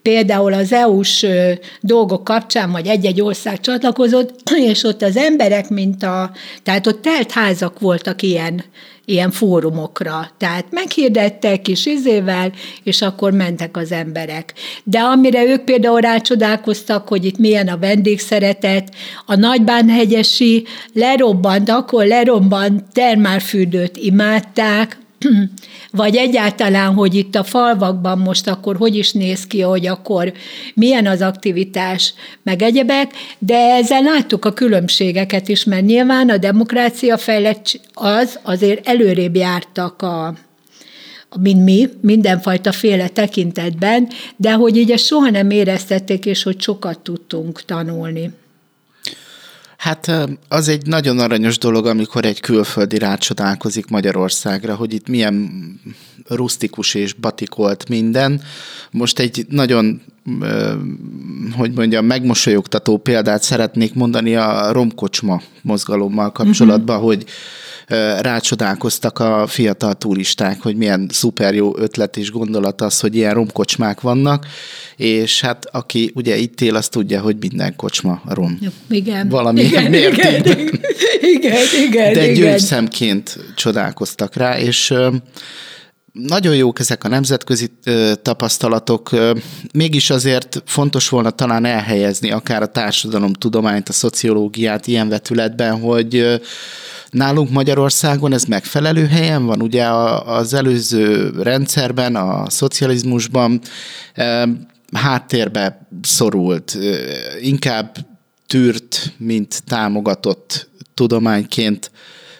például az é u-s dolgok kapcsán, vagy egy-egy ország csatlakozott, és ott az emberek, mint a, tehát ott telt házak voltak ilyen, ilyen fórumokra. Tehát meghirdettek kis izével, és akkor mentek az emberek. De amire ők például rácsodálkoztak, hogy itt milyen a vendégszeretet, a Nagybánhegyesi lerobbant, akkor lerobbant termálfürdőt imádták, vagy egyáltalán, hogy itt a falvakban most akkor hogy is néz ki, hogy akkor milyen az aktivitás, meg egyebek, de ezzel láttuk a különbségeket is, mert nyilván a demokrácia fejlett az azért előrébb jártak a mint mi, mindenfajta féle tekintetben, de hogy így ezt soha nem éreztették, és hogy sokat tudtunk tanulni. Hát az egy nagyon aranyos dolog, amikor egy külföldi rácsodálkozik Magyarországra, hogy itt milyen rusztikus és batikolt minden. Most egy nagyon, hogy mondjam, megmosolyogtató példát szeretnék mondani a romkocsma mozgalommal kapcsolatban, uh-huh. hogy rácsodálkoztak a fiatal turisták, hogy milyen szuper jó ötlet és gondolat az, hogy ilyen romkocsmák vannak, és hát aki ugye itt él, az tudja, hogy minden kocsma rom. Igen. Valami igen, mértékben. Igen, igen, igen. De igen. gyöngyszemként csodálkoztak rá, és nagyon jók ezek a nemzetközi tapasztalatok, mégis azért fontos volna talán elhelyezni akár a társadalomtudományt, a szociológiát ilyen vetületben, hogy nálunk Magyarországon ez megfelelő helyen van, ugye az előző rendszerben, a szocializmusban háttérbe szorult, inkább tűrt, mint támogatott tudományként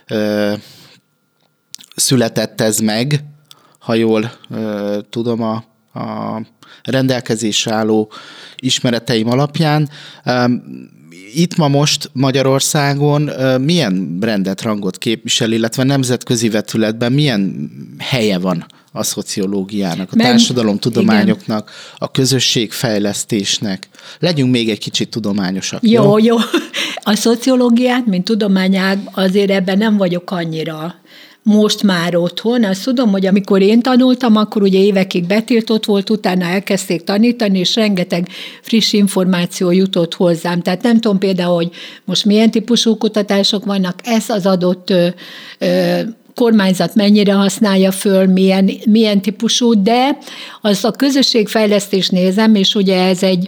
született ez meg, ha jól tudom a, a rendelkezésre álló ismereteim alapján. Itt ma most Magyarországon milyen rendet, rangot képvisel, illetve nemzetközi vetületben milyen helye van a szociológiának, a Meg, társadalomtudományoknak, igen. a közösségfejlesztésnek? Legyünk még egy kicsit tudományosak. Jó, jó. jó. A szociológiát, mint tudományág, azért ebben nem vagyok annyira most már otthon. Azt tudom, hogy amikor én tanultam, akkor ugye évekig betiltott volt, utána elkezdték tanítani, és rengeteg friss információ jutott hozzám. Tehát nem tudom például, hogy most milyen típusú kutatások vannak, ez az adott ö, ö, kormányzat mennyire használja föl, milyen, milyen típusú, de az a közösségfejlesztést nézem, és ugye ez egy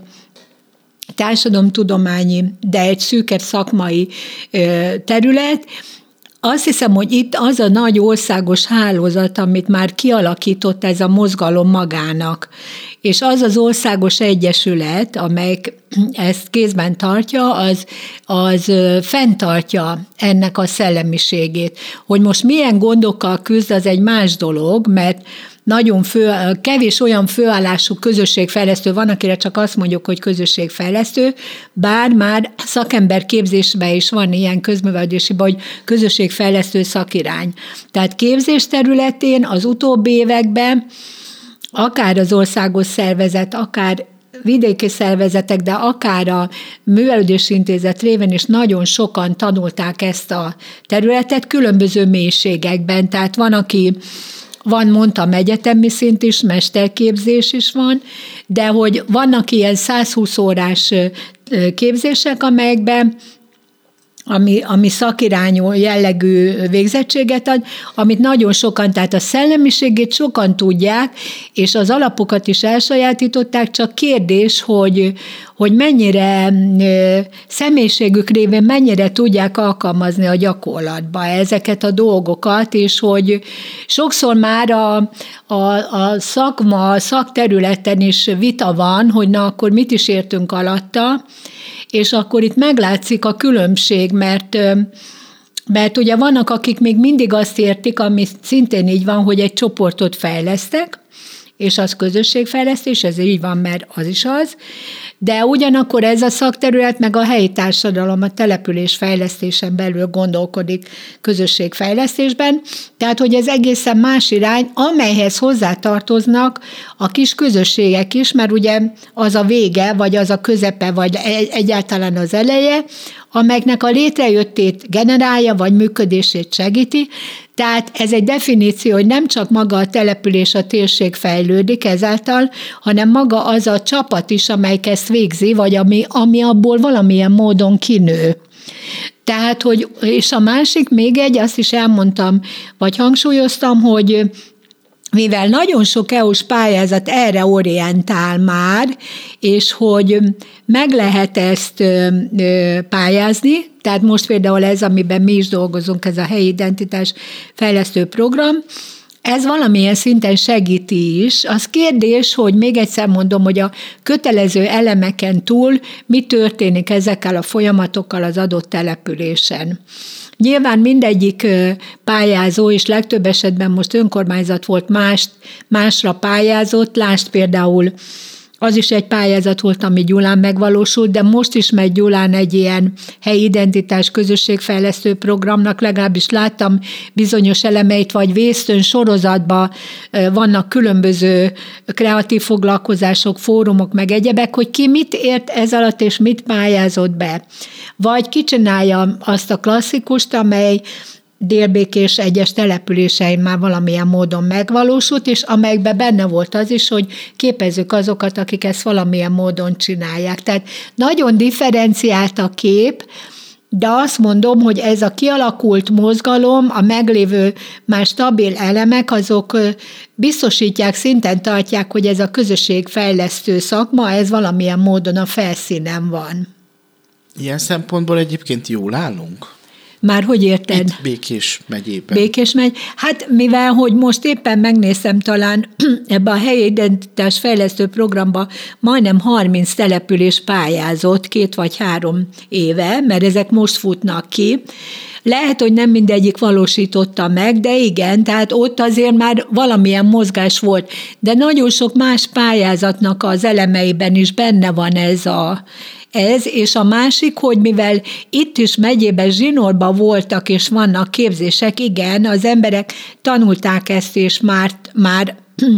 társadalomtudományi, de egy szűkebb szakmai ö, terület. Azt hiszem, hogy itt az a nagy országos hálózat, amit már kialakított ez a mozgalom magának, és az az országos egyesület, amely ezt kézben tartja, az, az fenntartja ennek a szellemiségét. Hogy most milyen gondokkal küzd, az egy más dolog, mert nagyon fő, kevés olyan főállású közösségfejlesztő van, akire csak azt mondjuk, hogy közösségfejlesztő, bár már szakemberképzésben is van ilyen közművelődésében, hogy közösségfejlesztő szakirány. Tehát képzés területén az utóbbi években akár az országos szervezet, akár vidéki szervezetek, de akár a Művelődési Intézet révén is nagyon sokan tanulták ezt a területet különböző mélységekben. Tehát van, aki Van, mondtam, egyetemi szint is, mesterképzés is van, de hogy vannak ilyen százhúsz órás képzések, amelyekben ami, ami szakirányú jellegű végzettséget ad, amit nagyon sokan, tehát a szellemiségét sokan tudják, és az alapokat is elsajátították, csak kérdés, hogy, hogy mennyire személyiségük révén mennyire tudják alkalmazni a gyakorlatba ezeket a dolgokat, és hogy sokszor már a, a, a szakma, a szakterületen is vita van, hogy na akkor mit is értünk alatta, és akkor itt meglátszik a különbség, mert, mert ugye vannak, akik még mindig azt értik, ami szintén így van, hogy egy csoportot fejlesztek, és az közösségfejlesztés, ez így van, mert az is az, de ugyanakkor ez a szakterület, meg a helyi társadalom a település fejlesztésen belül gondolkodik közösségfejlesztésben, tehát hogy ez egészen más irány, amelyhez hozzátartoznak a kis közösségek is, mert ugye az a vége, vagy az a közepe, vagy egyáltalán az eleje, amelyeknek a létrejöttét generálja, vagy működését segíti, Tehát ez egy definíció, hogy nem csak maga a település, a térség fejlődik ezáltal, hanem maga az a csapat is, amelyik ezt végzi, vagy ami, ami abból valamilyen módon kinő. Tehát, hogy, és a másik még egy, azt is elmondtam, vagy hangsúlyoztam, hogy mivel nagyon sok é u-s pályázat erre orientál már, és hogy meg lehet ezt pályázni, tehát most például ez, amiben mi is dolgozunk, ez a helyi identitás fejlesztő program, ez valamilyen szinten segíti is. Az kérdés, hogy még egyszer mondom, hogy a kötelező elemeken túl mi történik ezekkel a folyamatokkal az adott településen. Nyilván mindegyik pályázó, és legtöbb esetben most önkormányzat volt, más, másra pályázott, lásd például, az is egy pályázat volt, ami Gyulán megvalósult, de most is megy Gyulán egy ilyen helyi identitás közösségfejlesztő programnak, legalábbis láttam bizonyos elemeit, vagy Vésztőn sorozatban vannak különböző kreatív foglalkozások, fórumok, meg egyebek, hogy ki mit ért ez alatt, és mit pályázott be. Vagy ki csinálja azt a klasszikust, amely délbékés egyes településein már valamilyen módon megvalósult, és amelyekben benne volt az is, hogy képezzük azokat, akik ezt valamilyen módon csinálják. Tehát nagyon differenciált a kép, de azt mondom, hogy ez a kialakult mozgalom, a meglévő már stabil elemek, azok biztosítják, szinten tartják, hogy ez a közösségfejlesztő szakma, ez valamilyen módon a felszínen van. Ilyen szempontból egyébként jól állunk? Már hogy érted? Itt Békés megyében. Békés megy. Hát mivel, hogy most éppen megnézem talán ebbe a helyi identitás fejlesztő programba majdnem harminc település pályázott két vagy három éve, mert ezek most futnak ki. Lehet, hogy nem mindegyik valósította meg, de igen, tehát ott azért már valamilyen mozgás volt. De nagyon sok más pályázatnak az elemeiben is benne van ez a Ez, és a másik, hogy mivel itt is megyében, zsinórban voltak, és vannak képzések, igen, az emberek tanulták ezt, és már, már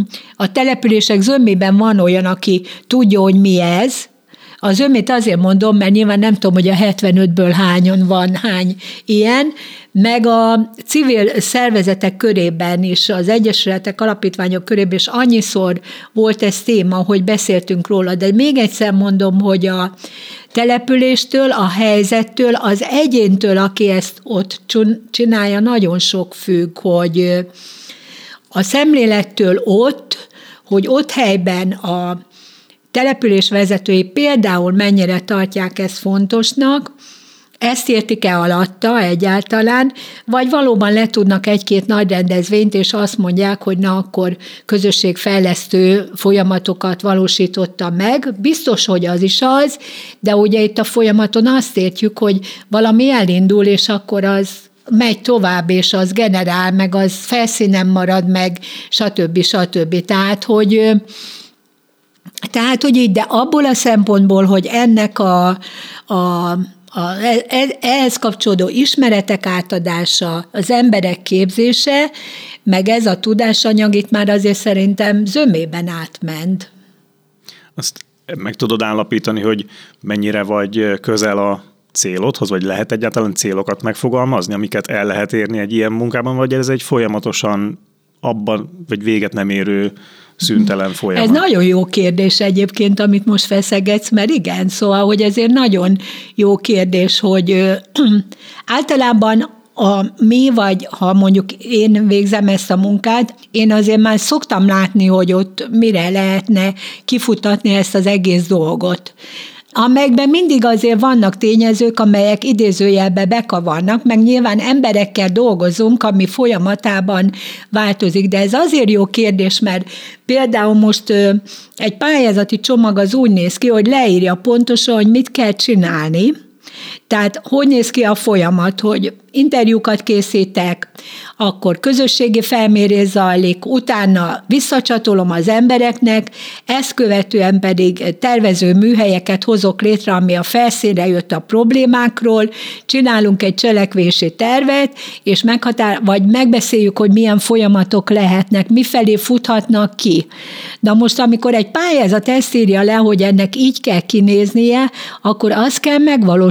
a települések zömében van olyan, aki tudja, hogy mi ez. A zömét azért mondom, mert nyilván nem tudom, hogy a hetvenötből hányon van, hány ilyen, meg a civil szervezetek körében is, az egyesületek, alapítványok körében is annyiszor volt ez téma, hogy beszéltünk róla, de még egyszer mondom, hogy a településtől, a helyzettől, az egyéntől, aki ezt ott csinálja, nagyon sok függ, hogy a szemlélettől ott, hogy ott helyben a település vezetői például mennyire tartják ezt fontosnak, ezt értik-e alatta egyáltalán, vagy valóban le tudnak egy-két nagy rendezvényt, és azt mondják, hogy na akkor közösségfejlesztő folyamatokat valósította meg. Biztos, hogy az is az, de ugye itt a folyamaton azt értjük, hogy valami elindul, és akkor az megy tovább, és az generál, meg az felszínen marad, meg stb. stb. Tehát, hogy Tehát, hogy így, de abból a szempontból, hogy ennek a, a, a, ehhez kapcsolódó ismeretek átadása, az emberek képzése, meg ez a tudásanyag itt már azért szerintem zömében átment. Azt meg tudod állapítani, hogy mennyire vagy közel a célodhoz, vagy lehet egyáltalán célokat megfogalmazni, amiket el lehet érni egy ilyen munkában, vagy ez egy folyamatosan abban, vagy véget nem érő szüntelen folyamat? Ez nagyon jó kérdés egyébként, amit most feszegetsz, mert igen, szóval, hogy ezért nagyon jó kérdés, hogy ö, általában a mi, vagy ha mondjuk én végzem ezt a munkát, én azért már szoktam látni, hogy ott mire lehetne kifutatni ezt az egész dolgot. Amelyekben mindig azért vannak tényezők, amelyek idézőjelbe bekavarnak, meg nyilván emberekkel dolgozunk, ami folyamatában változik. De ez azért jó kérdés, mert például most egy pályázati csomag az úgy néz ki, hogy leírja pontosan, hogy mit kell csinálni. Tehát hogy néz ki a folyamat, hogy interjúkat készítek, akkor közösségi felmérés zajlik, utána visszacsatolom az embereknek, ezt követően pedig tervező műhelyeket hozok létre, ami a felszínre jött a problémákról, csinálunk egy cselekvési tervet, és meghatár, vagy megbeszéljük, hogy milyen folyamatok lehetnek, mifelé futhatnak ki. Na most, amikor egy pályázat ezt írja le, hogy ennek így kell kinéznie, akkor azt kell megvalósítani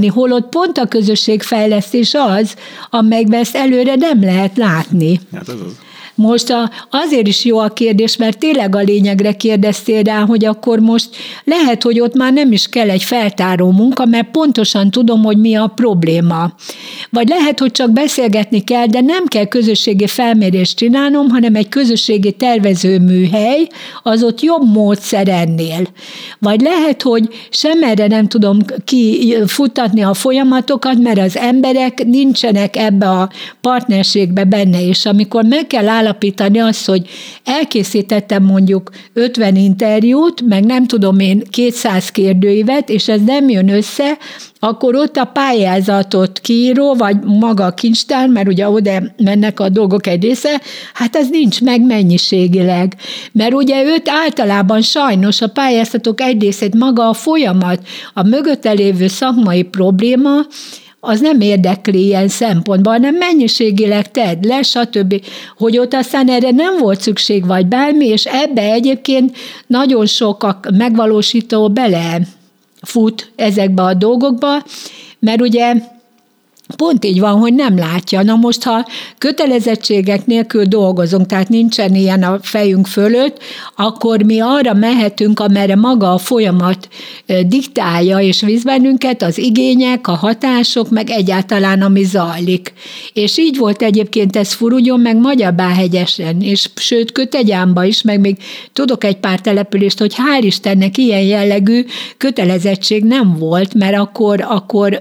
látni, holott pont a közösségfejlesztés az, amelyben ezt előre nem lehet látni. Hát ez az. Most a, azért is jó a kérdés, mert tényleg a lényegre kérdeztél rá, hogy akkor most lehet, hogy ott már nem is kell egy feltáró munka, mert pontosan tudom, hogy mi a probléma. Vagy lehet, hogy csak beszélgetni kell, de nem kell közösségi felmérést csinálnom, hanem egy közösségi tervezőműhely, az ott jobb módszer ennél. Vagy lehet, hogy sem erre nem tudom kifuttatni a folyamatokat, mert az emberek nincsenek ebbe a partnerségbe benne, és amikor meg kell állapítani azt, hogy elkészítettem mondjuk ötven interjút, meg nem tudom én kétszáz kérdőívet, és ez nem jön össze, akkor ott a pályázatot kiíró, vagy maga a kincstár, mert ugye oda mennek a dolgok egy része, hát ez nincs meg mennyiségileg. Mert ugye őt általában sajnos a pályázatok egy részét maga a folyamat, a mögötte lévő szakmai probléma, az nem érdekli ilyen szempontból, hanem mennyiségileg tedd le, stb. Hogy ott aztán erre nem volt szükség, vagy bármi, és ebbe egyébként nagyon sok a megvalósító bele fut ezekbe a dolgokba, mert ugye pont így van, hogy nem látja. Na most, ha kötelezettségek nélkül dolgozunk, tehát nincsen ilyen a fejünk fölött, akkor mi arra mehetünk, amerre maga a folyamat diktálja és visz bennünket, az igények, a hatások, meg egyáltalán ami zajlik. És így volt egyébként ez Furugyon, meg Magyarbáhegyesen, és sőt Kötegyánba is, meg még tudok egy pár települést, hogy hál' Istennek ilyen jellegű kötelezettség nem volt, mert akkor, akkor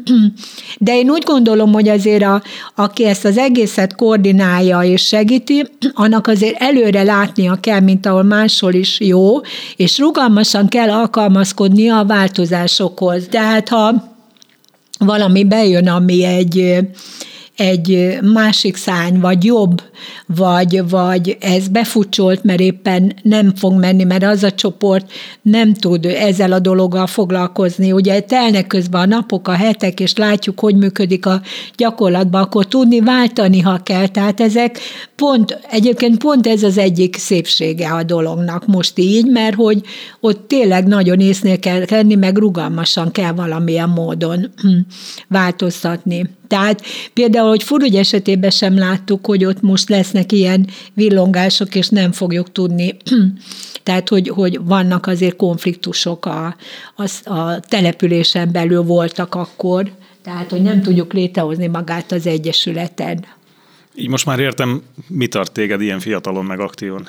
de én úgy gondolom, hogy azért a, aki ezt az egészet koordinálja és segíti, annak azért előre látnia kell, mint ahol máshol is jó, és rugalmasan kell alkalmazkodnia a változásokhoz. Tehát ha valami bejön, ami egy, egy másik szány, vagy jobb, vagy, vagy ez befutcsolt, mert éppen nem fog menni, mert az a csoport nem tud ezzel a dologgal foglalkozni. Ugye telnek közben a napok, a hetek, és látjuk, hogy működik a gyakorlatban, akkor tudni váltani, ha kell. Tehát ezek pont, egyébként pont ez az egyik szépsége a dolognak most így, mert hogy ott tényleg nagyon észnél kell lenni, meg rugalmasan kell valamilyen módon változtatni. Tehát például, hogy Furugy esetében sem láttuk, hogy ott most lesznek ilyen villongások, és nem fogjuk tudni. Tehát, hogy, hogy vannak azért konfliktusok a, a, a településen belül voltak akkor, tehát, hogy nem tudjuk létrehozni magát az egyesületen. Így most már értem, mi tart téged ilyen fiatalon meg aktívan.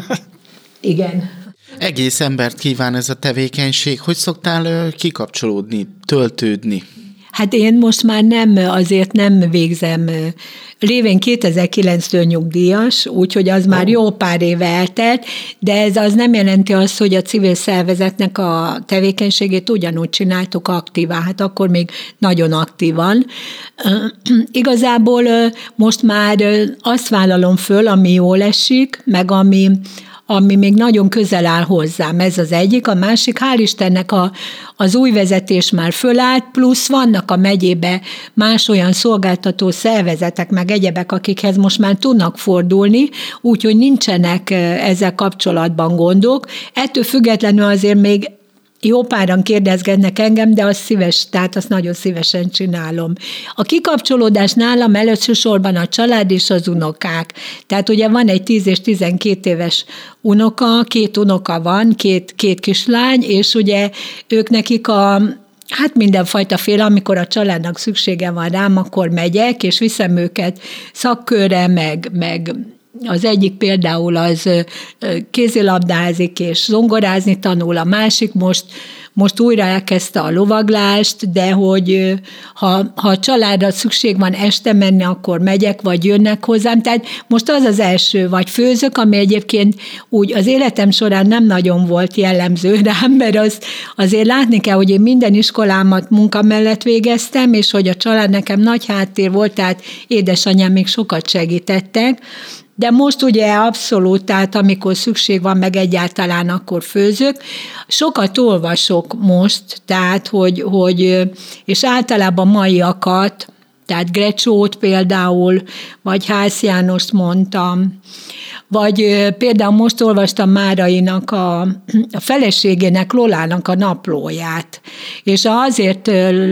Igen. Egész embert kíván ez a tevékenység. Hogy szoktál kikapcsolódni, töltődni? Hát én most már nem, azért nem végzem, lévén kétezer-kilenctől nyugdíjas, úgyhogy az már jó pár éve eltelt, de ez az nem jelenti azt, hogy a civil szervezetnek a tevékenységét ugyanúgy csináltuk aktívan, hát akkor még nagyon aktívan. Igazából most már azt vállalom föl, ami jól esik, meg ami, ami még nagyon közel áll hozzám. Ez az egyik. A másik, hál' Istennek a, az új vezetés már fölállt, plusz vannak a megyébe más olyan szolgáltató szervezetek, meg egyebek, akikhez most már tudnak fordulni, úgyhogy nincsenek ezzel kapcsolatban gondok. Ettől függetlenül azért még jó páran kérdezgetnek engem, de azt szíves, tehát azt nagyon szívesen csinálom. A kikapcsolódás nálam elősorban a család és az unokák. Tehát ugye van egy tíz és tizenkét éves unoka, két unoka van, két, két kislány, és ugye ők nekik a hát mindenfajta fél, amikor a családnak szüksége van rám, akkor megyek, és viszem őket szakkörre, meg, meg az egyik például az kézilabdázik és zongorázni tanul, a másik most, most újra elkezdte a lovaglást, de hogy ha, ha a családra szükség van este menni, akkor megyek, vagy jönnek hozzám. Tehát most az az első, vagy főzök, ami egyébként úgy az életem során nem nagyon volt jellemző rám, mert az, azért látni kell, hogy én minden iskolámat munka mellett végeztem, és hogy a család nekem nagy háttér volt, tehát édesanyám még sokat segítettek. De most ugye abszolút, tehát amikor szükség van, meg egyáltalán akkor főzök. Sokat olvasok most, tehát hogy, hogy és általában maiakat, tehát Grecsót például, vagy Hász Jánost mondtam, Vagy például most olvastam Márainak a, a feleségének, Lolának a naplóját, és azért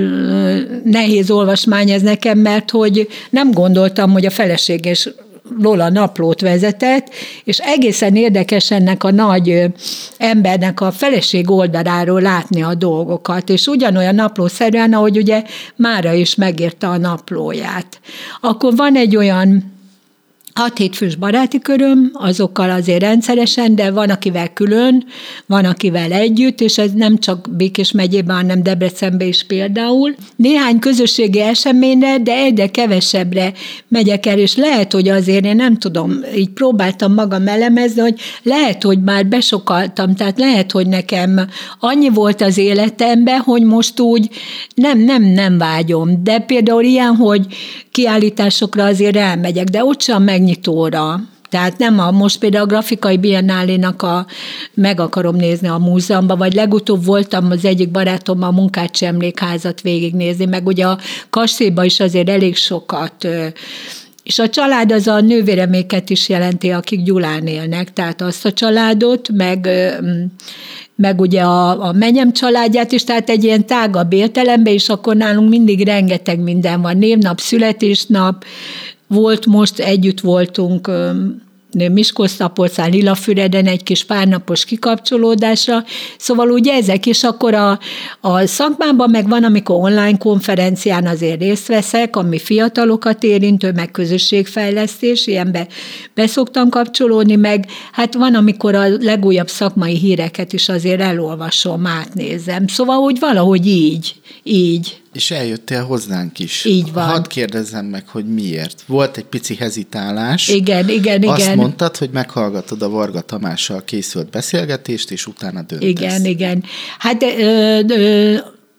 nehéz olvasmány ez nekem, mert hogy nem gondoltam, hogy a feleség és Lola naplót vezetett, és egészen érdekes ennek a nagy embernek a feleség oldaláról látni a dolgokat, és ugyanolyan naplószerűen, ahogy ugye Mára is megírta a naplóját. Akkor van egy olyan hat-hét fős baráti köröm, azokkal azért rendszeresen, de van, akivel külön, van, akivel együtt, és ez nem csak Békés megyében, hanem Debrecenben is például. Néhány közösségi eseményre, de egyre kevesebbre megyek el, és lehet, hogy azért én nem tudom, így próbáltam magam elemezni, hogy lehet, hogy már besokaltam, tehát lehet, hogy nekem annyi volt az életemben, hogy most úgy nem, nem, nem vágyom. De például ilyen, hogy kiállításokra azért elmegyek, de ott sem megnyitóra. Tehát nem a, most például a grafikai biennálénak a, meg akarom nézni a múzeumban, vagy legutóbb voltam az egyik barátommal a Munkácsi Emlékházat végignézni, meg ugye a kastélyban is azért elég sokat. És a család az a nővéreméket is jelenti, akik Gyulán élnek, tehát azt a családot, meg, meg ugye a, a menyem családját is, tehát egy ilyen tágabb értelemben, és akkor nálunk mindig rengeteg minden van, névnap, születésnap, volt most, együtt voltunk Miskolc-Tapolcán, Lilafüreden egy kis párnapos kikapcsolódásra, szóval ugye ezek, és akkor a, a szakmában meg van, amikor online konferencián azért részt veszek, ami fiatalokat érintő, meg közösségfejlesztés, ilyenbe beszoktam kapcsolódni, meg hát van, amikor a legújabb szakmai híreket is azért elolvasom, átnézem, szóval úgy valahogy így, így. És eljöttél hozzánk is. Így van. Hadd kérdezzem meg, hogy miért. Volt egy pici hezitálás. Igen, igen, igen. Azt mondtad, hogy meghallgatod a Varga Tamással készült beszélgetést, és utána döntesz. Igen, igen. Hát ö, ö,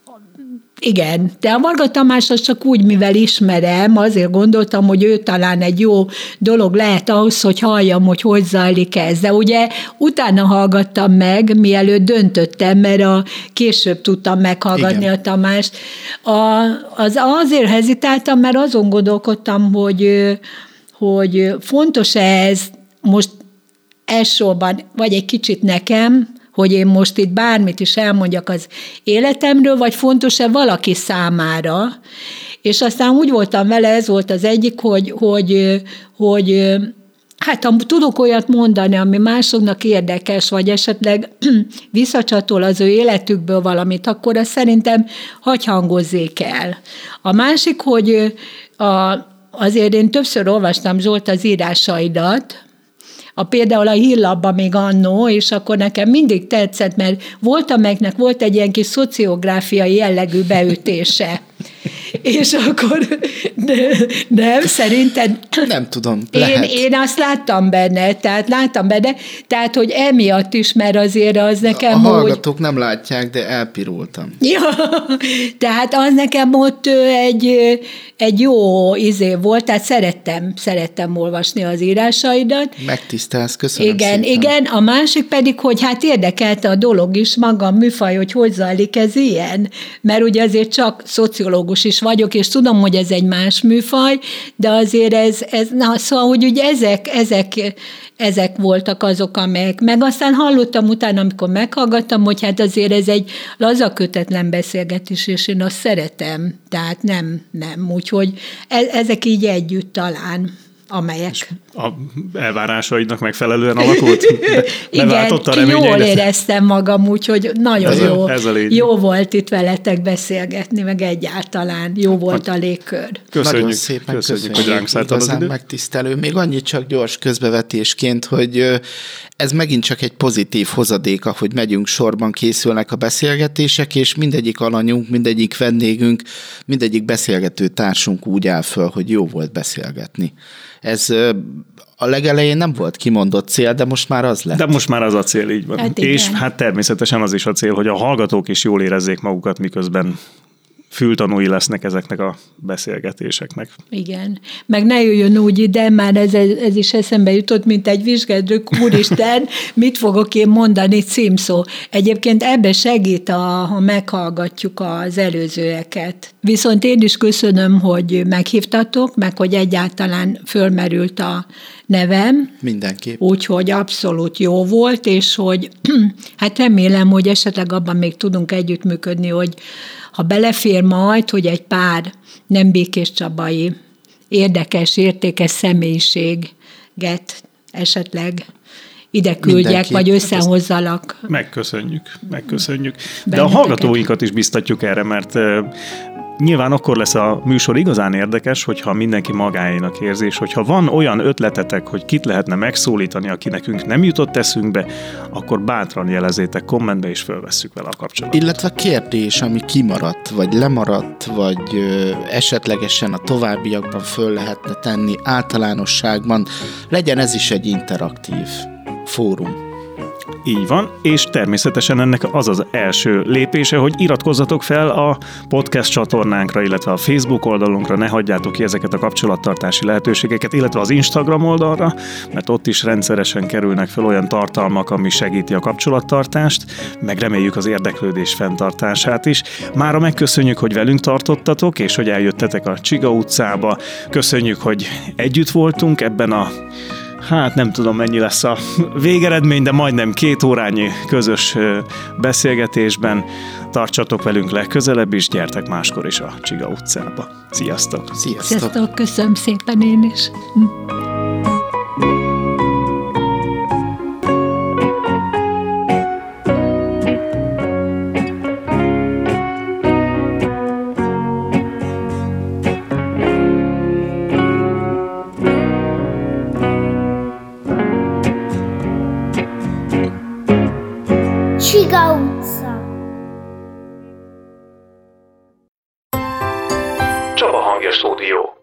igen, de a Varga Tamás az csak úgy, mivel ismerem, azért gondoltam, hogy ő talán egy jó dolog lehet ahhoz, hogy halljam, hogy hogy zajlik ez. De ugye utána hallgattam meg, mielőtt döntöttem, mert a, később tudtam meghallgatni Igen. a Tamást. A, az azért hezitáltam, mert azon gondolkodtam, hogy, hogy fontos-e ez most elsősorban, vagy egy kicsit nekem, hogy én most itt bármit is elmondjak az életemről, vagy fontos-e valaki számára. És aztán úgy voltam vele, ez volt az egyik, hogy, hogy, hogy hát ha tudok olyat mondani, ami másoknak érdekes, vagy esetleg visszacsatol az ő életükből valamit, akkor azt szerintem hagy hangozzék el. A másik, hogy a, azért én többször olvastam, Zsolt, az írásaidat, a például a hírlapban még annó, és akkor nekem mindig tetszett, mert volt, amelyeknek volt egy ilyen kis szociográfiai jellegű beütése. És akkor nem, szerinted... Nem tudom, én, én azt láttam benne, tehát láttam benne, tehát, hogy emiatt is, mert azért az nekem... A hallgatók hogy... nem látják, de elpirultam. Ja, tehát az nekem ott egy, egy jó izé volt, tehát szerettem, szerettem olvasni az írásaidat. Megtisztelsz, köszönöm Igen, szépen. igen, a másik pedig, hogy hát érdekelte a dolog is, maga a műfaj, hogy hogy zajlik ez ilyen, mert ugye azért csak szociológus is vagyok, és tudom, hogy ez egy más műfaj, de azért ez, ez na, szóval, hogy ugye ezek, ezek, ezek voltak azok, amelyek, meg aztán hallottam utána, amikor meghallgattam, hogy hát azért ez egy laza kötetlen beszélgetés, és én azt szeretem, tehát nem, nem, úgyhogy ezek így együtt talán. Amelyek. És a elvárásaidnak megfelelően alakult? Igen, jól éreztem magam, úgyhogy nagyon ez jó, a, ez a jó volt itt veletek beszélgetni, meg egyáltalán jó volt a légkör. Köszönjük, nagyon szépen köszönjük, köszönjük, hogy ránk szálltad az időt. Megtisztelő. Még annyit csak gyors közbevetésként, hogy ez megint csak egy pozitív hozadék, ahogy megyünk sorban, készülnek a beszélgetések, és mindegyik alanyunk, mindegyik vendégünk, mindegyik beszélgető társunk úgy áll föl, hogy jó volt beszélgetni. Ez a legelején nem volt kimondott cél, de most már az lett. De most már az a cél, így van. Hát és hát természetesen az is a cél, hogy a hallgatók is jól érezzék magukat, miközben fültanúi lesznek ezeknek a beszélgetéseknek. Igen. Meg ne jöjjön úgy ide, már ez, ez is eszembe jutott, mint egy vizsgádrök, úristen, mit fogok én mondani címszó. Egyébként ebbe segít, a, ha meghallgatjuk az előzőeket. Viszont én is köszönöm, hogy meghívtatok, meg hogy egyáltalán fölmerült a nevem. Mindenképp. Úgyhogy abszolút jó volt, és hogy hát remélem, hogy esetleg abban még tudunk együttműködni, hogy ha belefér majd, hogy egy pár nem Békés Csabai érdekes, értékes személyiséget esetleg ide küldjek, mindenki, vagy összehozzalak. Megköszönjük, megköszönjük. De a hallgatóinkat is biztatjuk erre, mert nyilván akkor lesz a műsor igazán érdekes, hogyha mindenki magáénak érzi, és hogyha van olyan ötletetek, hogy kit lehetne megszólítani, aki nekünk nem jutott eszünkbe, akkor bátran jelezzétek kommentbe, és fölvesszük vele a kapcsolatot. Illetve kérdés, ami kimaradt, vagy lemaradt, vagy ö, esetlegesen a továbbiakban föl lehetne tenni általánosságban, legyen ez is egy interaktív fórum. Így van, és természetesen ennek az az első lépése, hogy iratkozzatok fel a podcast csatornánkra, illetve a Facebook oldalunkra, ne hagyjátok ki ezeket a kapcsolattartási lehetőségeket, illetve az Instagram oldalra, mert ott is rendszeresen kerülnek fel olyan tartalmak, ami segíti a kapcsolattartást, meg reméljük az érdeklődés fenntartását is. Mára megköszönjük, hogy velünk tartottatok, és hogy eljöttetek a Csiga utcába. Köszönjük, hogy együtt voltunk ebben a Hát nem tudom, mennyi lesz a végeredmény, de majdnem két órányi közös beszélgetésben. Tartsatok velünk legközelebb is, gyertek máskor is a Csiga utcába. Sziasztok! Sziasztok! Sziasztok, köszönöm szépen én is! Csiga utca. Csaba Hangja Stúdió.